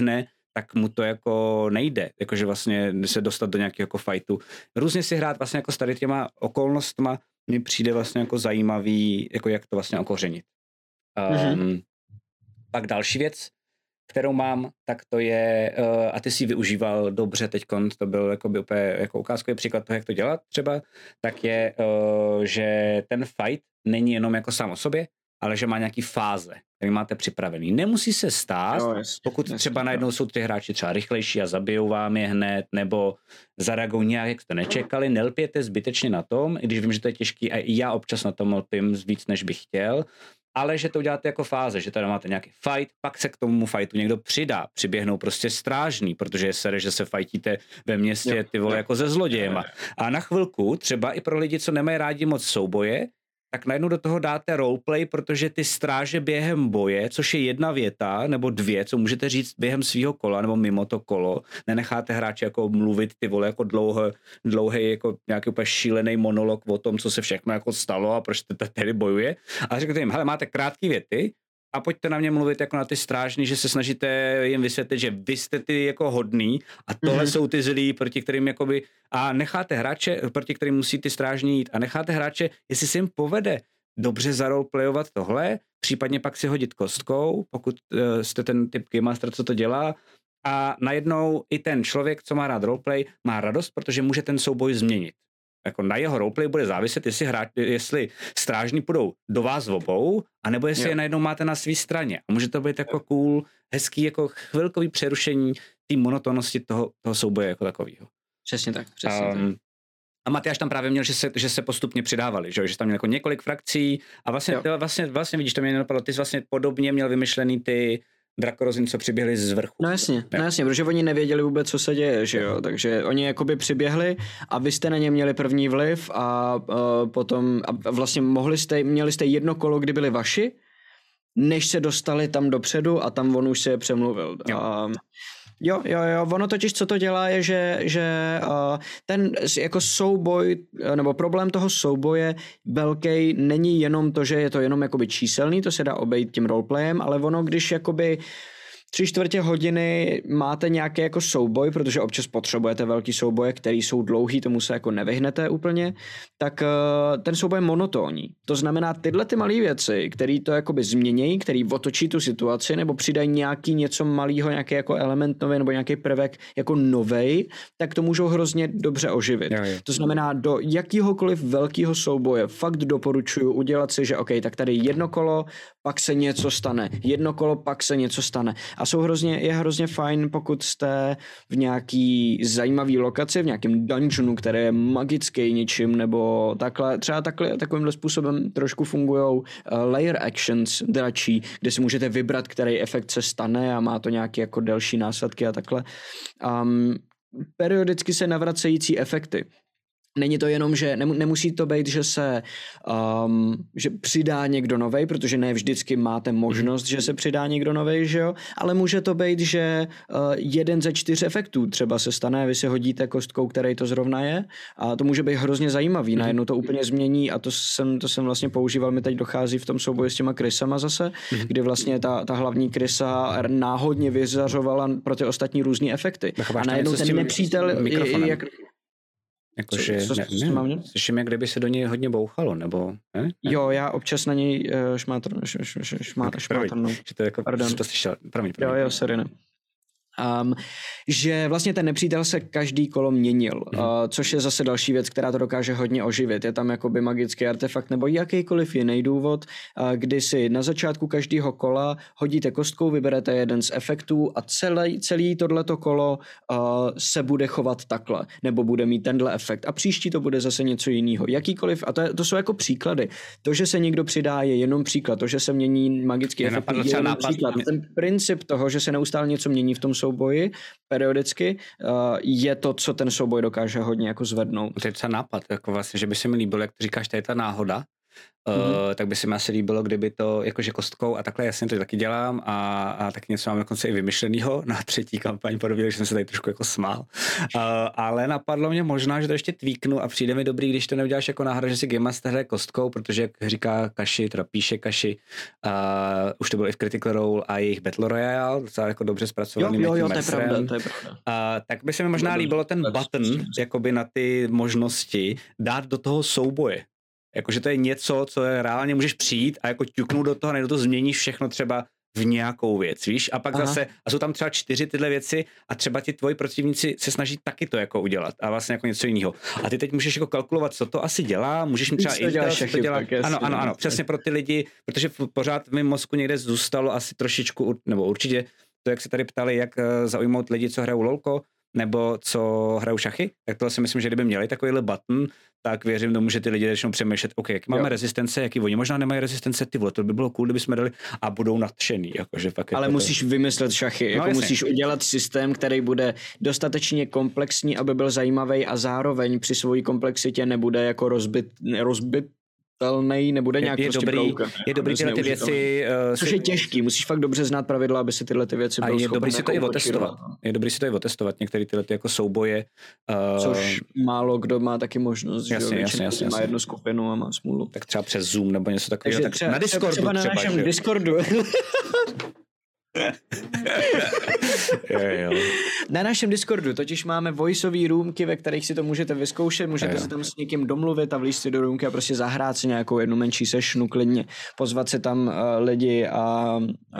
tak mu to jako nejde, jakože vlastně se dostat do nějakého jako fightu. Různě si hrát vlastně jako s tady těma okolnostma mi přijde vlastně jako zajímavý, jako jak to vlastně okořenit. Um, mm-hmm. Pak další věc, kterou mám, tak to je, uh, a ty si využíval dobře teďkon, to byl jakoby úplně jako ukázkový příklad toho, jak to dělat třeba, tak je, uh, že ten fight není jenom jako sám o sobě, ale že má nějaký fáze, který máte připravený. Nemusí se stát, no, jest, pokud jest, třeba najednou jsou ty hráči třeba rychlejší a zabijou vám je hned, nebo zareagují nějak, jak jste nečekali, nelpěte zbytečně na tom, i když vím, že to je těžký a i já občas na tom lpím víc, než bych chtěl, ale že to uděláte jako fáze, že tady máte nějaký fight, pak se k tomu fightu někdo přidá, přiběhnou prostě strážný, protože je sere, že se fightíte ve městě ty vole jako se zlodějema. A na chvilku, třeba i pro lidi, co nemají rádi moc souboje, tak najednou do toho dáte roleplay, protože ty stráže během boje, což je jedna věta nebo dvě, co můžete říct během svého kola nebo mimo to kolo, nenecháte hráče jako mluvit ty vole jako dlouhý, dlouhý jako nějaký úplně šílený monolog o tom, co se všechno jako stalo a proč to tady bojuje. A řekněte jim, hele, máte krátké věty a pojďte na mě mluvit jako na ty strážní, že se snažíte jim vysvětlit, že vy jste ty jako hodný a tohle mm-hmm. jsou ty zlí, proti kterým jakoby, a necháte hráče, proti kterým musí ty strážní jít a necháte hráče, jestli se jim povede dobře zaroleplayovat tohle, případně pak si hodit kostkou, pokud uh, jste ten typ game master, co to dělá, a najednou i ten člověk, co má rád roleplay, má radost, protože může ten souboj změnit. Jako na jeho roleplay bude záviset, jestli, hráč, jestli strážní půjdou do vás obou, anebo jestli jo. je najednou máte na své straně. A může to být jako cool, hezký, jako chvilkový přerušení té monotonnosti toho, toho souboje jako takového. Přesně tak, přesně um, tak. A Matyáš tam právě měl, že se, že se postupně přidávali, že, že tam měl jako několik frakcí a vlastně, ty, vlastně, vlastně vidíš, to mě nenapadlo, ty jsi vlastně podobně měl vymyšlený ty drakorozin, co přiběhli z vrchu. No jasně, no jasně, protože oni nevěděli vůbec, co se děje, že jo, takže oni jakoby přiběhli a vy jste na ně měli první vliv a uh, potom a vlastně mohli jste, měli jste jedno kolo, kdy byli vaši, než se dostali tam dopředu a tam on už se je přemluvil. Jo. A, Jo, jo, jo, ono totiž, co to dělá, je, že, že uh, ten jako souboj, nebo problém toho souboje velký není jenom to, že je to jenom jakoby číselný, to se dá obejít tím roleplayem, ale ono, když jakoby tři čtvrtě hodiny máte nějaký jako souboj, protože občas potřebujete velký souboje, který jsou dlouhý, tomu se jako nevyhnete úplně, tak uh, ten souboj je monotónní. To znamená tyhle ty malé věci, které to jakoby změnějí, který otočí tu situaci, nebo přidají nějaký něco malého, nějaký jako element nový, nebo nějaký prvek jako novej, tak to můžou hrozně dobře oživit. Jo, jo. To znamená, do jakýhokoliv velkého souboje fakt doporučuji udělat si, že OK, tak tady jedno kolo, pak se něco stane. Jedno kolo, pak se něco stane. A jsou hrozně, je hrozně fajn, pokud jste v nějaký zajímavý lokaci, v nějakém dungeonu, který je magický něčím, nebo takhle, třeba takhle, takovýmhle způsobem trošku fungujou uh, layer actions dračí, kde si můžete vybrat, který efekt se stane a má to nějaké jako delší následky a takhle. Um, periodicky se navracející efekty. Není to jenom, že nemusí to být, že se um, že přidá někdo novej, protože ne vždycky máte možnost, že se přidá někdo novej, že jo, ale může to být, že uh, jeden ze čtyř efektů třeba se stane, vy si hodíte kostkou, který to zrovna je a to může být hrozně zajímavý, najednou to úplně změní a to jsem, to jsem vlastně používal, mi teď dochází v tom souboji s těma krysama zase, kdy vlastně ta, ta hlavní krysa náhodně vyzařovala pro ty ostatní různý efekty. A najednou ten nepřítel je, jak... Jakože, co, co, ne, ne, slyším, jak kdyby se do něj hodně bouchalo, nebo ne? ne? Jo, já občas na něj uh, šmátrnu. Promiň, že to jako, Pardon. to slyšel, promiň, promiň. Jo, jo, sorry, ne. Um, že vlastně ten nepřítel se každý kolo měnil, mm. uh, což je zase další věc, která to dokáže hodně oživit. Je tam jakoby magický artefakt nebo jakýkoliv jiný důvod, uh, kdy si na začátku každého kola hodíte kostkou, vyberete jeden z efektů a celý, celý tohleto kolo uh, se bude chovat takhle, nebo bude mít tenhle efekt a příští to bude zase něco jiného. Jakýkoliv, a to, je, to jsou jako příklady. To, že se někdo přidá, je jenom příklad. To, že se mění magický efekt, je jenom příklad. Ten princip toho, že se neustále něco mění v tom souboji periodicky, uh, je to, co ten souboj dokáže hodně jako zvednout. To je docela nápad, jako vlastně, že by se mi líbilo, jak ty říkáš, to je ta náhoda, mm-hmm. uh, tak by se mi asi líbilo, kdyby to jakože kostkou a takhle jasně to taky dělám a, a taky něco mám dokonce i vymyšlenýho na třetí kampaň podobně, že jsem se tady trošku jako smál. Uh, ale napadlo mě možná, že to ještě tweaknu a přijde mi dobrý, když to neuděláš jako náhra, že si Game Master hraje kostkou, protože jak říká Kaši, teda píše Kaši, uh, už to bylo i v Critical Role a jejich Battle Royale, docela jako dobře zpracovaný. Jo, jo, jo, to je pravda, to je pravda. Uh, tak by se mi možná líbilo ten button, jakoby na ty možnosti, dát do toho souboje. Jakože to je něco, co je reálně můžeš přijít a jako ťuknout do toho, nebo to změníš všechno třeba v nějakou věc, víš? A pak Aha. zase, a jsou tam třeba čtyři tyhle věci a třeba ti tvoji protivníci se snaží taky to jako udělat a vlastně jako něco jiného. A ty teď můžeš jako kalkulovat, co to asi dělá, můžeš mi třeba i to dělat. Ano, ano, ano, přesně pro ty lidi, protože pořád v mém mozku někde zůstalo asi trošičku, nebo určitě to, jak se tady ptali, jak zaujmout lidi, co hrajou lolko, nebo co hrajou šachy, tak to si myslím, že kdyby měli takovýhle button, tak věřím tomu, že ty lidi začnou přemýšlet, OK, jaký máme jo. rezistence, jaký oni možná nemají rezistence, ty vole, to by bylo cool, kdyby jsme dali a budou nadšený. Jakože fakt ale jako musíš to... vymyslet šachy, no, jako jasně. musíš udělat systém, který bude dostatečně komplexní, aby byl zajímavý a zároveň při svojí komplexitě nebude jako rozbit, rozbit telnej, nebude nějak je, je prostě dobrý, broukat, je dobrý tyhle ty věci. Uh, Což je těžký, musíš fakt dobře znát pravidla, aby si tyhle ty věci byl a je dobrý si to jako i otestovat. Je dobrý si to i otestovat, některé tyhle ty jako souboje. Uh, Což málo kdo má taky možnost, jasně, že jasně, jasně, má jasně. jednu skupinu a má smůlu. Tak třeba přes Zoom nebo něco takového. Tak třeba, na Discordu třeba. na našem že? Discordu. jo, jo. Na našem Discordu totiž máme voiceový roomky, ve kterých si to můžete vyzkoušet, můžete se tam s někým domluvit a vlízt si do roomky a prostě zahrát si nějakou jednu menší sessionu klidně, pozvat se tam uh, lidi a,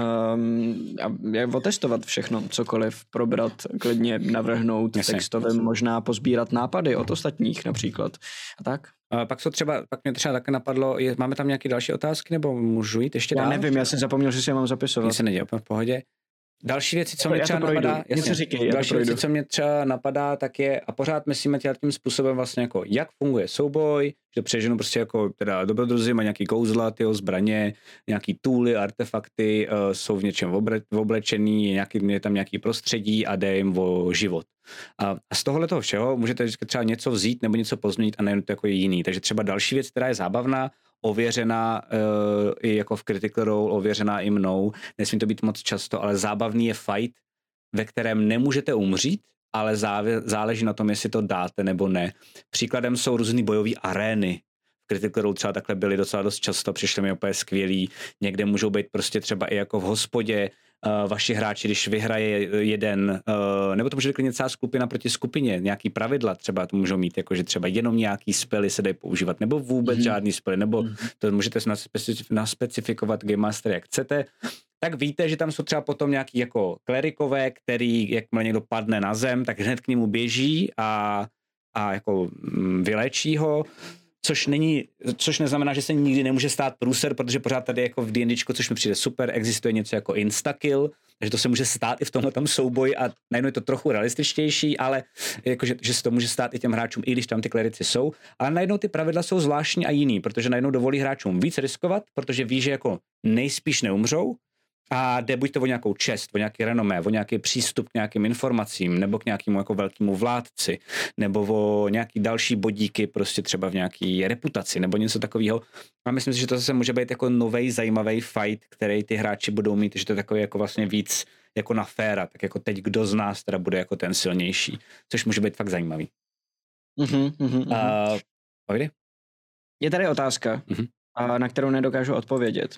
um, a otestovat všechno, cokoliv, probrat, klidně navrhnout Jasně. textovým, možná pozbírat nápady od ostatních například a tak. A pak jsou třeba, pak mě třeba také napadlo, je, máme tam nějaké další otázky, nebo můžu jít ještě já dál? Já nevím, já jsem zapomněl, že si je mám zapisovat. Nic se neděje, v pohodě. Další věci, co já mě třeba napadá, jasně, říkej, další věci, co mě třeba napadá, tak je, a pořád myslíme tím způsobem vlastně jako, jak funguje souboj, že přeženu prostě jako teda dobrodruzi, má nějaký kouzla, tyho zbraně, nějaký tooly, artefakty, uh, jsou v něčem obre, oblečený, je, nějaký, je tam nějaký prostředí a jde jim o život. A, a z tohohle toho všeho můžete vždycky třeba něco vzít nebo něco pozměnit a nejen to jako je jiný. Takže třeba další věc, která je zábavná, ověřená uh, i jako v Critical Role, ověřená i mnou, nesmí to být moc často, ale zábavný je fight, ve kterém nemůžete umřít, ale závě, záleží na tom, jestli to dáte nebo ne. Příkladem jsou různý bojové arény. V Critical Role třeba takhle byly docela dost často, přišly mi úplně skvělý. Někde můžou být prostě třeba i jako v hospodě, Uh, vaši hráči, když vyhraje jeden, uh, nebo to může být klidně celá skupina proti skupině, nějaký pravidla třeba to můžou mít, jakože třeba jenom nějaký spely se dají používat, nebo vůbec mm-hmm. žádný spely, nebo mm-hmm. to můžete naspecifikovat Game Master, jak chcete, tak víte, že tam jsou třeba potom nějaký jako klerikové, který, jakmile někdo padne na zem, tak hned k němu běží a, a jako mm, vylečí ho. Což není, což neznamená, že se nikdy nemůže stát průser, protože pořád tady jako v D&Dčku, což mi přijde super, existuje něco jako instakill, takže to se může stát i v tomhle tam souboji a najednou je to trochu realističtější, ale jakože, že se to může stát i těm hráčům, i když tam ty klerici jsou, ale najednou ty pravidla jsou zvláštní a jiný, protože najednou dovolí hráčům víc riskovat, protože ví, že jako nejspíš neumřou, a jde buď to o nějakou čest, o nějaký renomé, o nějaký přístup k nějakým informacím, nebo k nějakému jako velkému vládci, nebo o nějaký další bodíky prostě třeba v nějaký reputaci, nebo něco takového. A myslím si, že to zase může být jako novej zajímavý fight, který ty hráči budou mít, že to je takový jako vlastně víc jako na féra, tak jako teď kdo z nás teda bude jako ten silnější, což může být fakt zajímavý. Mm-hmm, mm-hmm. Uh, pojde? Je tady otázka, mm-hmm. na kterou nedokážu odpovědět.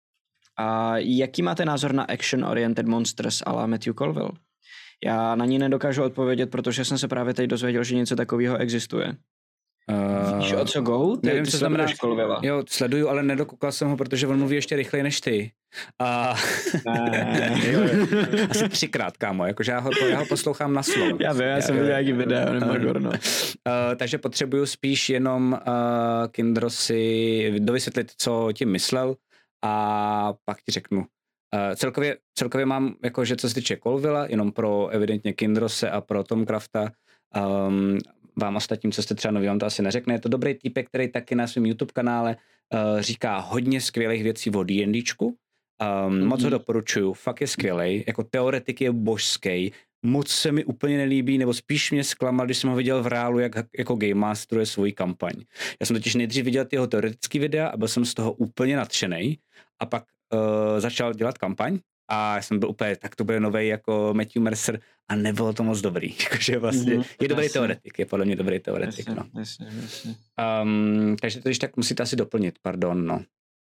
A jaký máte názor na action-oriented monsters a la Matthew Colville? Já na ní nedokážu odpovědět, protože jsem se právě teď dozvěděl, že něco takového existuje. Uh, Víš, o co go? Ty, nevím, ty co znamená. Colvilla. Jo, sleduju, ale nedokoukal jsem ho, protože on mluví ještě rychleji než ty. A... jo, jo. Asi třikrát, kámo, jakože já ho, já ho poslouchám na slovo. Já vím, já, já jsem viděl nějaký video, nebo uh, no. uh, takže potřebuju spíš jenom uh, Kindro si dovysvětlit, co tím myslel, a pak ti řeknu. Uh, celkově, celkově mám, jakože co se týče Colvilla, jenom pro evidentně Kindrose a pro Tomcrafta, um, vám ostatním, co jste třeba nový, vám to asi neřekne. Je to dobrý týpek, který taky na svém YouTube kanále uh, říká hodně skvělých věcí o D and Dčku. Um, mm-hmm. Moc ho doporučuju, fakt je skvělej, jako teoretik je božský, moc se mi úplně nelíbí, nebo spíš mě zklamal, když jsem ho viděl v reálu, jak jako Game Masteruje svoji kampaň. Já jsem totiž nejdřív viděl ty jeho teoretický videa a byl jsem z toho úplně nadšenej a pak uh, začal dělat kampaň a já jsem byl úplně, tak to bude novej jako Matthew Mercer a nebylo to moc dobrý. Jakože vlastně mm, je dobrý jasně. teoretik, je podle mě dobrý teoretik. Jasně, no. jasně, jasně. Um, takže to když tak musíte asi doplnit, pardon, no.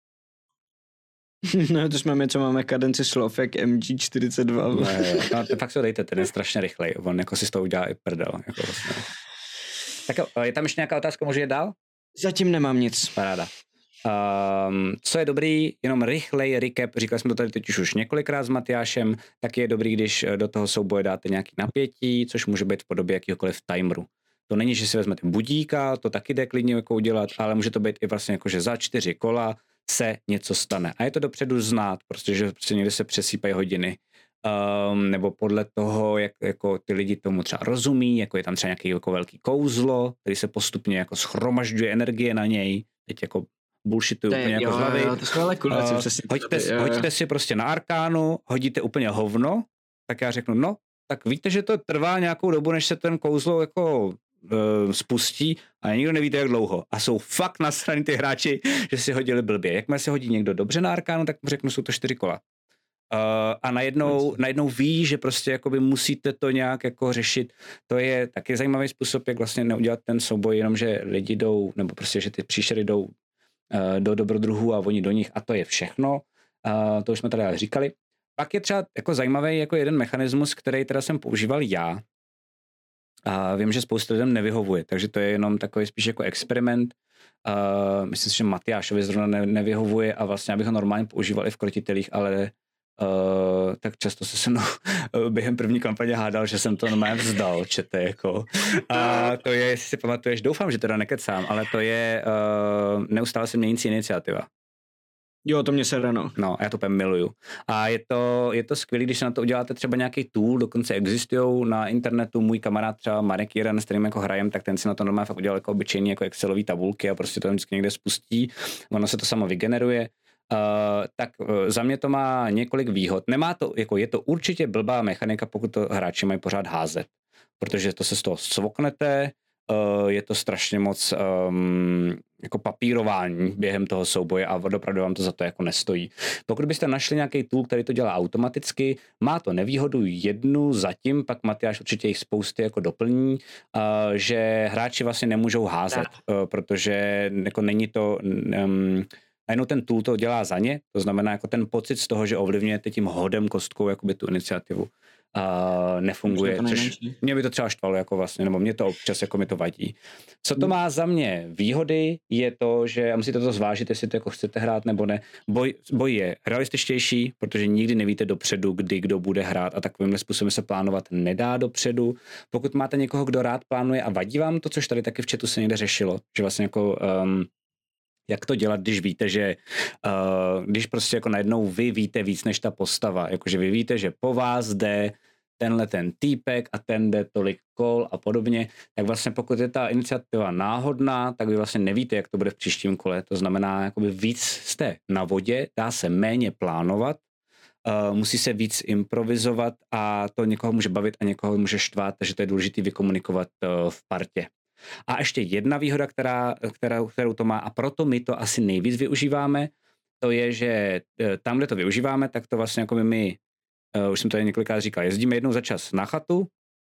No, to jsme my, co máme kadenci slov, jak M G čtyřicet dva. Ne, no, to fakt se dejte, ten je strašně rychlej, on jako si z toho udělá i prdel. Jako vlastně. Tak jo, je tam ještě nějaká otázka, může jít dál? Zatím nemám nic. Paráda. Um, co je dobrý, jenom rychlej recap, říkali jsme to tady teď už několikrát s Matyášem, tak je dobrý, když do toho souboje dáte nějaký napětí, což může být v podobě jakýhokoliv timeru. To není, že si vezmete budíka, to taky jde klidně jako udělat, ale může to být i vlastně jako, že za čtyři kola se něco stane. A je to dopředu znát, protože prostě někde se přesýpají hodiny. Um, nebo podle toho, jak jako ty lidi tomu třeba rozumí, jako je tam třeba nějaký jako velký kouzlo, který se postupně jako schromažďuje energie na něj, teď jako bullshituju úplně jako z hlavy. Jo, to jsou ale cool, uh, hoďte, si, hoďte si prostě na arkánu, hodíte úplně hovno, tak já řeknu, no, tak víte, že to trvá nějakou dobu, než se ten kouzlo jako uh, spustí a nikdo nevíte, jak dlouho. A jsou fakt nasraný ty hráči, že si hodili blbě. Jakmile si hodí někdo dobře na arkánu, tak mu řeknu, jsou to čtyři kola. Uh, a najednou, najednou ví, že prostě jakoby musíte to nějak jako řešit. To je taky zajímavý způsob, jak vlastně neudělat ten souboj, jenom že lidi jdou, nebo prostě, že ty příšery jdou uh, do dobrodruhů a oni do nich a to je všechno. Uh, to už jsme tady říkali. Pak je třeba jako zajímavý jako jeden mechanismus, který teda jsem používal já. A vím, že spoustu lidem nevyhovuje, takže to je jenom takový spíš jako experiment. Uh, myslím si, že Matyášovi zrovna ne, nevyhovuje a vlastně abych ho normálně používal i v krotitelích, ale Uh, tak často se se mnou během první kampaně hádal, že jsem to normálně vzdal, čete, jako. A to je, jestli si pamatuješ, doufám, že teda nekecám, ale to je uh, neustále se měnící iniciativa. Jo, to mě se rano. No, já to úplně miluju. A je to, je to skvělý, když se na to uděláte třeba nějaký tool, dokonce existujou na internetu, můj kamarád třeba Marek Jiran, s kterým jako hrajem, tak ten si na to normálně fakt udělal jako obyčejný jako excelový tabulky a prostě to vždycky někde spustí, ono se to samo vygeneruje. Uh, tak uh, za mě to má několik výhod. Nemá to, jako je to určitě blbá mechanika, pokud to hráči mají pořád házet, protože to se z toho svoknete, uh, je to strašně moc um, jako papírování během toho souboje a opravdu vám to za to jako nestojí. Pokud byste našli nějaký tool, který to dělá automaticky, má to nevýhodu jednu zatím, pak Matyáš určitě jich spousty jako doplní, uh, že hráči vlastně nemůžou házet, uh, protože jako není to um, najednou ten tool to dělá za ně, to znamená jako ten pocit z toho, že ovlivňujete tím hodem kostkou jakoby tu iniciativu uh, nefunguje, to což mě by to třeba štvalo jako vlastně, nebo mě to občas jako mi to vadí. Co to má za mě výhody, je to, že a musíte to zvážit, jestli to jako chcete hrát nebo ne. Boj, boj je realističtější, protože nikdy nevíte dopředu, kdy kdo bude hrát a takovýmhle způsobem se plánovat nedá dopředu. Pokud máte někoho, kdo rád plánuje a vadí vám to, což tady taky v chatu se někde řešilo, že vlastně jako um, jak to dělat, když víte, že uh, když prostě jako najednou vy víte víc než ta postava, jakože vy víte, že po vás jde tenhle ten týpek a ten jde tolik kol a podobně, tak vlastně pokud je ta iniciativa náhodná, tak vy vlastně nevíte, jak to bude v příštím kole. To znamená, jakoby víc jste na vodě, dá se méně plánovat, uh, musí se víc improvizovat a to někoho může bavit a někoho může štvát, takže to je důležité vykomunikovat uh, v partě. A ještě jedna výhoda, která, která, kterou to má a proto my to asi nejvíc využíváme, to je, že tam, kde to využíváme, tak to vlastně jako my, uh, už jsem tady několikrát říkal, jezdíme jednou za čas na chatu uh,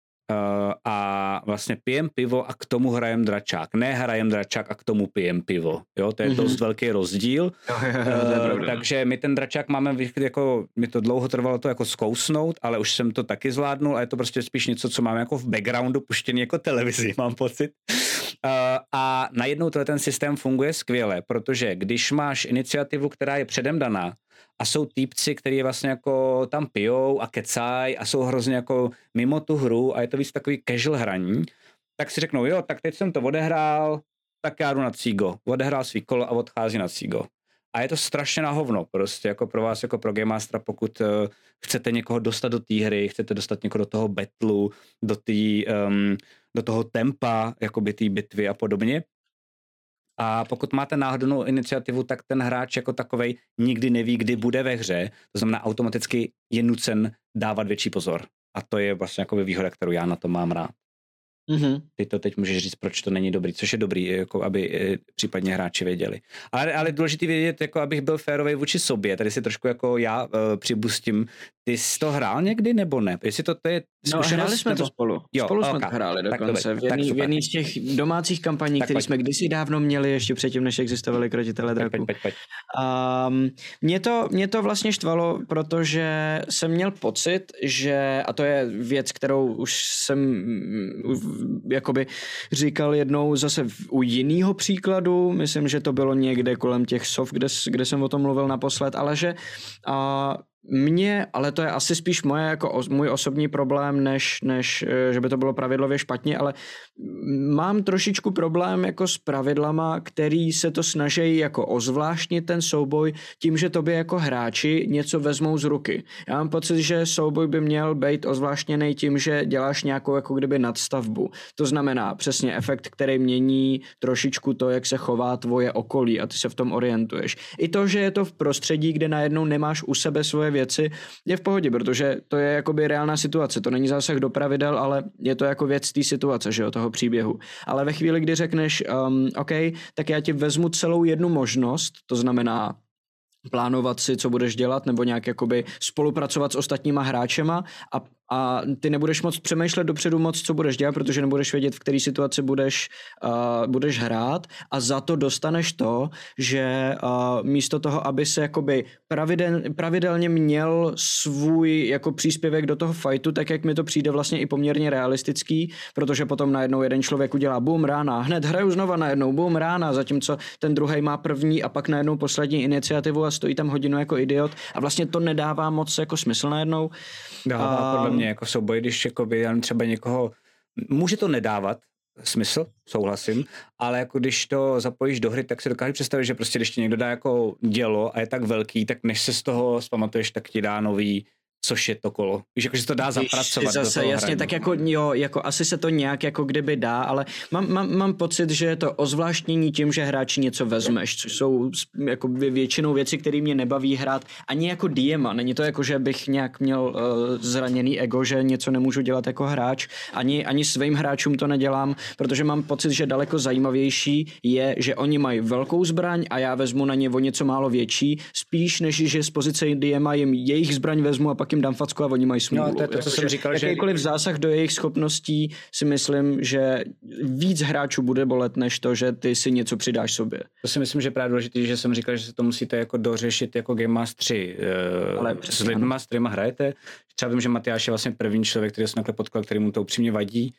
a vlastně pijem pivo a k tomu hrajem dračák. Ne hrajem dračák a k tomu pijem pivo. Jo, to je mm-hmm. dost velký rozdíl. Jo, jo, jo, uh, takže my ten dračák máme, jako, mi to dlouho trvalo to jako zkousnout, ale už jsem to taky zvládnul a je to prostě spíš něco, co máme jako v backgroundu puštěný jako televizi, mám pocit. Uh, a najednou ten systém funguje skvěle, protože když máš iniciativu, která je předem daná a jsou týpci, kteří vlastně jako tam pijou a kecají a jsou hrozně jako mimo tu hru a je to víc takový casual hraní, tak si řeknou, jo, tak teď jsem to odehrál, tak já jdu na Cigo. Odehrál svý kolo a odchází na Cigo. A je to strašně na hovno, prostě jako pro vás, jako pro Game Mastera, pokud uh, chcete někoho dostat do té hry, chcete dostat někoho do toho battlu, do, tý, um, do toho tempa, jakoby té bitvy a podobně. A pokud máte náhodnou iniciativu, tak ten hráč jako takovej nikdy neví, kdy bude ve hře, to znamená automaticky je nucen dávat větší pozor. a to je vlastně jako výhoda, kterou já na to mám rád. Mm-hmm. Ty to teď můžeš říct, proč to není dobrý, což je dobrý, jako aby e, případně hráči věděli. Ale, ale důležitý vědět, jako abych byl férovej vůči sobě, tady si trošku jako já e, přibustím. Ty jsi to hrál někdy nebo ne? Jestli to, to je zkušenost, no, hráli jsme nebo... to spolu. Jo, spolu jsme okay. to hráli dokonce. V jedný, v jedný z těch domácích kampaní, které jsme kdysi dávno měli, ještě předtím, než existovali Krotitelé draků. Um, mě, to, mě to vlastně štvalo, protože jsem měl pocit, že, a to je věc, kterou už jsem jakoby říkal jednou zase u jiného příkladu, myslím, že to bylo někde kolem těch sov, kde, kde jsem o tom mluvil naposled, ale že uh, Mně, ale to je asi spíš moje jako můj osobní problém, než, než že by to bylo pravidlově špatně, ale mám trošičku problém jako s pravidlama, který se to snaží jako ozvláštnit ten souboj tím, že tobě jako hráči něco vezmou z ruky. Já mám pocit, že souboj by měl být ozvláštněný tím, že děláš nějakou jako kdyby nadstavbu. To znamená přesně efekt, který mění trošičku to, jak se chová tvoje okolí a ty se v tom orientuješ. I to, že je to v prostředí, kde najednou nemáš u sebe svoje věci, je v pohodě, protože to je jakoby reálná situace, to není zásah do pravidel, ale je to jako věc té situace, že jo, toho příběhu. Ale ve chvíli, kdy řekneš, um, OK, tak já ti vezmu celou jednu možnost, to znamená plánovat si, co budeš dělat, nebo nějak jakoby spolupracovat s ostatníma hráčema a, a ty nebudeš moc přemýšlet dopředu moc, co budeš dělat, protože nebudeš vědět, v které situaci budeš, uh, budeš hrát a za to dostaneš to, že uh, místo toho, aby se jakoby pravidel, pravidelně měl svůj jako příspěvek do toho fightu, tak jak mi to přijde vlastně i poměrně realistický, protože potom najednou jeden člověk udělá boom rána, hned hraju znova najednou boom rána, zatímco ten druhej má první a pak najednou poslední iniciativu a stojí tam hodinu jako idiot a vlastně to nedává moc jako smysl najednou. Dává a... podle mě jako souboj, když jakoby třeba někoho, může to nedávat smysl, souhlasím, ale jako když to zapojíš do hry, tak si dokážu představit, že prostě když ti někdo dá jako dělo a je tak velký, tak než se z toho zpamatuješ, tak ti dá nový, což je to kolo. Víš, jako, že to dá zapracovat zase, do toho jasně, hraní. tak jako, jo, jako asi se to nějak jako kdyby dá, ale mám, mám, mám pocit, že je to ozvláštnění tím, že hráči něco vezmeš, což jsou jako většinou věci, které mě nebaví hrát, ani jako D M a. Není to jako, že bych nějak měl uh, zraněný ego, že něco nemůžu dělat jako hráč, ani, ani svým hráčům to nedělám, protože mám pocit, že daleko zajímavější je, že oni mají velkou zbraň a já vezmu na ně o něco málo větší, spíš než že z pozice D M a jim jejich zbraň vezmu a pak jim dám facku a oni mají smůlu. No, to je to, co jsem říkal, že jakýkoliv zásah do jejich schopností si myslím, že víc hráčů bude bolet, než to, že ty si něco přidáš sobě. To si myslím, že je právě důležitý, že jsem říkal, že se to musíte jako dořešit jako Game Mastery uh, s lidma, s kterýma hrajete. Třeba vím, že Matyáš je vlastně první člověk, který se takhle potkal, který mu to upřímně vadí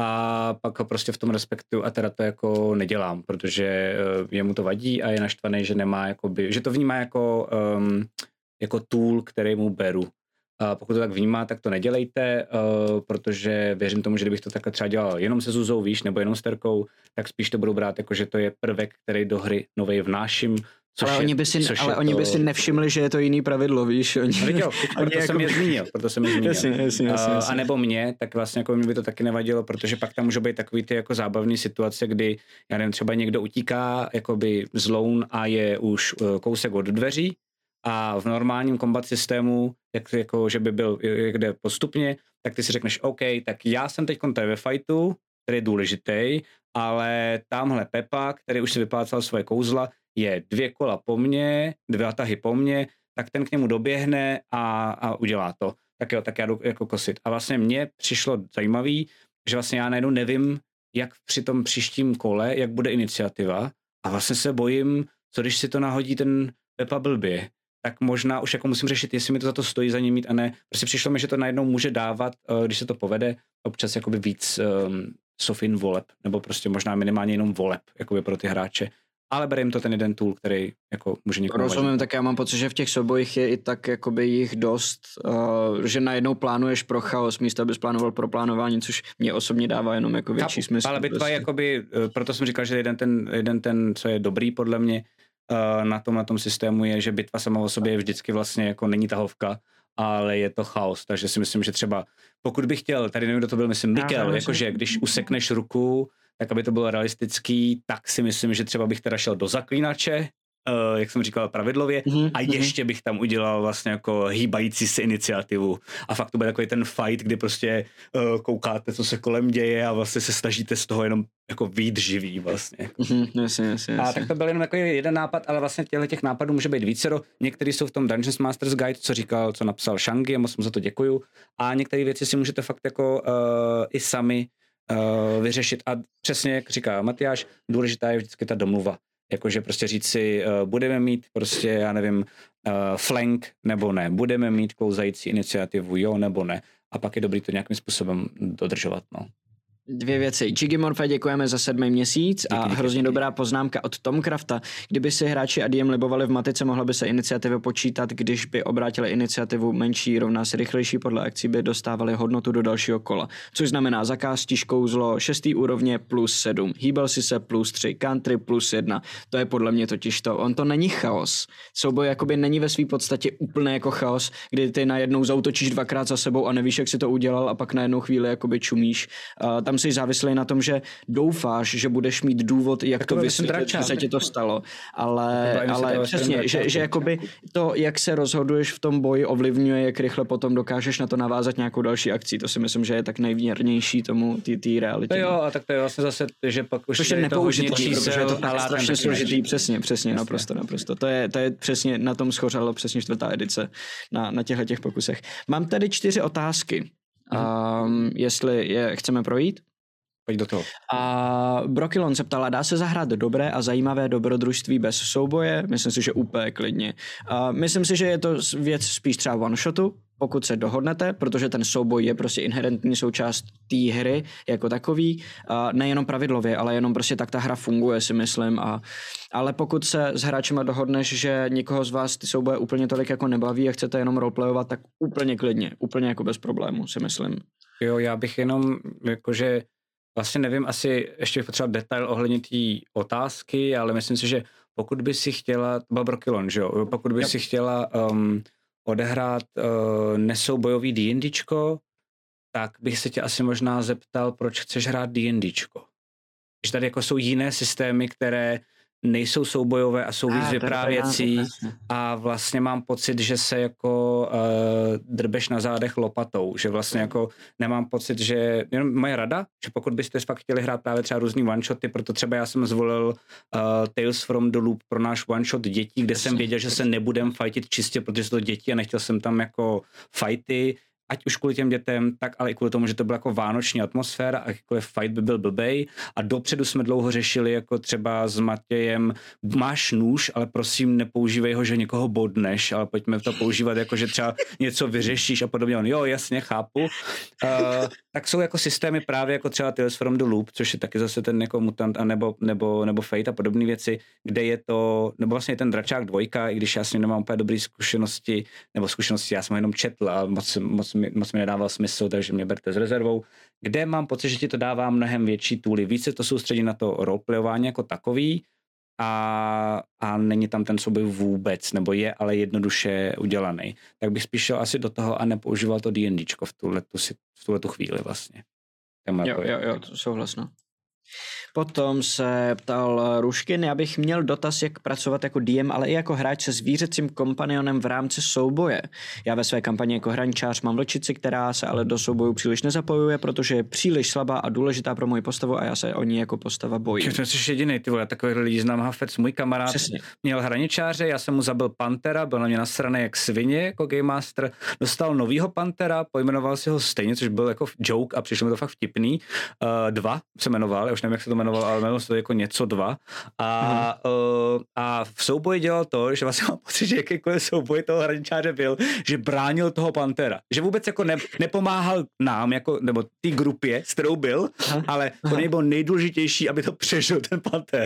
a pak ho prostě v tom respektu a teda to jako nedělám, protože uh, jemu to vadí a je naštvaný, že nemá jakoby, že to vnímá jako um, jako tool, který mu beru. A pokud to tak vnímá, tak to nedělejte, uh, protože věřím tomu, že kdybych to takhle třeba dělal jenom se Zuzou, víš, nebo jenom s Terkou, tak spíš to budu brát jako, že to je prvek, který do hry novej vnáším. Což ale je, oni by si, ale oni to... by si nevšimli, že je to jiný pravidlo, víš. Oni... No, viděl, proto jsem je zmínil, proto jsem je zmínil. Jasně, jasně, jasně, jasně. Uh, a nebo mě, tak vlastně jako mě by to taky nevadilo, protože pak tam můžou být takový ty jako zábavné situace, kdy, já nevím, třeba někdo utíká jakoby z lone a je už uh, kousek od dveří, a v normálním kombat systému, jak, jako, že by byl někde postupně, tak ty si řekneš, OK, tak já jsem teď tady ve fightu, který je důležitý, ale tamhle Pepa, který už si vyplácal svoje kouzla, je dvě kola po mně, dvě tahy po mně, tak ten k němu doběhne a, a udělá to. Tak jo, tak já jdu jako kosit. A vlastně mně přišlo zajímavý, že vlastně já najednou nevím, jak při tom příštím kole, jak bude iniciativa a vlastně se bojím, co když si to nahodí ten Pepa blbě, tak možná už jako musím řešit, jestli mi to za to stojí za ním mít a ne. Prostě přišlo mi, že to najednou může dávat, když se to povede, občas jakoby víc um, sofin voleb, nebo prostě možná minimálně jenom voleb, jakoby pro ty hráče. Ale bere jim to ten jeden tool, který jako může někomu Rozumím, vadit. tak já mám pocit, že v těch soubojích je i tak jakoby jich dost, uh, že najednou plánuješ pro chaos, místo abys plánoval pro plánování, což mě osobně dává jenom jako větší Chápu, smysl. Ale bitva prostě. je jakoby, proto jsem říkal, že jeden ten, jeden ten, co je dobrý podle mě, na tom, na tom systému je, že bitva sama o sobě je vždycky vlastně jako není tahovka, ale je to chaos, takže si myslím, že třeba pokud bych chtěl, tady nevím, kdo to byl, myslím Mikel, jakože když usekneš ruku, tak aby to bylo realistický, tak si myslím, že třeba bych teda šel do zaklínače uh, jak jsem říkal, pravidlově mm-hmm. a ještě bych tam udělal vlastně jako hýbající se iniciativu a fakt to bude takový ten fight, kdy prostě uh, koukáte, co se kolem děje a vlastně se snažíte z toho jenom jako vyjít živý vlastně. Mm-hmm, jasně, jasně, jasně. A tak to byl jenom takový jeden nápad, ale vlastně těchto těch nápadů může být vícero. Některý jsou v tom Dungeons Masters Guide, co říkal, co napsal Shangy, a moc mu za to děkuju. A některé věci si můžete fakt jako uh, i sami uh, vyřešit. A přesně jak říká Matyáš, důležitá je vždycky ta domluva. Jakože prostě říct si, uh, budeme mít prostě, já nevím, uh, flank nebo ne, budeme mít klouzající iniciativu, jo nebo ne. A pak je dobrý to nějakým způsobem dodržovat, no. Dvě věci. Jigimorfe děkujeme za sedmý měsíc a díky, hrozně díky. Dobrá poznámka od Tomcrafta. Kdyby si hráči a D M libovali v matice, mohla by se iniciativa počítat, když by obrátili iniciativu menší rovná se rychlejší, podle akcí by dostávali hodnotu do dalšího kola. Což znamená zakástiž kouzlo šestý úrovně plus sedm, hýbal si se plus tři, country plus jedna. To je podle mě totiž to. On to není chaos. Souboj jakoby není ve své podstatě úplně jako chaos, kdy ty najednou zautočíš dvakrát za sebou a nevíš, jak si to udělal a pak na jednu chvíli jakoby čumíš. Uh, tam jsi závislý na tom, že doufáš, že budeš mít důvod, jak tak to vysvětlit, že se ti to stalo. Ale, ale přesně, že, že jakoby to, jak se rozhoduješ v tom boji, ovlivňuje, jak rychle potom dokážeš na to navázat nějakou další akcí. To si myslím, že je tak nejvěrnější tomu té realitě. To jo, a tak to je vlastně zase, že pak už je nepoužitelný, protože je to tak strašně složitý. Přesně, přesně, Jasně. naprosto, naprosto. To je, to je přesně, na tom schořelo přesně čtvrtá edice na, na těchto těch pokusech. Mám tady čtyři otázky. Um, jestli je chceme projít? Pojď do toho. A Brokilon se ptala, dá se zahrát dobré a zajímavé dobrodružství bez souboje? Myslím si, že úplně klidně. A myslím si, že je to věc spíš třeba one-shotu, pokud se dohodnete, protože ten souboj je prostě inherentní součást té hry jako takový. A nejenom pravidlově, ale jenom prostě tak ta hra funguje, si myslím. A, ale pokud se s hráčema dohodneš, že nikoho z vás ty souboje úplně tolik jako nebaví a chcete jenom roleplayovat, tak úplně klidně, úplně jako bez problému, si myslím. Jo, já bych jenom jakože vlastně nevím, asi ještě bych potřeboval detail ohledně té otázky, ale myslím si, že pokud by si chtěla, to byl Brokilon, že jo, pokud by yep. si chtěla um, odehrát uh, nesoubojový D&Dčko, tak bych se tě asi možná zeptal, proč chceš hrát D&Dčko. Když tady jako jsou jiné systémy, které nejsou soubojové a jsou víc vyprávěcí a vlastně mám pocit, že se jako uh, drbeš na zádech lopatou, že vlastně jako nemám pocit, že, jenom moje rada, že pokud byste fakt chtěli hrát právě třeba různý one-shoty, proto třeba já jsem zvolil uh, Tales from the Loop pro náš one-shot dětí, kde jsem věděl, že se nebudem fightit čistě, protože jsou to děti a nechtěl jsem tam jako fighty, ať už kvůli těm dětem, tak ale i kvůli tomu, že to byla jako vánoční atmosféra a jakýkoliv fight by byl blbej. A dopředu jsme dlouho řešili jako třeba s Matějem, máš nůž, ale prosím nepoužívej ho, že někoho bodneš, ale pojďme to používat jako, že třeba něco vyřešíš a podobně. On, jo, jasně, chápu. Uh, tak jsou jako systémy právě jako třeba Tales from the Loop, což je taky zase ten jako mutant a nebo, nebo, nebo Fate a podobné věci, kde je to, nebo vlastně ten Dračák dvojka, i když já s ním nemám úplně dobré zkušenosti, nebo zkušenosti, já jsem ho jenom četl a moc, moc moc mi nedával smysl, takže mě berte s rezervou, kde mám pocit, že ti to dává mnohem větší tooly. Více to soustředí na to roleplayování jako takový a, a není tam ten souboj vůbec, nebo je ale jednoduše udělaný. Tak bych spíš šel asi do toho a nepoužíval to D&Dčko v tuhletu, v tuhletu chvíli vlastně. Jo, jo, jo, to souhlasno. Potom se ptal Ruškin, já bych měl dotaz, jak pracovat jako D M, ale i jako hráč se zvířecím kompanionem v rámci souboje. Já ve své kampani jako hraničář mám vlčici, která se ale do soubojů příliš nezapojuje, protože je příliš slabá a důležitá pro moji postavu a já se o ní jako postava bojím. Ty jsi jedinej, ty vole, takových lidí znám Hafec, můj kamarád. Přesně. Měl hraničáře, já jsem mu zabil pantera, byl na mě nasraný jak svině jako Game Master, dostal novýho pantera, pojmenoval si ho stejně, což byl jako joke a přišlo mi to fakt vtipný. Uh, dva se jmenoval, já už nevím, jak se to jmenoval, ale jmenoval se to jako něco dva. A, uh, a v souboji dělal to, že vlastně mám pocit, že jakýkoliv souboj toho hraničáře byl, že bránil toho pantera. Že vůbec jako ne, nepomáhal nám, jako, nebo té grupě, s kterou byl, aha, ale pro něj bylo nejdůležitější, aby to přežil ten panter.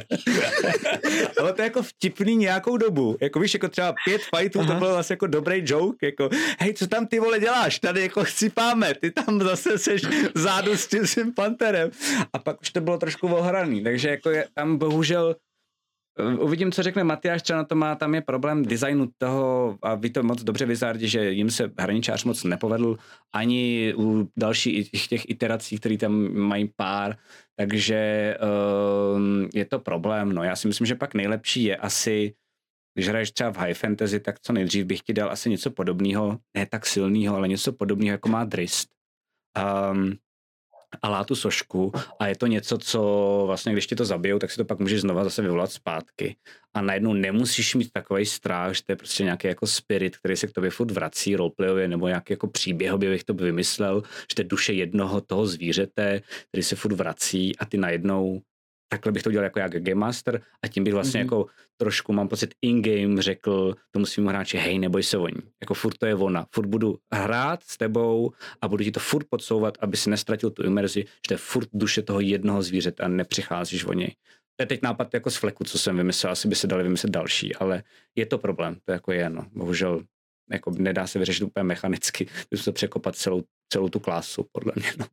Ale to je jako vtipný nějakou dobu. Jako víš, jako třeba pět fightů, aha, to byl vlastně jako dobrý joke, jako hej, co tam ty vole děláš? Tady jako chcipáme, ty tam zase seš vzadu s tím svým panterem. A pak už to bylo trošku ohraný, takže jako je, tam bohužel uvidím, co řekne Matyáš, třeba na to má, tam je problém designu toho, a ví to moc dobře Wizardi, že jim se hraničář moc nepovedl, ani u dalších těch iterací, které tam mají pár, takže um, je to problém, no. Já si myslím, že pak nejlepší je asi když hraješ třeba v high fantasy, tak co nejdřív bych ti dal asi něco podobného, ne tak silného, ale něco podobného, jako má Drist. Um, a lá tu sošku a je to něco, co vlastně, když ti to zabijou, tak si to pak můžeš znova zase vyvolat zpátky. A najednou nemusíš mít takový strach, že to je prostě nějaký jako spirit, který se k tobě furt vrací roleplayově, nebo nějaký jako příběhově bych to vymyslel, že to je duše jednoho toho zvířete, který se furt vrací a ty najednou takhle bych to udělal jako jak Game Master a tím bych vlastně mm-hmm. jako trošku, mám pocit, in-game řekl tomu svým hráči, hej, neboj se o ní. Jako furt to je ona. Furt budu hrát s tebou a budu ti to furt podsouvat, aby si nestratil tu imerzi, že to je furt duše toho jednoho zvířete a nepřicházíš o něj. To je teď nápad jako z fleku, co jsem vymyslel, asi by se dali vymyslet další, ale je to problém, to jako je, no. Bohužel jako nedá se vyřešit úplně mechanicky, by se překopat celou, celou tu klásu, podle mě, no.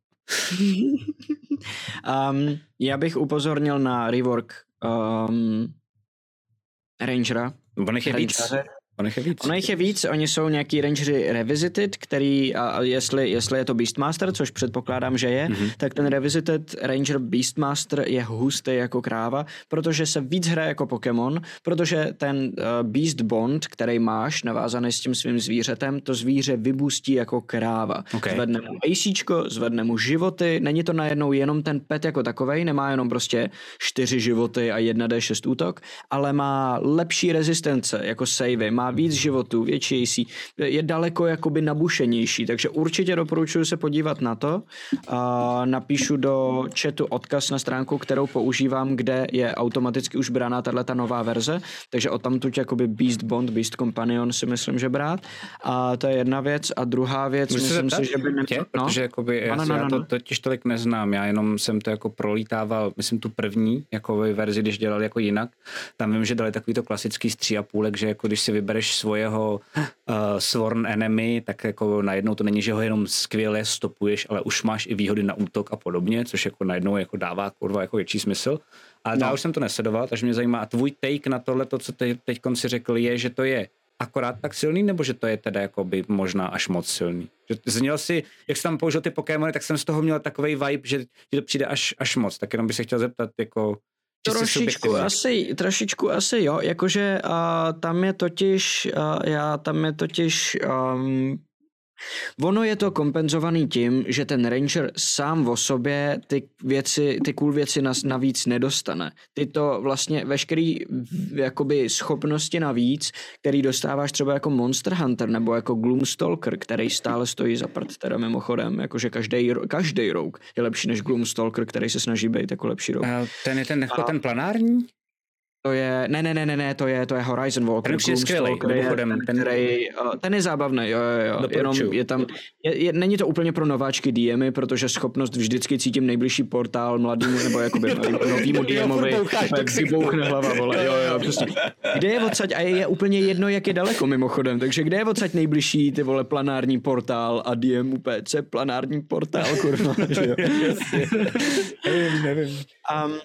um, já bych upozornil na rework um, Rangera. On je víc. Ono jich je víc. Ono jich je víc, oni jsou nějaký rangeři revisited, který, a jestli, jestli je to Beastmaster, což předpokládám, že je, mm-hmm. tak ten revisited ranger Beastmaster je hustý jako kráva, protože se víc hraje jako Pokémon, protože ten uh, Beast Bond, který máš navázaný s tím svým zvířetem, to zvíře vybustí jako kráva. Okay. Zvedne mu ACčko, zvedne mu životy, není to najednou jenom ten pet jako takovej, nemá jenom prostě čtyři životy a jedna dé šest útok, ale má lepší rezistence jako savey, má víc životů, větší A C, je daleko jakoby nabušenější, takže určitě doporučuji se podívat na to. A napíšu do chatu odkaz na stránku, kterou používám, kde je automaticky už brána tato nová verze, takže odtamtud jakoby Beast Bond, Beast Companion si myslím, že brát. A to je jedna věc. A druhá věc, Můžu myslím se si, že by... Ne... Tě? No? Protože jakoby, já, no, no, no, já to no. totiž tolik neznám, já jenom jsem to jako prolítával, myslím tu první jako verzi, když dělal jako jinak. Tam vím, že dali takový to klasický stří a půlek, že jako když si vybereš svojeho uh, sworn enemy, tak jako najednou to není, že ho jenom skvěle stopuješ, ale už máš i výhody na útok a podobně, což jako najednou jako dává kurva jako větší smysl. Ale no. já už jsem to nesledoval, takže mě zajímá, a tvůj take na tohle, to, co te, teď si řekl, je, že to je akorát tak silný, nebo že to je teda jakoby možná až moc silný? Že zněl si, jak jsi tam použil ty Pokémony, tak jsem z toho měl takovej vibe, že ti to přijde až, až moc, tak jenom bych se chtěl zeptat, jako Trošičku asi, trošičku asi jo, jakože uh, tam je totiž, uh, já tam je totiž, um, ono je to kompenzovaný tím, že ten ranger sám o sobě ty věci, ty cool věci navíc nedostane. Ty to vlastně veškerý jakoby schopnosti navíc, který dostáváš třeba jako Monster Hunter nebo jako Gloomstalker, který stále stojí za prd, teda mimochodem, jakože každý, každý rogue je lepší než Gloomstalker, který se snaží být jako lepší rogue. Uh, ten je ten, jako ten planární? To je, ne, ne, ne, ne, ne, to je, to je Horizon Walker. Ten už je skvělý, mimochodem. Ten, který, ten je zábavný, jo, jo, jo. Jenom je tam, je, je, není to úplně pro nováčky D M y, protože schopnost vždycky cítím nejbližší portál mladýmu, nebo jakoby novýmu D M ovi, jak vybouchne hlava, vole, jo, jo, prostě. Kde je odsaď, a je, je úplně jedno, jak je daleko mimochodem, takže kde je odsaď nejbližší, ty vole, planární portál a D M U P C, planární portál, kurva, že jo. nevím, nevím. Um,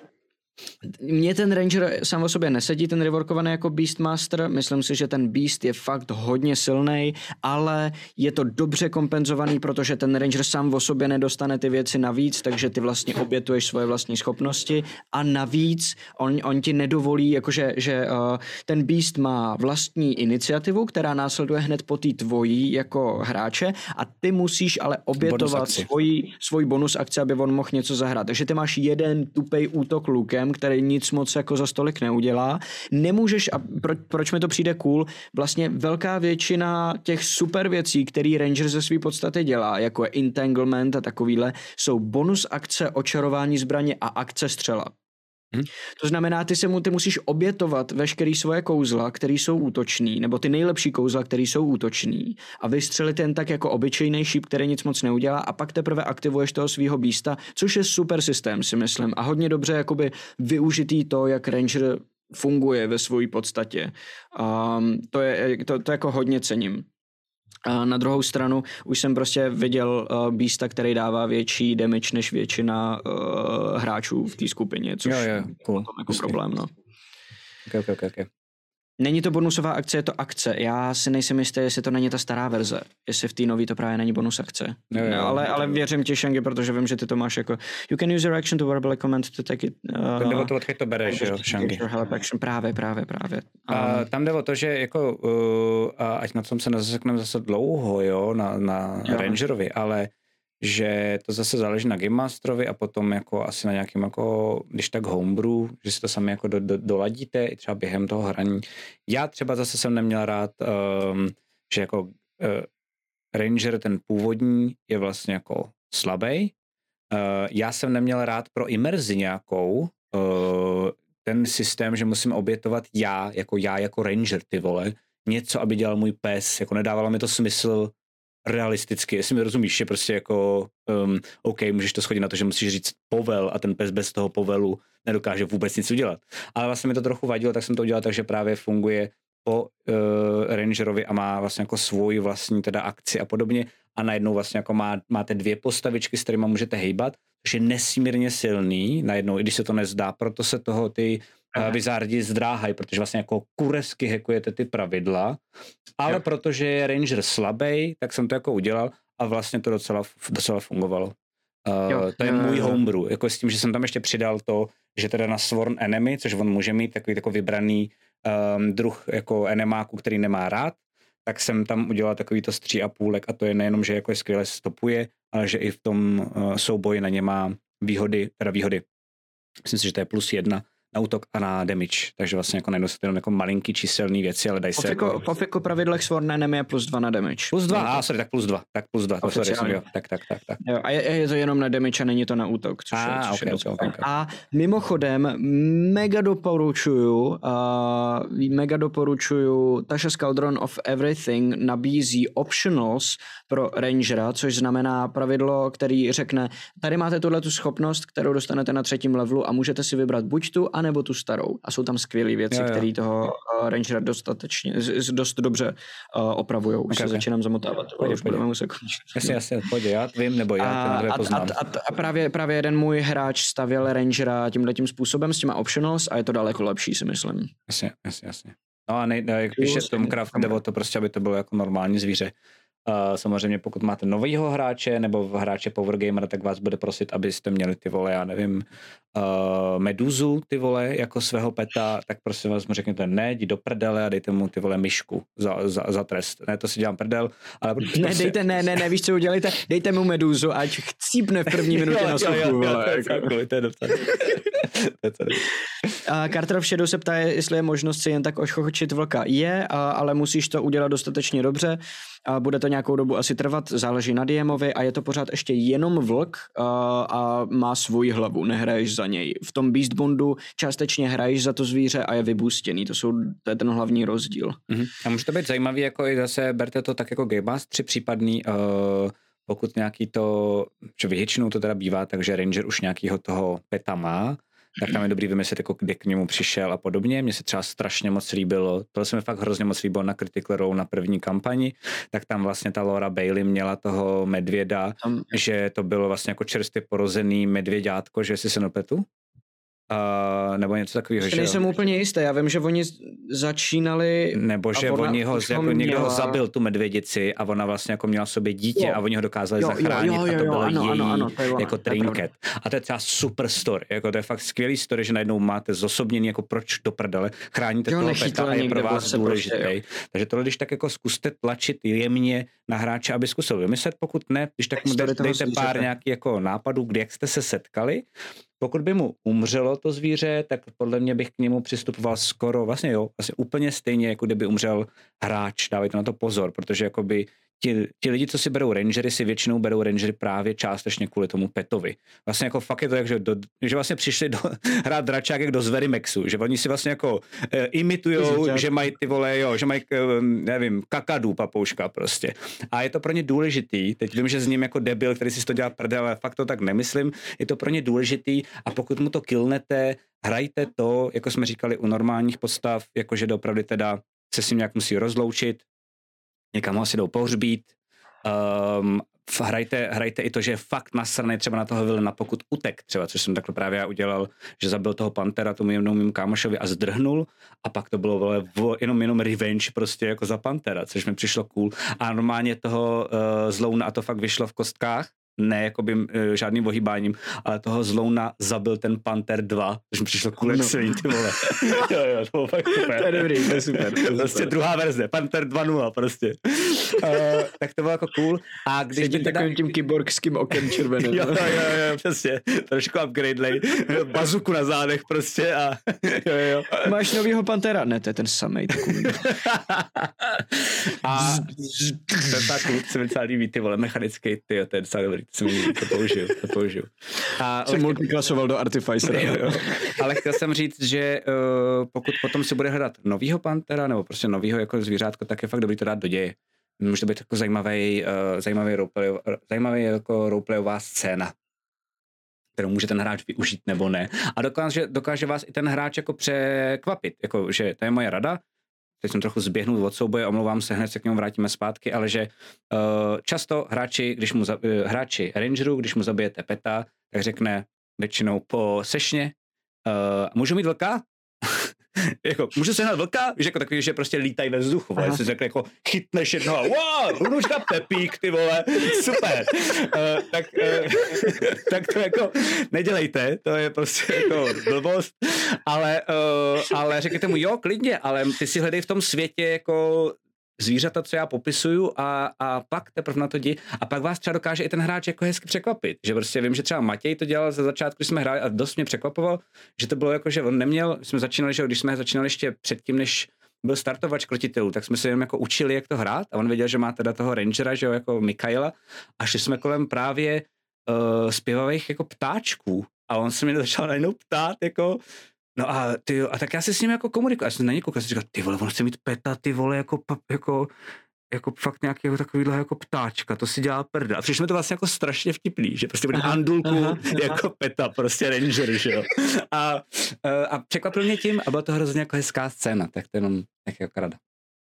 Mně ten Ranger sám o sobě nesedí, ten reworkovaný jako Beastmaster, myslím si, že ten Beast je fakt hodně silný, ale je to dobře kompenzovaný, protože ten Ranger sám o sobě nedostane ty věci navíc, takže ty vlastně obětuješ svoje vlastní schopnosti a navíc on, on ti nedovolí, jakože že, uh, ten Beast má vlastní iniciativu, která následuje hned po té tvojí jako hráče a ty musíš ale obětovat svoji, svůj bonus akci, aby on mohl něco zahrát. Takže ty máš jeden tupej útok lukem, který nic moc jako za stolik neudělá. Nemůžeš, a pro, proč mi to přijde cool, vlastně velká většina těch super věcí, který Ranger ze své podstaty dělá, jako je entanglement a takovýhle, jsou bonus akce, očarování zbraně a akce střela. Hmm. To znamená, ty, se mu, ty musíš obětovat veškerý svoje kouzla, který jsou útočný, nebo ty nejlepší kouzla, který jsou útočný a vystřelit jen tak jako obyčejný šíp, který nic moc neudělá a pak teprve aktivuješ toho svýho beasta, což je super systém, si myslím, a hodně dobře jakoby využitý to, jak Ranger funguje ve své podstatě. Um, to, je, to, to jako hodně cením. A na druhou stranu už jsem prostě viděl uh, beasta, který dává větší damage než většina uh, hráčů v té skupině, což jo, jo, cool. je jako problém, no. Okay, okay, okay. Není to bonusová akce, je to akce. Já si nejsem jistý, jestli to není ta stará verze. Jestli v té nový to právě není bonus akce. Jo, jo, no, ale, ale věřím ti, Shangy, protože vím, že ty to máš jako you can use your action to verbally command to take it. Uh, nebo to odkud to bereš, jo, Shangy. Právě, právě, právě. A tam jde o to, že jako, uh, ať na tom se nezasekneme zase dlouho, jo, na, na Rangerovi, ale že to zase záleží na Game Masterovi a potom jako asi na nějakým jako, když tak homebrew, že si to sami jako do, do, doladíte i třeba během toho hraní. Já třeba zase jsem neměl rád, um, že jako uh, Ranger ten původní je vlastně jako slabý. Uh, já jsem neměl rád pro imerzi nějakou uh, ten systém, že musím obětovat já, jako já jako Ranger, ty vole, něco, aby dělal můj pes, jako nedávalo mi to smysl realisticky, jestli mi rozumíš, že prostě jako um, OK, můžeš to schodit na to, že musíš říct povel a ten pes bez toho povelu nedokáže vůbec nic udělat. Ale vlastně mi to trochu vadilo, tak jsem to udělal tak, že právě funguje po uh, Rangerovi a má vlastně jako svůj vlastní teda akci a podobně a najednou vlastně jako má, máte dvě postavičky, s kterými můžete hejbat, což je nesmírně silný najednou, i když se to nezdá, proto se toho ty uh, Wizardi zdráhají, protože vlastně jako kuresky hackujete ty pravidla, ale jo. Protože je Ranger slabý, tak jsem to jako udělal a vlastně to docela, docela fungovalo. Uh, jo, to je jo, můj jo. homebrew, jako s tím, že jsem tam ještě přidal to, že teda na Sworn Enemy, což on může mít takový jako vybraný um, druh jako enemáku, který nemá rád, tak jsem tam udělal takovýto stří a půlek a to je nejenom, že jako je skvěle stopuje, ale že i v tom uh, souboji na ně má výhody, teda výhody. Myslím si, že to je plus jedna na útok a na damage, takže vlastně jako najednou se jenom jako malinký číselný věci, ale dají se jako... Po jako pravidlech Sworn Enemy je plus dva na damage. Plus dva, a ah, sorry, tak plus dva, tak plus dva, to sorry, sorry, jo. tak, tak, tak, tak. Jo, a je, je to jenom na damage a není to na útok, což, ah, je, což okay, je okay, okay, okay. A mimochodem, mega doporučuju, uh, mega doporučuju, Tasha's Cauldron of Everything nabízí optionals pro Rangera, což znamená pravidlo, který řekne, tady máte tuhletu schopnost, kterou dostanete na třetím levelu a můžete si vybrat buď tu, anebo tu starou. A jsou tam skvělé věci, které toho uh, Rangera dostatečně, dost dobře uh, opravujou. Už okay, se okay. začínám zamotávat. Pojď, už budeme muset končit. Jasně, jasně, pojď, já vím, nebo já to poznám. A, a, a, a právě, právě jeden můj hráč stavěl Rangera tímhletím způsobem s těma optionals a je to daleko lepší, si myslím. Jasně, jasně, jasně. No a nej, jak píše Tom Craft, jde o to prostě, aby to bylo jako normální zvíře. Uh, samozřejmě pokud máte novýho hráče nebo hráče Power Gamera, tak vás bude prosit, abyste měli ty vole, já nevím, uh, Meduzu ty vole jako svého peta, tak prosím vás mu řekněte ne, jdi do prdele a dejte mu ty vole myšku za, za, za trest. Ne, to si dělám prdel, ale prostě... Ne, dejte, ne, ne, ne, víš co udělejte, dejte mu Meduzu, ať chcípne v první minutě na sluchu. To je docela. Carter of Shadow se ptá, jestli je možnost si jen tak ochočit vlka. Je, ale musíš to udělat dostatečně dobře. Bude to nějakou dobu asi trvat, záleží na D Movi a je to pořád ještě jenom vlk a, a má svoji hlavu, nehraješ za něj. V tom Beast Bondu částečně hraješ za to zvíře a je vybůstěný, to, jsou, to je ten hlavní rozdíl. Mm-hmm. A může to být zajímavý, jako i zase berte to tak jako Game Master případný, uh, pokud nějaký to, že většinou to teda bývá, takže Ranger už nějakýho toho peta má, tak tam je dobrý vymyslet, jako kde k němu přišel a podobně. Mně se třeba strašně moc líbilo, to se mi fakt hrozně moc líbilo na Critical Role na první kampani, tak tam vlastně ta Laura Bailey měla toho medvěda, tam... že to bylo vlastně jako čerstvě porozený medvěďátko, že si se nepletu? Uh, nebo něco takového. Ještě nejsem úplně jistý, já vím, že oni začínali... Nebo že ona, oni ho, jako někdo měla... ho zabil, tu medvědici a ona vlastně jako měla v sobě dítě jo. a oni ho dokázali jo, zachránit jo, jo, jo, a to bylo ano, její ano, ano, to jako trinket. A to je třeba super story, jako to je fakt skvělý story, že najednou máte zosobněný, jako proč do prdele, chráníte jo, toho peta a je pro vás důležitý. Prostě, takže tohle, když tak jako zkuste tlačit jemně na hráče, aby zkusil vymyslet, pokud ne, když tak mu dejte pár nějakých jako nápadů, kde jak jste se setkali. Pokud by mu umřelo to zvíře, tak podle mě bych k němu přistupoval skoro, vlastně jo, vlastně úplně stejně, jako kdyby umřel hráč, dávejte na to pozor, protože jakoby ti, ti lidi, co si berou rangery, si většinou berou rangery právě částečně kvůli tomu petovi. Vlastně jako fakt je to tak, že, do, že vlastně přišli do, hrát dračák jak do Zverimexu, že oni si vlastně jako e, imitujou, že mají ty vole, jo, že mají, e, nevím, kakadu papouška prostě. A je to pro ně důležitý, teď vím, že s ním jako debil, který si to dělá prdel, ale fakt to tak nemyslím, je to pro ně důležitý a pokud mu to killnete, hrajte to, jako jsme říkali u normálních postav, jakože doopravdy teda se s ním nějak musí rozloučit, někam ho asi jdou pohřbít, um, hrajte, hrajte i to, že je fakt nasranej třeba na toho vilena, pokud utek třeba, což jsem takhle právě já udělal, že zabil toho Pantera tomu jednou mým kámošovi a zdrhnul a pak to bylo vole, jenom, jenom revenge prostě jako za Pantera, což mi přišlo cool. A normálně toho uh, Zlouna, a to fakt vyšlo v kostkách, ne jakoby uh, žádným ohýbáním, ale toho Zlouna zabil ten Panther dva, což mi přišlo cool, jak se jí, ty vole. jo, jo, to bylo fakt super. To je dobrý, to je super. To je prostě super. druhá verze, Panther dva nula prostě. uh, tak to bylo jako cool. A když Sedím teda... takovým tím kyborgským okem červeným. jo, jo, jo, přesně. Trošku upgradelej. Bazuku na zádech prostě a jo, jo. Máš novýho Pantera? Ne, to je ten samej. a ten tak se mi docela líbí, ty vole, mechanický, ty, to je docela dobrý, to, mi, to použiju, to použiju. A jsem multiklasoval do Artificera. jo, jo. Ale chtěl jsem říct, že uh, pokud potom si bude hledat novýho Pantera, nebo prostě novýho jako zvířátko, tak je fakt dobrý to dát do děje. Může to být jako zajímavý, uh, zajímavý, roleplay, zajímavý jako roleplayová scéna, kterou může ten hráč využít nebo ne. A dokáže, dokáže vás i ten hráč jako překvapit, jako, že to je moje rada. Teď jsem trochu zběhnul od souboje, omlouvám se, hned se k němu vrátíme zpátky, ale že uh, často hráči, když mu za, uh, hráči rangerů, když mu zabijete peta, tak řekne většinou po sešně, uh, můžu mít vlka? jako, můžu sehnat vlka? Víš, jako takový, že prostě lítají ve vzduchu, vole, jsi řekl, jako chytneš jednoho, wow, hruška Pepík, ty vole, super. Uh, tak, uh, tak to jako nedělejte, to je prostě jako blbost, ale, uh, ale řekněte mu, jo, klidně, ale ty si hledej v tom světě jako zvířata, co já popisuju a, a pak teprve na to jdi a pak vás třeba dokáže i ten hráč jako hezky překvapit, že prostě vím, že třeba Matěj to dělal ze začátku, když jsme hráli a dost mě překvapoval, že to bylo jako, že on neměl, jsme začínali, že když jsme začínali ještě předtím, než byl startovač krotitelů, tak jsme se jenom jako učili, jak to hrát a on věděl, že má teda toho rangera, že jo, jako Mikaela a šli jsme kolem právě uh, zpěvavých jako ptáčků a on se mě začal najednou ptát, jako no a ty, a tak já si s ním jako komunikuji, já jsem na něj koukal, jsem říkal, ty vole, on chce mít peta, ty vole, jako, jako, jako fakt nějaký jako takovýhle jako ptáčka, to si dělá prda. A přišlo mi to vlastně jako strašně vtipný, že prostě budeme Andulku aha, jako aha. peta, prostě ranger, že jo. A, a překvapil mě tím a byla to hrozně jako hezká scéna, tak to jenom tak jako rada.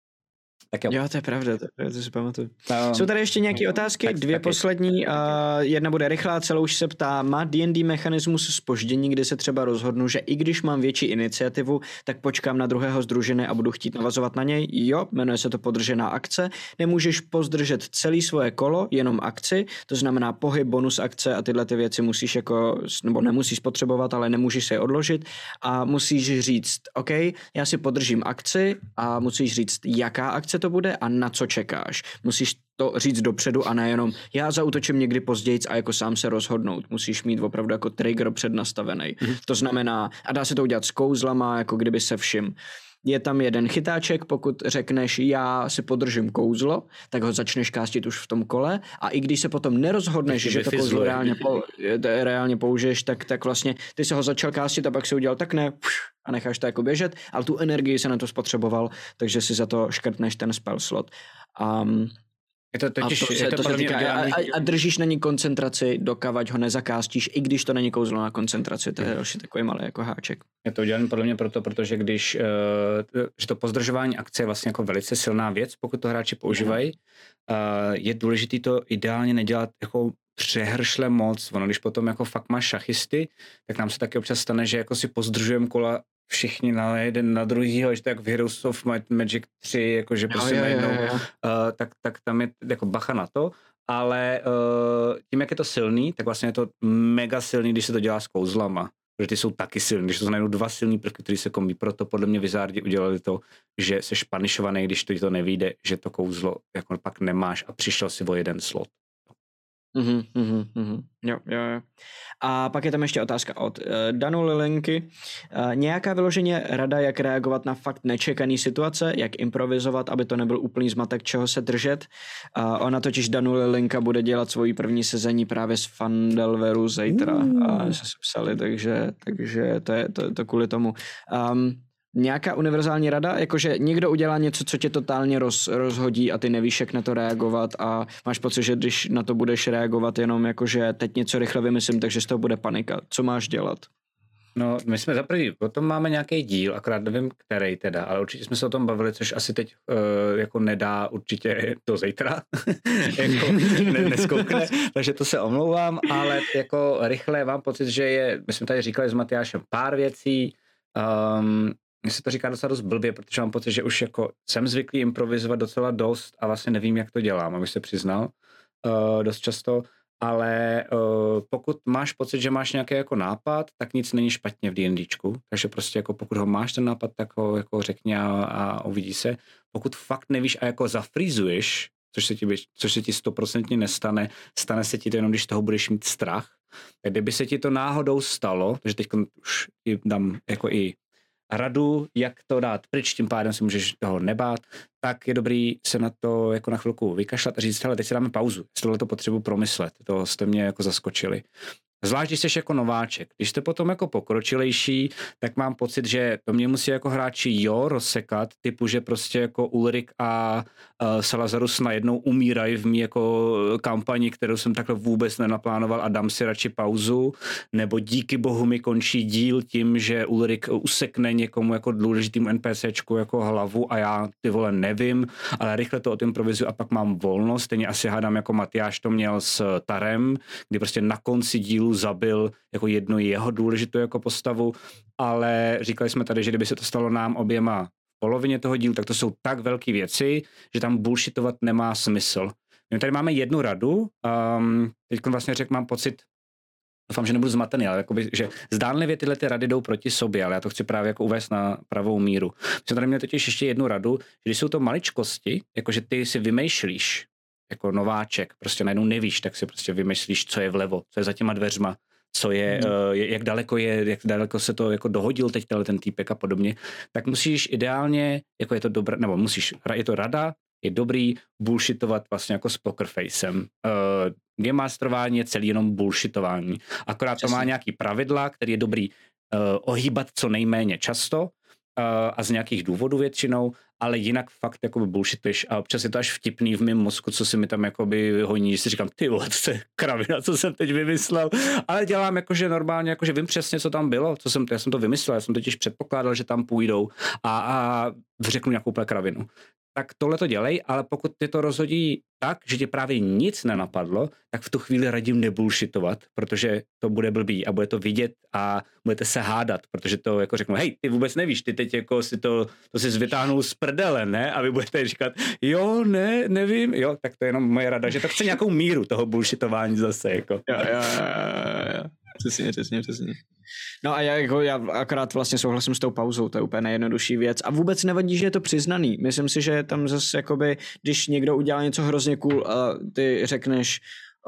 Tak jo. jo, to je pravda, to, je, to si pamatuju. Um, Jsou tady ještě nějaké otázky, tak, dvě taky. Poslední, uh, jedna bude rychlá, celou už se ptá, má D and D mechanismus zpoždění, kdy se třeba rozhodnu, že i když mám větší iniciativu, tak počkám na druhého z družiny a budu chtít navazovat na něj? Jo, jmenuje se to podržená akce, nemůžeš pozdržet celý svoje kolo, jenom akci, to znamená pohyb, bonus akce a tyhle ty věci musíš jako, nebo nemusíš potřebovat, ale nemůžeš se je odložit a musíš říct, OK, já si podržím akci a musíš říct, jaká akce to bude a na co čekáš. Musíš to říct dopředu a nejenom já zaútočím někdy později a jako sám se rozhodnout. Musíš mít opravdu jako trigger přednastavený. Mm-hmm. To znamená, a dá se to udělat s kouzlama, jako kdyby se všim. Je tam jeden chytáček, pokud řekneš já si podržím kouzlo, tak ho začneš kástit už v tom kole a i když se potom nerozhodneš, že to kouzlo reálně, po, reálně použiješ, tak, tak vlastně ty se ho začal kástit a pak si udělal tak ne a necháš to jako běžet, ale tu energii se na to spotřeboval, takže si za to škrtneš ten spell slot. Um, Je to totiž, a, to se, je to to se týká, a, a, a držíš na ní koncentraci, dokavať ho nezakástíš, i když to není kouzlo na koncentraci, to je další takový malý jako háček. Je to udělané podle mě proto, protože když, uh, že to pozdržování akce je vlastně jako velice silná věc, pokud to hráči používají, uh, je důležité to ideálně nedělat jako přehršle moc, ono když potom jako fakt máš šachisty, tak nám se taky občas stane, že jako si pozdržujeme kola všichni na jeden na druhýho, že to jak v Heroes of Might Magic tři, jakože prostě jo, jo, najednou, jo, jo. Uh, tak, tak tam je jako bacha na to, ale uh, tím, jak je to silný, tak vlastně je to mega silný, když se to dělá s kouzlama, protože ty jsou taky silný, když to jsou najednou dva silný prvky, které se kombí, proto podle mě Wizardi udělali to, že jsi panišovaný, když to, to nevyjde, že to kouzlo jako pak nemáš a přišel si o jeden slot. Mhm, mhm, mhm. Jo, jo, jo. A pak je tam ještě otázka od uh, Danu Lilenky. Uh, nějaká vyloženě rada, jak reagovat na fakt nečekaný situace, jak improvizovat, aby to nebyl úplný zmatek, čeho se držet. Uh, ona totiž Danu Lilenka bude dělat svoji první sezení právě z Fandelveru zítra. Mm. A se psali, takže, takže to je to, to kvůli tomu. Um, Nějaká univerzální rada, jakože někdo udělá něco, co tě totálně roz, rozhodí a ty nevíš, jak na to reagovat a máš pocit, že když na to budeš reagovat jenom jakože teď něco rychle vymyslím, takže z toho bude panika. Co máš dělat? No, my jsme za první, o tom máme nějaký díl, akorát nevím, který teda, ale určitě jsme se o tom bavili, což asi teď uh, jako nedá určitě do zítra, jako ne, neskoukne, takže to se omlouvám, ale jako rychle mám pocit, že je, my jsme tady říkali s Matyášem pár věcí, um, mně se to říká docela dost blbě, protože mám pocit, že už jako jsem zvyklý improvizovat docela dost a vlastně nevím, jak to dělám, abych se přiznal uh, dost často. Ale uh, pokud máš pocit, že máš nějaký jako nápad, tak nic není špatně v D&Dčku, takže prostě jako pokud ho máš ten nápad, tak ho jako řekni a, a uvidí se. Pokud fakt nevíš a jako zafrizuješ, což se ti, což se ti stoprocentně nestane, stane se ti to jenom, když toho budeš mít strach, tak kdyby se ti to náhodou stalo, takže teď už dám jako i radu, jak to dát pryč, tím pádem si můžeš toho nebát, tak je dobrý se na to jako na chvilku vykašlat a říct, hele, teď si dáme pauzu, z tohle to potřebuji promyslet, to jste mě jako zaskočili. Zvlášť, když jsi jako nováček. Když jste potom jako pokročilejší, tak mám pocit, že to mě musí jako hráči jo rozsekat, typu, že prostě jako Ulrik a uh, Salazarus najednou umírají v mý jako kampani, kterou jsem takhle vůbec nenaplánoval a dám si radši pauzu, nebo díky bohu mi končí díl tím, že Ulrik usekne někomu jako důležitým NPCčku jako hlavu a já ty vole nevím, ale rychle to odimprovizuju a pak mám volnost. Stejně asi hádám jako Matyáš to měl s Tarem, kdy prostě na konci dílu zabil jako jednu jeho důležitou jako postavu, ale říkali jsme tady, že kdyby se to stalo nám oběma v polovině toho dílu, tak to jsou tak velké věci, že tam bullshitovat nemá smysl. My tady máme jednu radu, um, teď vlastně řekl, mám pocit, doufám, že nebudu zmatený, ale jakoby, že zdánlivě tyhle ty rady jdou proti sobě, ale já to chci právě jako uvést na pravou míru. My jsme tady měli totiž ještě jednu radu, že když jsou to maličkosti, jakože ty si vymýšlíš jako nováček, prostě najednou nevíš, tak si prostě vymyslíš, co je vlevo, co je za těma dveřma, co je, mm. uh, jak daleko je, jak daleko se to jako dohodil teď ten týpek a podobně, tak musíš ideálně, jako je to dobré, nebo musíš, je to rada, je dobrý bullshitovat vlastně jako s pokerfacem. Uh, game masterování je celý jenom bullshitování. Akorát Časný. To má nějaký pravidla, který je dobrý uh, ohýbat co nejméně často uh, a z nějakých důvodů většinou, ale jinak fakt jakoby bullshituješ a občas je to až vtipný v mém mozku, co si mi tam jakoby honí, že si říkám, ty vole, to je kravina, co jsem teď vymyslel, ale dělám jakože normálně, jakože vím přesně, co tam bylo, co jsem, já jsem to vymyslel, já jsem totiž předpokládal, že tam půjdou a, a řeknu nějakou úplně kravinu. Tak tohle to dělej, ale pokud tě to rozhodí tak, že tě právě nic nenapadlo, tak v tu chvíli radím nebullshitovat, protože to bude blbý a bude to vidět a budete se hádat, protože to jako řeknu, hej, ty vůbec nevíš, ty teď jako si to, to si vytáhnul z prdele, ne? A vy budete říkat, jo, ne, nevím, jo, tak to je jenom moje rada, že to chce nějakou míru toho bullshitování zase, jako. Jo, jo, jo, jo. Přesně, přesně, přesně. No a já, jako, já akorát vlastně souhlasím s tou pauzou, to je úplně nejjednodušší věc a vůbec nevadí, že je to přiznaný. Myslím si, že tam zase jakoby, když někdo udělá něco hrozně cool a ty řekneš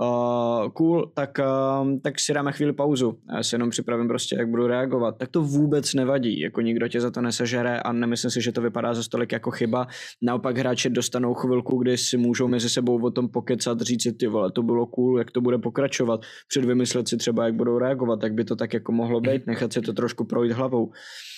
uh, cool, tak, uh, tak si dáme chvíli pauzu. Já si jenom připravím prostě, jak budu reagovat. Tak to vůbec nevadí, jako nikdo tě za to nesežere a nemyslím si, že to vypadá za stolik jako chyba. Naopak hráči dostanou chvilku, kdy si můžou mezi sebou o tom pokecat, říct si, ty vole, to bylo cool, jak to bude pokračovat, předvymyslet si třeba, jak budou reagovat, tak by to tak jako mohlo být, nechat si to trošku projít hlavou.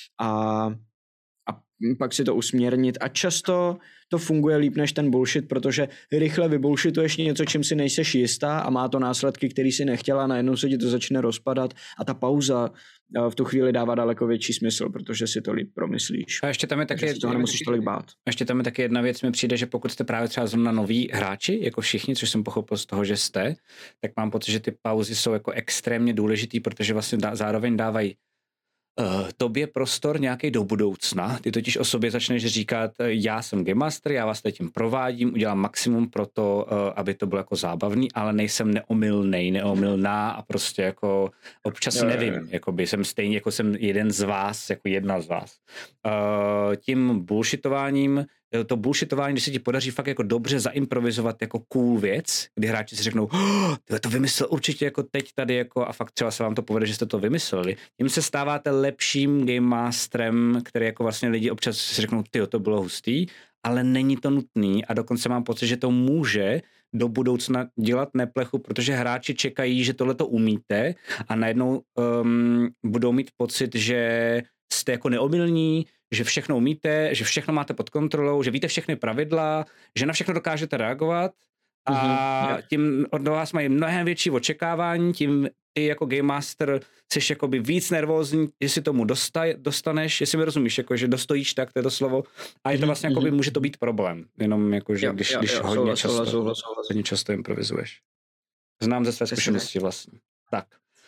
A a pak si to usměrnit a často to funguje líp než ten bullshit, protože rychle vybullshituješ něco, čím si nejseš jistá a má to následky, který si nechtěla, najednou se ti to začne rozpadat a ta pauza v tu chvíli dává daleko větší smysl, protože si to líp promyslíš. A ještě tam je taky, toho nemusíš tolik bát. A ještě tam je taky jedna věc, mi přijde, že pokud jste právě třeba zrovna noví hráči, jako všichni, což jsem pochopil z toho, že jste, tak mám pocit, že ty pauzy jsou jako extrémně důležitý, protože vlastně dá, zároveň dávají Uh, tobě prostor nějaký do budoucna. Ty totiž o sobě začneš říkat, já jsem game master, já vás tím provádím, udělám maximum pro to, uh, aby to bylo jako zábavný, ale nejsem neomylnej, neomylná a prostě jako občas no, nevím, jakoby jsem stejně jako jsem jeden z vás, jako jedna z vás. Uh, tím bullshitováním to bullshitování, když se ti podaří fakt jako dobře zaimprovizovat jako cool věc, kdy hráči si řeknou, oh, ty to vymyslel určitě jako teď tady jako a fakt třeba se vám to povede, že jste to vymysleli. Tím se stáváte lepším game masterem, který jako vlastně lidi občas si řeknou, ty to bylo hustý, ale není to nutný a dokonce mám pocit, že to může do budoucna dělat neplechu, protože hráči čekají, že tohle to umíte a najednou um, budou mít pocit, že jste jako neomylní, že všechno umíte, že všechno máte pod kontrolou, že víte všechny pravidla, že na všechno dokážete reagovat a mm-hmm. tím od vás mají mnohem větší očekávání, tím ty jako Game Master jsi jakoby víc nervózní, jestli tomu dostaj, dostaneš, jestli mi rozumíš, jako, že dostojíš tak, to je to slovo, a je to vlastně, jakoby, může to být problém, jenom jako, že jo, když, jo, když jo, hodně, souhlas, často, souhlas, souhlas, souhlas. hodně často improvizuješ. Znám ze své zkušenosti vlastně. Tak.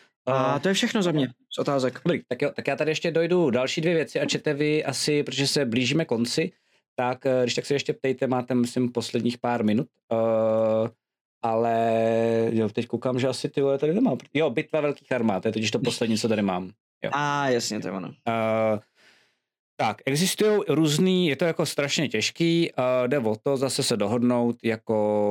A to je všechno za mě z otázek. Dobrý, tak jo, tak já tady ještě dojdu další dvě věci a čete vy asi, protože se blížíme konci, tak když tak se ještě ptejte, máte myslím posledních pár minut, uh, ale jo, teď koukám, že asi ty vole tady nemám. Jo, Bitva velkých armád, to je totiž to poslední, co tady mám. Jo. A jasně, to je ono. Uh, tak, existují různý, je to jako strašně těžký, uh, jde o to zase se dohodnout jako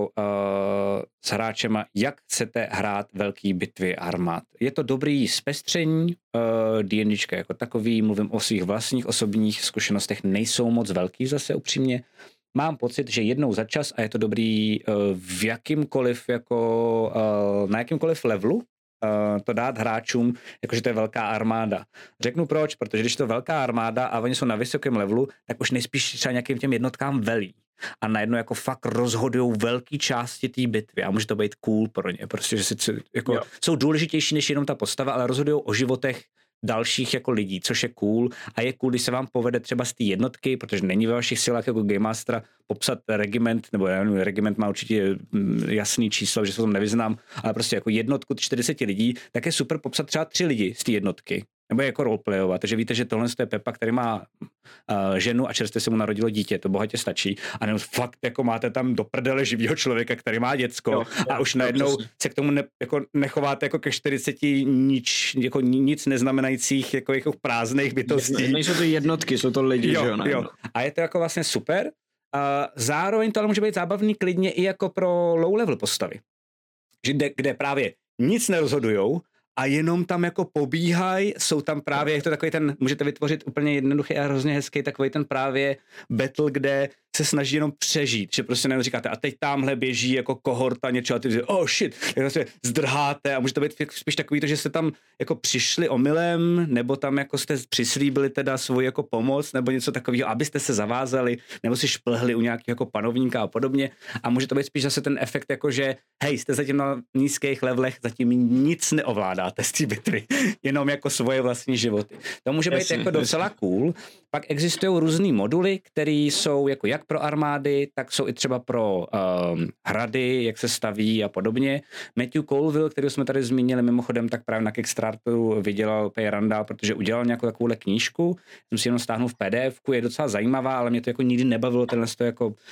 uh, s hráčema, jak chcete hrát velký bitvy armád. Je to dobrý zpestření, uh, D&Dčka jako takový, mluvím o svých vlastních osobních zkušenostech, nejsou moc velký zase upřímně. Mám pocit, že jednou za čas, a je to dobrý uh, v jakýmkoliv jako, uh, na jakýmkoliv levelu, Uh, to dát hráčům, jakože to je velká armáda. Řeknu proč, protože když to je velká armáda a oni jsou na vysokém levelu, tak už nejspíš třeba nějakým těm jednotkám velí. A najednou jako fakt rozhodujou velké části té bitvy a může to být cool pro ně, prostě, že si, jako, jsou důležitější než jenom ta postava, ale rozhodují o životech dalších jako lidí, což je cool a je cool, když se vám povede třeba z té jednotky, protože není ve vašich silách jako Game Mastera popsat regiment, nebo já nevím, regiment má určitě jasný číslo, že se tom nevyznám, ale prostě jako jednotku čtyřicet lidí, tak je super popsat třeba tři lidi z té jednotky. Nebo jako roleplayovat, takže víte, že tohle je Pepa, který má uh, ženu a čerstvě se mu narodilo dítě, to bohatě stačí. A nebo fakt jako máte tam do prdele živýho člověka, který má děcko jo, jo, a už najednou jo, se k tomu ne, jako nechováte jako ke čtyřiceti nič, jako nic neznamenajících jako, jako prázdných bytostí. Nejsou to jednotky, jsou to lidi, jo, že jo? Ne? jo. A je to jako vlastně super. Uh, zároveň to ale může být zábavný klidně i jako pro low level postavy. Kde, kde právě nic nerozhodujou, a jenom tam jako pobíhají, jsou tam právě, je to takový ten, můžete vytvořit úplně jednoduchý a hrozně hezký takový ten právě battle, kde se snaží jenom přežít, že prostě jenom říkáte a teď tamhle běží jako kohorta něčeho a ty říkáte, oh shit, tak se zdrháte a může to být spíš takový to, že jste tam jako přišli omylem, nebo tam jako jste přislíbili teda svoji jako pomoc, nebo něco takového, abyste se zavázali, nebo si šplhli u nějakého jako panovníka a podobně a může to být spíš zase ten efekt jako, že hej, jste zatím na nízkých levelech, zatím nic neovládáte z té bitvy, jenom jako svoje vlastní životy. To může být jasně, jako docela cool. Pak existují různý moduly, které jsou jako jak pro armády, tak jsou i třeba pro um, hrady, jak se staví a podobně. Matthew Colville, který jsme tady zmínili mimochodem, tak právě na Kickstarteru vydělal Pay Randall, protože udělal nějakou takovouhle knížku. Jsem si jenom stáhnul v P D F ku, je docela zajímavá, ale mě to jako nikdy nebavilo, tenhle to jako uh,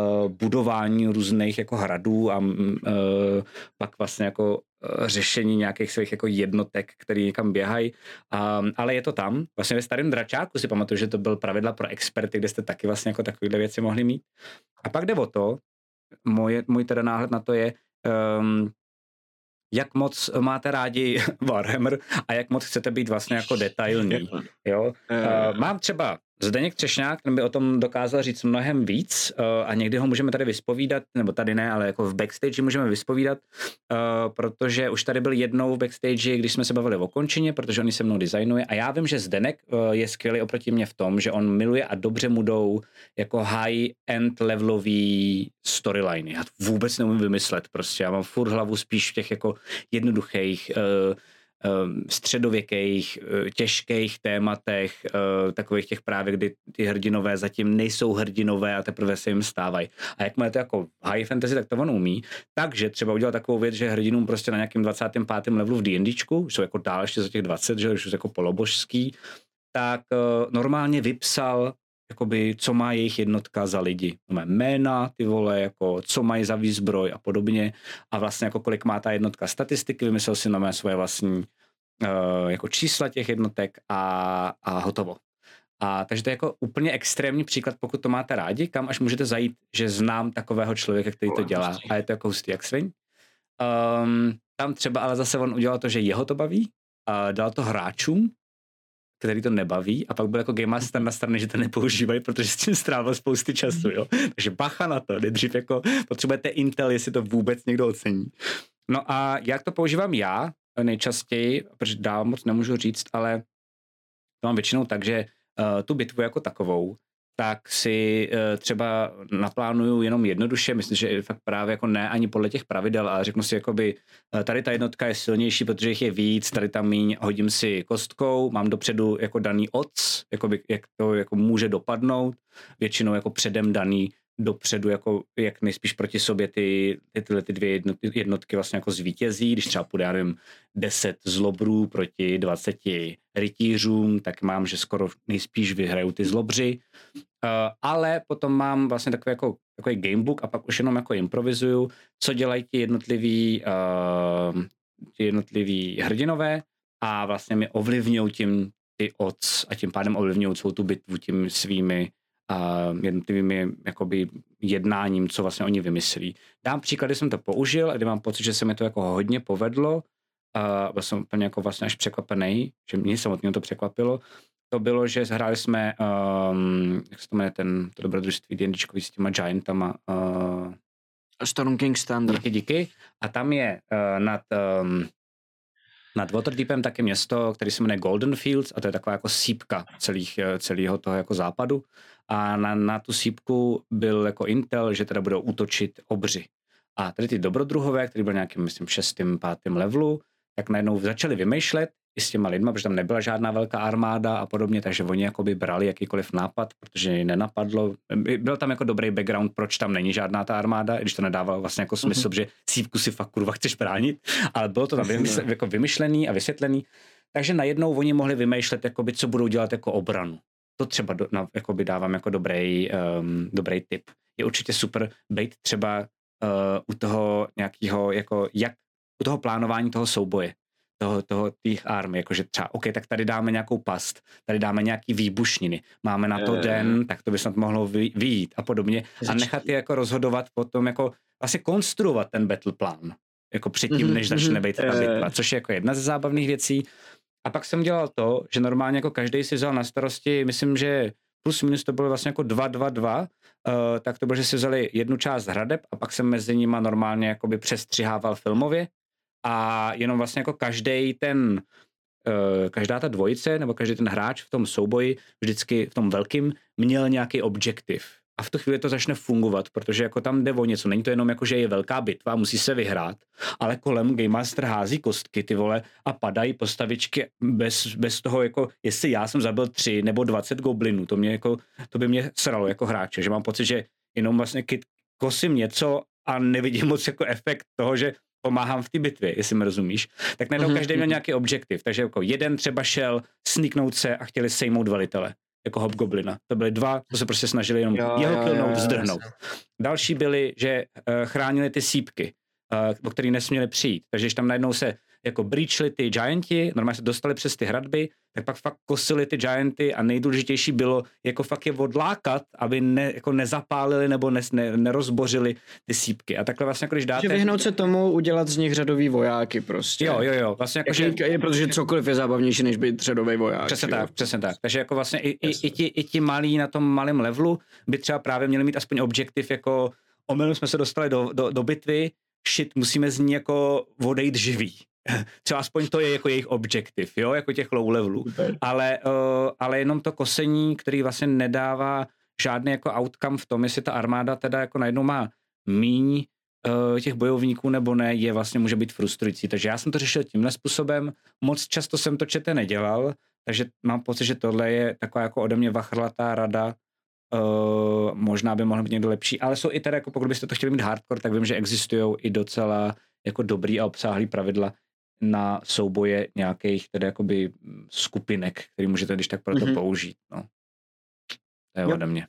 budování různých jako hradů a uh, pak vlastně jako řešení nějakých svých jako jednotek, které někam běhají, um, ale je to tam. Vlastně ve starém dračáku si pamatuju, že to byl pravidla pro experty, kde jste taky vlastně jako takovýhle věci mohli mít. A pak jde o to, moje, můj teda náhled na to je, um, jak moc máte rádi Warhammer a jak moc chcete být vlastně jako detailní. Jo? Uh, mám třeba Zdeněk Třešňák, ten by o tom dokázal říct mnohem víc uh, a někdy ho můžeme tady vyspovídat, nebo tady ne, ale jako v backstage můžeme vyspovídat, uh, protože už tady byl jednou v backstage, když jsme se bavili o končině, protože on ji se mnou designuje a já vím, že Zdeněk uh, je skvělý oproti mě v tom, že on miluje a dobře mu jdou jako high-end levelový storyliny. Já to vůbec neumím vymyslet prostě, já mám furt hlavu spíš v těch jako jednoduchých uh, středověkých, těžkých tématech, takových těch právě, kdy ty hrdinové zatím nejsou hrdinové a teprve se jim stávají. A jak má to jako high fantasy, tak to on umí. Takže třeba udělat takovou věc, že hrdinům prostě na nějakém dvacátém pátém levelu v D&Dčku, jsou jako dál ještě za těch dvacet, že už jsou jako polobožský, tak normálně vypsal jakoby, co má jejich jednotka za lidi. Máme jména, ty vole, jako, co mají za výzbroj a podobně. A vlastně jako kolik má ta jednotka statistiky, vymyslel si na mé svoje vlastní uh, jako čísla těch jednotek a, a hotovo. A takže to je jako úplně extrémní příklad, pokud to máte rádi, kam až můžete zajít, že znám takového člověka, který to dělá. A je to jako hustý jak svin. Um, tam třeba ale zase on udělal to, že jeho to baví a dal to hráčům, který to nebaví a pak byl jako Game Master na straně, že to nepoužívají, protože s tím strávil spousty času, jo. Takže bacha na to, nejdřív jako potřebujete Intel, jestli to vůbec někdo ocení. No a jak to používám já nejčastěji, protože dál moc nemůžu říct, ale to mám většinou tak, že uh, tu bitvu jako takovou, tak si uh, třeba naplánuju jenom jednoduše, myslím, že fakt právě jako ne ani podle těch pravidel, ale řeknu si jakoby, uh, tady ta jednotka je silnější, protože jich je víc, tady tam míň, hodím si kostkou, mám dopředu jako daný odds, jakoby, jak to jako může dopadnout, většinou jako předem daný dopředu, jako jak nejspíš proti sobě ty, ty, tyhle ty dvě jednotky, jednotky vlastně jako zvítězí, když třeba půjde, já nevím, deset zlobrů proti dvaceti rytířům, tak mám, že skoro nejspíš vyhrajou ty zlobři, uh, ale potom mám vlastně takový jako takový gamebook a pak už jenom jako improvizuju, co dělají ti jednotliví uh, ti jednotliví hrdinové a vlastně mi ovlivňují tím ty odds a tím pádem ovlivňují celou tu bitvu tím svými a jednotlivými jakoby jednáním, co vlastně oni vymyslí. Dám příklad, kdy jsem to použil a kdy mám pocit, že se mi to jako hodně povedlo a byl jsem úplně jako vlastně až překvapený, že mě samotně to překvapilo. To bylo, že hráli jsme, um, jak se to jmenuje, ten, to dobrodružství D&Dčkový s těma Giantama. Uh, Storm King's Thunder. Díky, díky. A tam je uh, nad... Um, Nad Waterdeepem taky město, který se jmenuje Golden Fields a to je taková jako sípka celých, celého toho jako západu a na, na tu sípku byl jako intel, že teda budou útočit obři. A tady ty dobrodruhové, který byl nějakým, myslím, šestým, pátým levelu, tak najednou začali vymýšlet i s těma lidma, protože tam nebyla žádná velká armáda a podobně, takže oni jakoby brali jakýkoliv nápad, protože je nenapadlo. Byl tam jako dobrý background, proč tam není žádná ta armáda, když to nedávalo vlastně jako smysl, mm-hmm. že sípku si fakt kurva chceš bránit, ale bylo to tam vymysl, jako vymyšlený a vysvětlený. Takže najednou oni mohli vymýšlet, jakoby, co budou dělat jako obranu. To třeba do, na, jakoby dávám jako dobrý, um, dobrý tip. Je určitě super být třeba uh, u toho nějakého, jako jak u toho plánování toho souboje. toho, toho těch army, jakože třeba, OK, tak tady dáme nějakou past, tady dáme nějaký výbušniny, máme na to den, tak to by snad mohlo vyjít a podobně a nechat je jako rozhodovat potom, jako vlastně konstruovat ten battle plan, jako předtím, než začne být ta bitva, což je jako jedna ze zábavných věcí. A pak jsem dělal to, že normálně jako každý si vzal na starosti, myslím, že plus minus to bylo vlastně jako dva dva dva, uh, tak to bylo, že si vzali jednu část hradeb a pak jsem mezi nima normálně jakoby přestřihával filmově a jenom vlastně jako každý ten, uh, každá ta dvojice nebo každý ten hráč v tom souboji vždycky v tom velkým měl nějaký objektiv. A v tu chvíli to začne fungovat, protože jako tam jde o něco. Není to jenom jako, že je velká bitva, musí se vyhrát, ale kolem Game Master hází kostky, ty vole, a padají postavičky bez, bez toho, jako, jestli já jsem zabil tři nebo dvacet goblinů. To, mě jako, to by mě sralo jako hráče, že mám pocit, že jenom vlastně kosím něco a nevidím moc jako efekt toho, že pomáhám v té bitvě, jestli mi rozumíš. Tak najednou mm-hmm. každý měl nějaký objektiv. Takže jako jeden třeba šel sníknout se a chtěli sejmout velitele. Jako hobgoblina. To byly dva, to se prostě snažili jenom jo, jeho kilnout, zdrhnout. Další byli, že uh, chránili ty sípky, uh, o který nesměli přijít. Takže když tam najednou se jako breachli ty gianti, normálně se dostali přes ty hradby, tak pak fakt kosili ty gianty a nejdůležitější bylo jako fakt je odlákat, aby ne, jako nezapálili nebo ne, ne, nerozbořili ty sípky. A takhle vlastně, jako když dáte... Že vyhnout se tomu, udělat z nich řadový vojáky prostě. Jo, jo, jo. Vlastně jako, že... je, protože cokoliv je zábavnější, než být řadový voják. Přesně jo? tak, přesně tak. Takže jako vlastně i, i, i, ti, i ti malí na tom malém levelu by třeba právě měli mít aspoň objektiv jako omylem jsme se dostali do, do, do bitvy, shit, musíme z ní jako odejít živý. Třeba aspoň to je jako jejich objektiv, jo, jako těch low levelů, ale, uh, ale jenom to kosení, který vlastně nedává žádný jako outcome v tom, jestli ta armáda teda jako najednou má míň uh, těch bojovníků nebo ne, je vlastně může být frustrující. Takže já jsem to řešil tímhle způsobem, moc často jsem to čete nedělal, takže mám pocit, že tohle je taková jako ode mě vachrlatá rada, uh, možná by mohl být někdo lepší, ale jsou i teda, jako pokud byste to chtěli mít hardcore, tak vím, že existují i docela jako dobrý a obsáhlý pravidla na souboje nějakých tedy jakoby skupinek, který můžete když tak proto mm-hmm. použít. No. To je ode mě.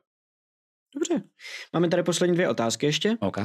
Dobře. Máme tady poslední dvě otázky ještě. Okay.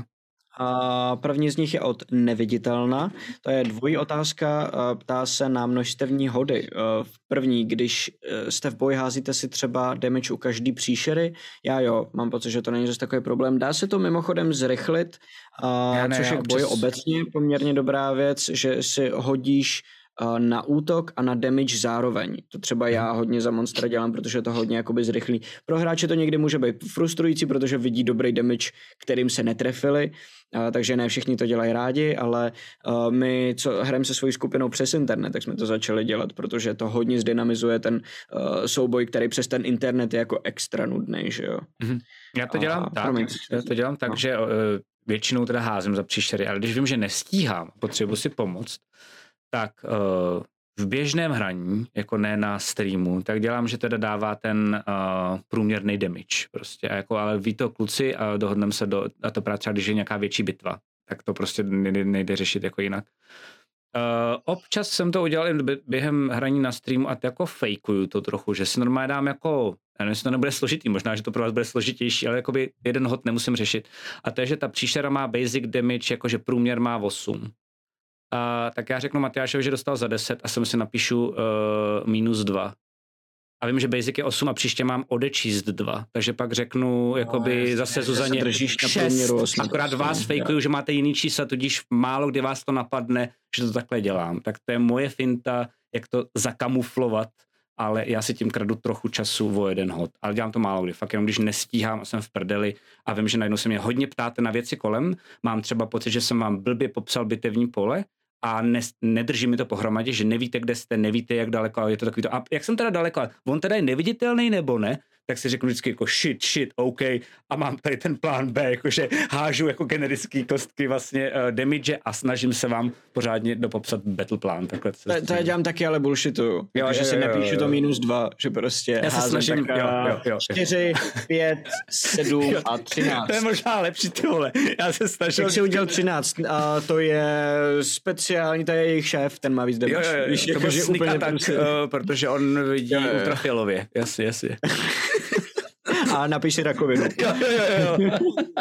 A první z nich je od Neviditelna. To je dvojí otázka, ptá se na množstevní hody. V první, když jste v boji, házíte si třeba damage u každý příšery. Já jo, mám pocit, že to není zase takový problém. Dá se to mimochodem zrychlit, a, ne, což je k boji obecně poměrně dobrá věc, že si hodíš uh, na útok a na damage zároveň. To třeba já hodně za monstra dělám, protože to hodně jakoby zrychlí. Pro hráče to někdy může být frustrující, protože vidí dobrý damage, kterým se netrefili, uh, takže ne všichni to dělají rádi, ale uh, my, co hrajeme se svojí skupinou přes internet, tak jsme to začali dělat, protože to hodně zdynamizuje ten uh, souboj, který přes ten internet je jako extra nudnej, že jo. Mm-hmm. Já to dělám a, tak, promiň, já to dělám tak, no. že uh, většinou teda házím za příšery, ale když vím, že nestíhám, potřebuji si pomoct, tak uh, v běžném hraní, jako ne na streamu, tak dělám, že teda dává ten uh, průměrný damage prostě, a jako, ale ví to kluci a dohodneme se do, a to právě třeba, když je nějaká větší bitva, tak to prostě nejde, nejde řešit jako jinak. Uh, občas jsem to udělal během hraní na streamu a jako fejkuju to trochu, že si normálně dám jako, já nevím, jestli to nebude složitý, možná, že to pro vás bude složitější, ale jakoby jeden hod nemusím řešit. A to je, že ta příšera má basic damage, jakože průměr má osm. Uh, tak já řeknu Matyášovi, že dostal za deset a sem si napíšu uh, minus dva. A vím, že basic je osm a příště mám odečíst dva. Takže pak řeknu, jakoby no, zase Zuzaně šest. Akorát vás fejkuju, že máte jiný čísla, tudíž málo kdy vás to napadne, že to takhle dělám. Tak to je moje finta, jak to zakamuflovat, ale já si tím kradu trochu času o jeden hod. Ale dělám to málo kdy. Fakt jenom když nestíhám a jsem v prdeli a vím, že najednou se mě hodně ptáte na věci kolem, mám třeba pocit, že jsem vám blbě popsal bitevní pole, a ne, nedrží mi to pohromadě, že nevíte, kde jste, nevíte, jak daleko, ale je to takový to, a jak jsem teda daleko, on teda je neviditelný nebo ne, tak si řeknu vždycky jako shit, shit, OK, a mám tady ten plán B, jakože hážu jako generický kostky vlastně uh, damage a snažím se vám pořádně dopopsat battle plán. Takhle to, to já dělám taky, ale bullshitu, jo, že si nepíšu jo, to minus dva, že prostě já se snažím, tak, jo, jo, jo. čtyři, pět, sedm a třináct. To je možná lepší, ty vole, já se snažím. Jak si udělal třináct, a to je speciální, to je jejich šéf, ten má víc damage. Jo, jo, jo, Víš, to jako, že úplně tak, prostě... uh, protože on vidí jo, jo, jo. ultrafialově, jasně, jasně. A napiš si rakovinu. Jo, jo, jo.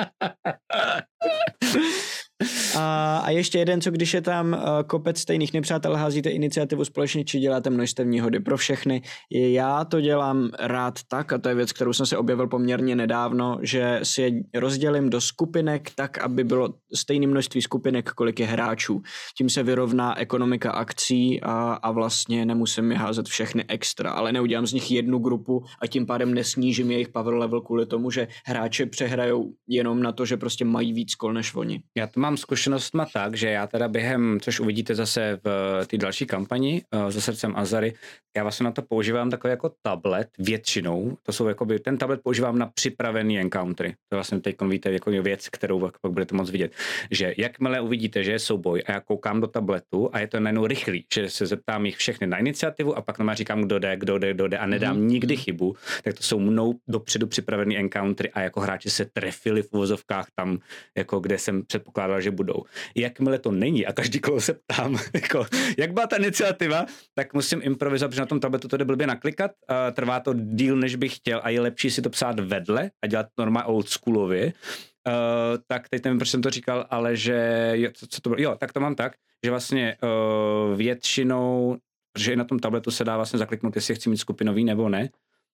A, a ještě jeden, co když je tam uh, kopec stejných nepřátel, házíte iniciativu společně, či děláte množstevní hody pro všechny. Já to dělám rád tak, a to je věc, kterou jsem se objevil poměrně nedávno, že si je rozdělím do skupinek tak, aby bylo stejné množství skupinek, kolik je hráčů. Tím se vyrovná ekonomika akcí a, a vlastně nemusím je házet všechny extra, ale neudělám z nich jednu grupu a tím pádem nesnížím jejich power level kvůli tomu, že hráči přehrajou jenom na to, že prostě mají víc kol než oni. Já to mám zkušenostma tak, že já teda během, což uvidíte zase v té další kampani uh, za srdcem Azary, já vlastně na to používám takový jako tablet většinou, to jsou jakoby, ten tablet používám na připravený encountery, to vlastně teď víte jako věc, kterou pak budete moc vidět, že jakmile uvidíte, že je souboj a já koukám do tabletu a je to najednou rychlý, že se zeptám jich všechny na iniciativu a pak nám říkám, kdo jde, kdo jde, kdo jde a nedám mm-hmm. nikdy chybu, tak to jsou mnou dopředu připravený encountery a jako hráči se trefili v uvozovkách tam, jako kde jsem předpokládal, že budou. Jakmile to není a každý kolo se ptám, jako, jak byla ta iniciativa, tak musím improvizovat, protože na tom tabletu to jde blbě naklikat, a trvá to díl, než bych chtěl a je lepší si to psát vedle a dělat normálně oldschoolově. Uh, tak teď nevím, proč jsem to říkal, ale že, jo, co, co to bylo? Jo, tak to mám tak, že vlastně uh, většinou, protože i na tom tabletu se dá vlastně zakliknout, jestli chci mít skupinový nebo ne.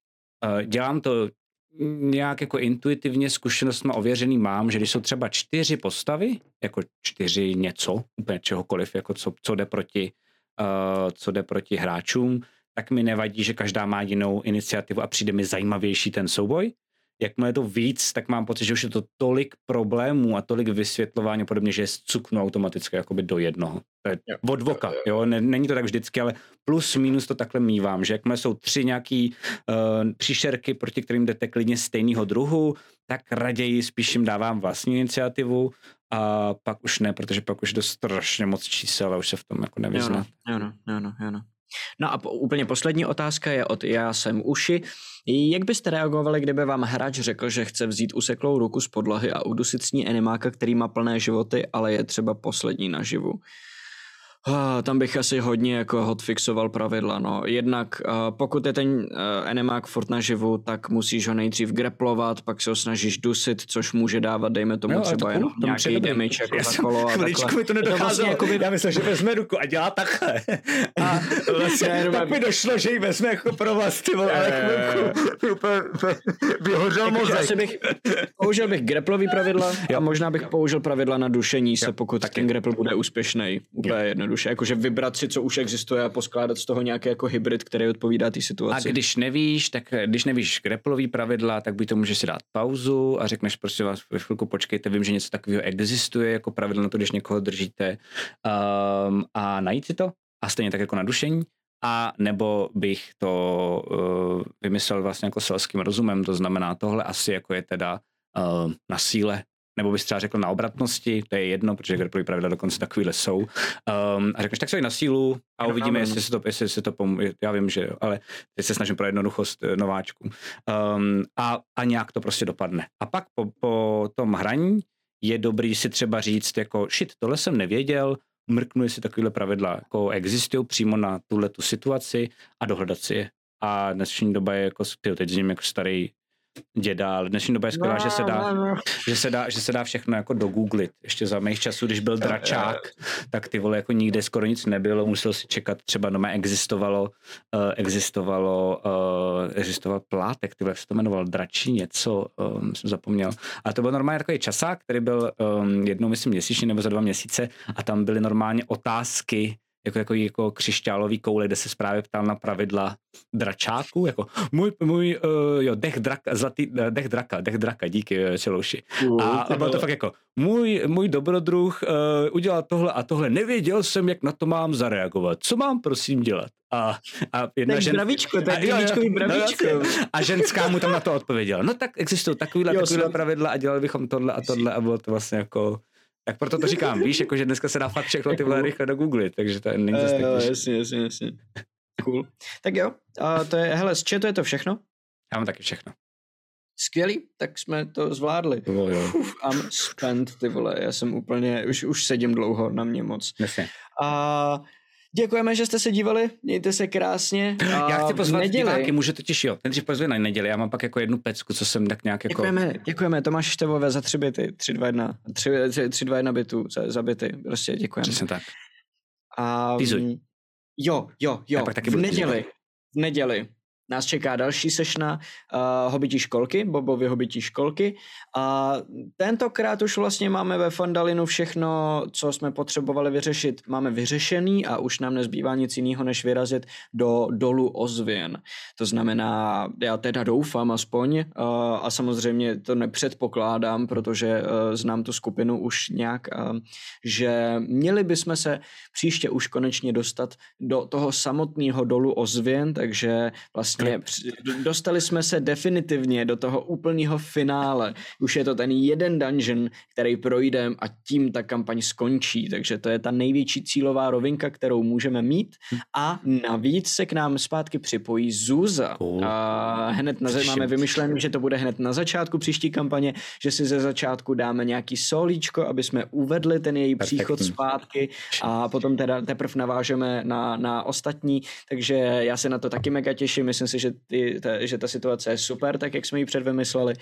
Uh, dělám to nějak jako intuitivně zkušenostma ověřený mám, že když jsou třeba čtyři postavy, jako čtyři něco, úplně čehokoliv, jako co, co jde proti, uh, co jde proti hráčům, tak mi nevadí, že každá má jinou iniciativu a přijde mi zajímavější ten souboj. Jakmile je to víc, tak mám pocit, že už je to tolik problémů a tolik vysvětlování a podobně, že je cuknu automaticky jakoby do jednoho. To je od voka, jo, není to tak vždycky, ale plus minus to takhle mívám, že jakmile jsou tři nějaký uh, příšerky, proti kterým jdete klidně stejného druhu, tak raději spíš jim dávám vlastní iniciativu a pak už ne, protože pak už je to strašně moc čísel a už se v tom jako nevyznat. Jo no, jo no, jo no. No a po, úplně poslední otázka je od Já jsem uši. Jak byste reagovali, kdyby vám hráč řekl, že chce vzít useklou ruku z podlahy a udusit s ní animáka, který má plné životy, ale je třeba poslední naživu? Uh, tam bych asi hodně jako hotfixoval pravidla, no. Jednak uh, pokud je ten uh, animák furt naživu, tak musíš ho nejdřív greplovat, pak se ho snažíš dusit, což může dávat, dejme tomu jo, třeba jenom nějaký damage jako za kolo a takhle. Mi to nedocházelo, vlastně jakoby... já myslím, že vezme ruku a dělá takhle. A vlastně ne, tak mi došlo, že ji vezme jako pro vás, ty vole, ale chvilku vyhořel mozek. Bych, použil bych greplový pravidla a možná bych použil pravidla na dušení se, pokud ten grapple bude úspěšnej. Úplně jedno. jednoduše, jakože vybrat si, co už existuje a poskládat z toho nějaký jako hybrid, který odpovídá té situaci. A když nevíš, tak když nevíš grapplový pravidla, tak by to můžeš si dát pauzu a řekneš prostě vás chvilku počkejte, vím, že něco takového existuje jako pravidlo na to, když někoho držíte um, a najít si to a stejně tak jako na dušení. A nebo bych to uh, vymyslel vlastně jako selským rozumem, to znamená tohle asi jako je teda uh, na síle, nebo bys třeba řekl na obratnosti, to je jedno, protože grapplový pravidla dokonce takovýhle jsou. Um, a řekneš, tak se na sílu a no, uvidíme, no, no. jestli se to, jestli se to pomůže. Já vím, že jo, ale teď se snažím pro jednoduchost nováčků. Um, a, a nějak to prostě dopadne. A pak po, po tom hraní je dobrý si třeba říct, jako shit, tohle jsem nevěděl, mrknu, jestli takovéhle pravidla jako existují přímo na tuhle tu situaci a dohledat si je. A dnešní doba je jako, teď zním jako starý děda, ale dnešní doba je skvělá, no, že se dá, no, no. Že, se dá, že se dá všechno jako dogooglit. Ještě za mých časů, když byl dračák, tak ty vole jako nikde skoro nic nebylo, musel si čekat, třeba doma existovalo, uh, existovalo, uh, existoval plátek, ty vole, jak se to jmenoval, dračí něco, um, jsem zapomněl. A to byl normálně takový časák, který byl um, jednou, myslím, měsíčně nebo za dva měsíce a tam byly normálně otázky, jako, jako, jako křišťálový koule, kde se právě ptal na pravidla dračáků, jako můj, můj uh, jo, dech draka, zlatý, dech draka, dech draka, díky Čelouši. A, a bylo to fakt jako, můj, můj dobrodruh uh, udělal tohle a tohle, nevěděl jsem, jak na to mám zareagovat, co mám prosím dělat? A, a jedna tak žen... zdravíčko, to je bravíčkový bravíčko. No, a ženská mu tam na to odpověděla, no tak existují takovýhle, jo, takovýhle pravidla a dělali bychom tohle a tohle a bylo to vlastně jako... Tak proto to říkám, víš, jako že dneska se dá fakt všechno ty vole rychle dogooglit, takže to není zase tak jasně, jasně, jasně. Cool. Tak jo, a to je, hele, z chatu je to všechno? Já mám taky všechno. Skvělý, tak jsme to zvládli. To jo. Uf, I'm spent, ty vole, já jsem úplně, už, už sedím dlouho, na mě moc. Jasně. A děkujeme, že jste se dívali, mějte se krásně. A já chci pozvat neděli... diváky, můžu totiž jo, ten dřív pozve na neděli, já mám pak jako jednu pecku, co jsem tak nějak jako... Děkujeme, děkujeme, Tomáš Števové za tři byty, tři, dva, jedna, tři, tři, dva, jedna bytů za, za byty, prostě děkujeme. Přesně tak. A Týzuj. Jo, jo, jo, v neděli, v neděli nás čeká další sešna uh, hobití školky, Bobovy hobití školky a tentokrát už vlastně máme ve Fandalinu všechno, co jsme potřebovali vyřešit, máme vyřešený a už nám nezbývá nic jiného, než vyrazit do dolu Ozvěn. To znamená, já teda doufám aspoň uh, a samozřejmě to nepředpokládám, protože uh, znám tu skupinu už nějak, uh, že měli bychom se příště už konečně dostat do toho samotného dolu Ozvěn, takže vlastně dostali jsme se definitivně do toho úplného finále. Už je to ten jeden dungeon, který projdeme a tím ta kampaň skončí. Takže to je ta největší cílová rovinka, kterou můžeme mít. A navíc se k nám zpátky připojí Zuza. Oh. A hned na, máme vymyšlené, že to bude hned na začátku příští kampaně, že si ze začátku dáme nějaký solíčko, aby jsme uvedli ten její Perfektní. příchod zpátky a potom teda teprve navážeme na, na ostatní. Takže já se na to taky mega těším. Myslím si, že, ty, ta, že ta situace je super, tak jak jsme ji předvymysleli.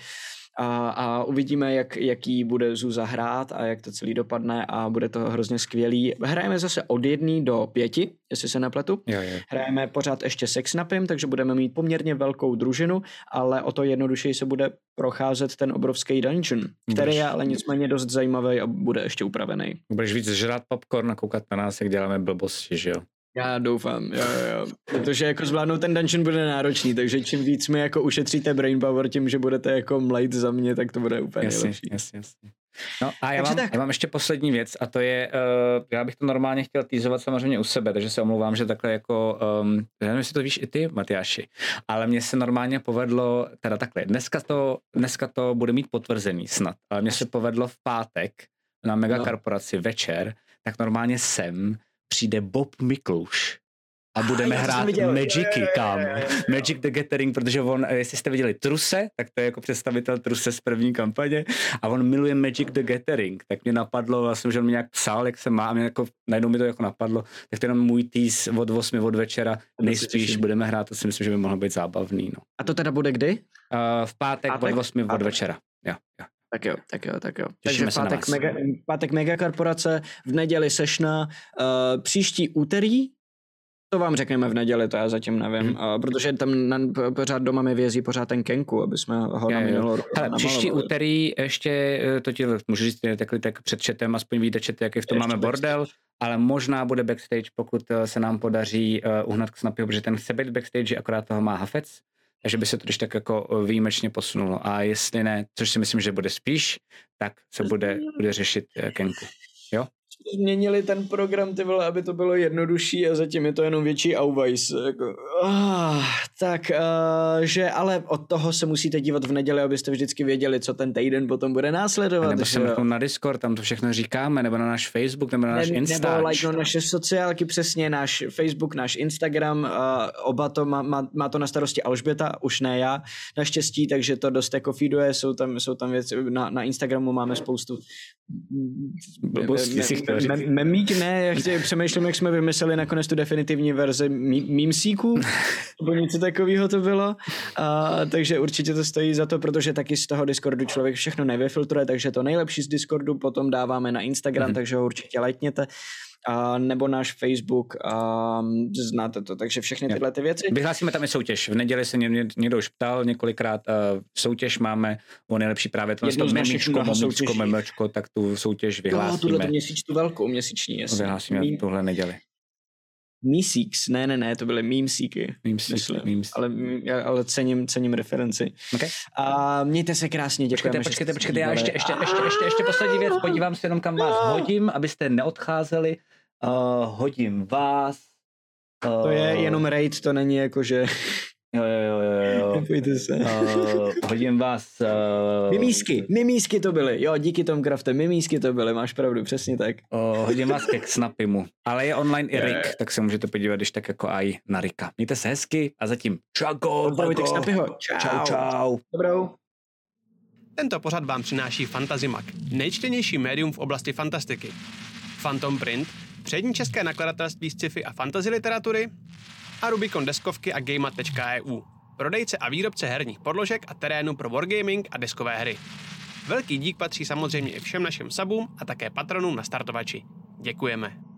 A, a uvidíme, jak, jaký bude Zuza hrát a jak to celý dopadne a bude to hrozně skvělý. Hrajeme zase od jedné do pěti, jestli se nepletu. Jo, jo. Hrajeme pořád ještě se Xnapem, takže budeme mít poměrně velkou družinu, ale o to jednodušeji se bude procházet ten obrovský dungeon, který je ale nicméně dost zajímavý a bude ještě upravený. Budeš víc žrát popcorn a koukat na nás, jak děláme blbosti, že jo? Já doufám, jo, jo, protože jako zvládnout ten dungeon bude náročný, takže čím víc mi jako ušetříte brain power tím, že budete jako mlejt za mě, tak to bude úplně jasně, nejlepší. Jasně, jasně. No a já mám, já mám ještě poslední věc a to je, uh, já bych to normálně chtěl týzovat samozřejmě u sebe, takže se omlouvám, že takhle jako, um, já nevím, jestli to víš i ty, Matyáši, ale mně se normálně povedlo, teda takhle, dneska to, dneska to bude mít potvrzený snad, ale mně se povedlo v pátek na megakorporaci no. večer, tak normálně sem přijde Bob Mikluš a budeme ah, hrát Magicy, kam. Magic the Gathering, protože on, jestli jste viděli Truse, tak to je jako představitel Truse z první kampaně a on miluje Magic the Gathering, tak mě napadlo, vlastně, že on mi nějak psal, jak se má a mě jako, najednou mi to jako napadlo, tak to je jenom můj týz od osmi od večera, nejspíš budeme hrát, to si myslím, že by mohlo být zábavný. No. A to teda bude kdy? Uh, v pátek, pátek od osmi od večera, jo, jo. Tak jo, tak jo, tak jo. Těšíme Takže pátek mega, pátek megakorporace, v neděli sešna, uh, příští úterý, to vám řekneme v neděli, to já zatím nevím, hmm. uh, protože tam na, pořád doma mi vězí pořád ten Kenku, aby jsme ho na minulou roku namalovali. Příští úterý ještě, to ti můžu říct takhle tak před chatem, aspoň víte chat, jaký v tom ještě máme bordel. ale možná bude backstage, pokud se nám podaří uh, uhnat k Snapyho, protože ten chce být backstage, akorát toho má Hafec, takže by se to když tak jako výjimečně posunulo. A jestli ne, což si myslím, že bude spíš, tak se bude, bude řešit uh, Kenku. Jo? Změnili ten program, ty vole, aby to bylo jednodušší a zatím je to jenom větší auweis. Jako, oh, tak, uh, že ale od toho se musíte dívat v neděli, abyste vždycky věděli, co ten týden potom bude následovat. A nebo že, se na Discord, tam to všechno říkáme, nebo na náš Facebook, nebo na náš ne, Instač. Nebo like, no, naše sociálky, přesně, náš Facebook, náš Instagram, uh, oba to má, má, má to na starosti Alžběta, už ne já, naštěstí, takže to dost jako feeduje, jsou tam, jsou tam věci, na, na Instagramu máme spoustu blbosti si chtěl říct. Memík, ne, já chci, přemýšlím, jak jsme vymysleli nakonec tu definitivní verzi memesíků, nebo něco takového to bylo, a, takže určitě to stojí za to, protože taky z toho Discordu člověk všechno nevyfiltruje, takže to nejlepší z Discordu potom dáváme na Instagram, mm. takže ho určitě lajkněte. A nebo náš Facebook, a znáte to, takže všechny tyhle ty věci. Vyhlásíme tam i soutěž. V neděli se ně, někdo už ptal několikrát, uh, soutěž máme o nejlepší právě to memíčko, momíčko, memečko, tak tu soutěž vyhlásíme. No, tuhle měsíč, tu velkou měsíční, jasně. Vyhlásíme Mím... tuhle neděli. Memesíks, ne, ne, ne, to byly memesíky. Memesíky, ale, ale cením, cením referenci. Okay. A mějte se krásně, děkujeme. Počkejte, počkejte, počkejte, já ještě, ještě, ještě, ještě, ještě poslední věc, podívám se jenom, kam vás hodím, abyste neodcházeli. Uh, hodím vás. Uh, to je jenom raid, to není jako, že... Jo, jo, jo, jo. Nepojďte se. Uh, hodím vás... Uh... Mimísky, mimísky to byly. Jo, díky Tom Crafte, mimísky to byly, máš pravdu, přesně tak. Uh, hodím vás ke Snapymu. Ale je online i Rick, tak se můžete podívat, když tak jako aj na Ricka. Mějte se hezky a zatím čau, Vojtek Snapyho. Čau. Čau, čau. Dobrou. Tento pořad vám přináší Fantazimak, nejčtenější médium v oblasti fantastiky. Phantom Print, přední české nakladatelství z sci-fi a fantasy literatury, a Rubicon deskovky a Gameat tečka e u, prodejce a výrobce herních podložek a terénu pro wargaming a deskové hry. Velký dík patří samozřejmě i všem našim subům a také patronům na startovači. Děkujeme.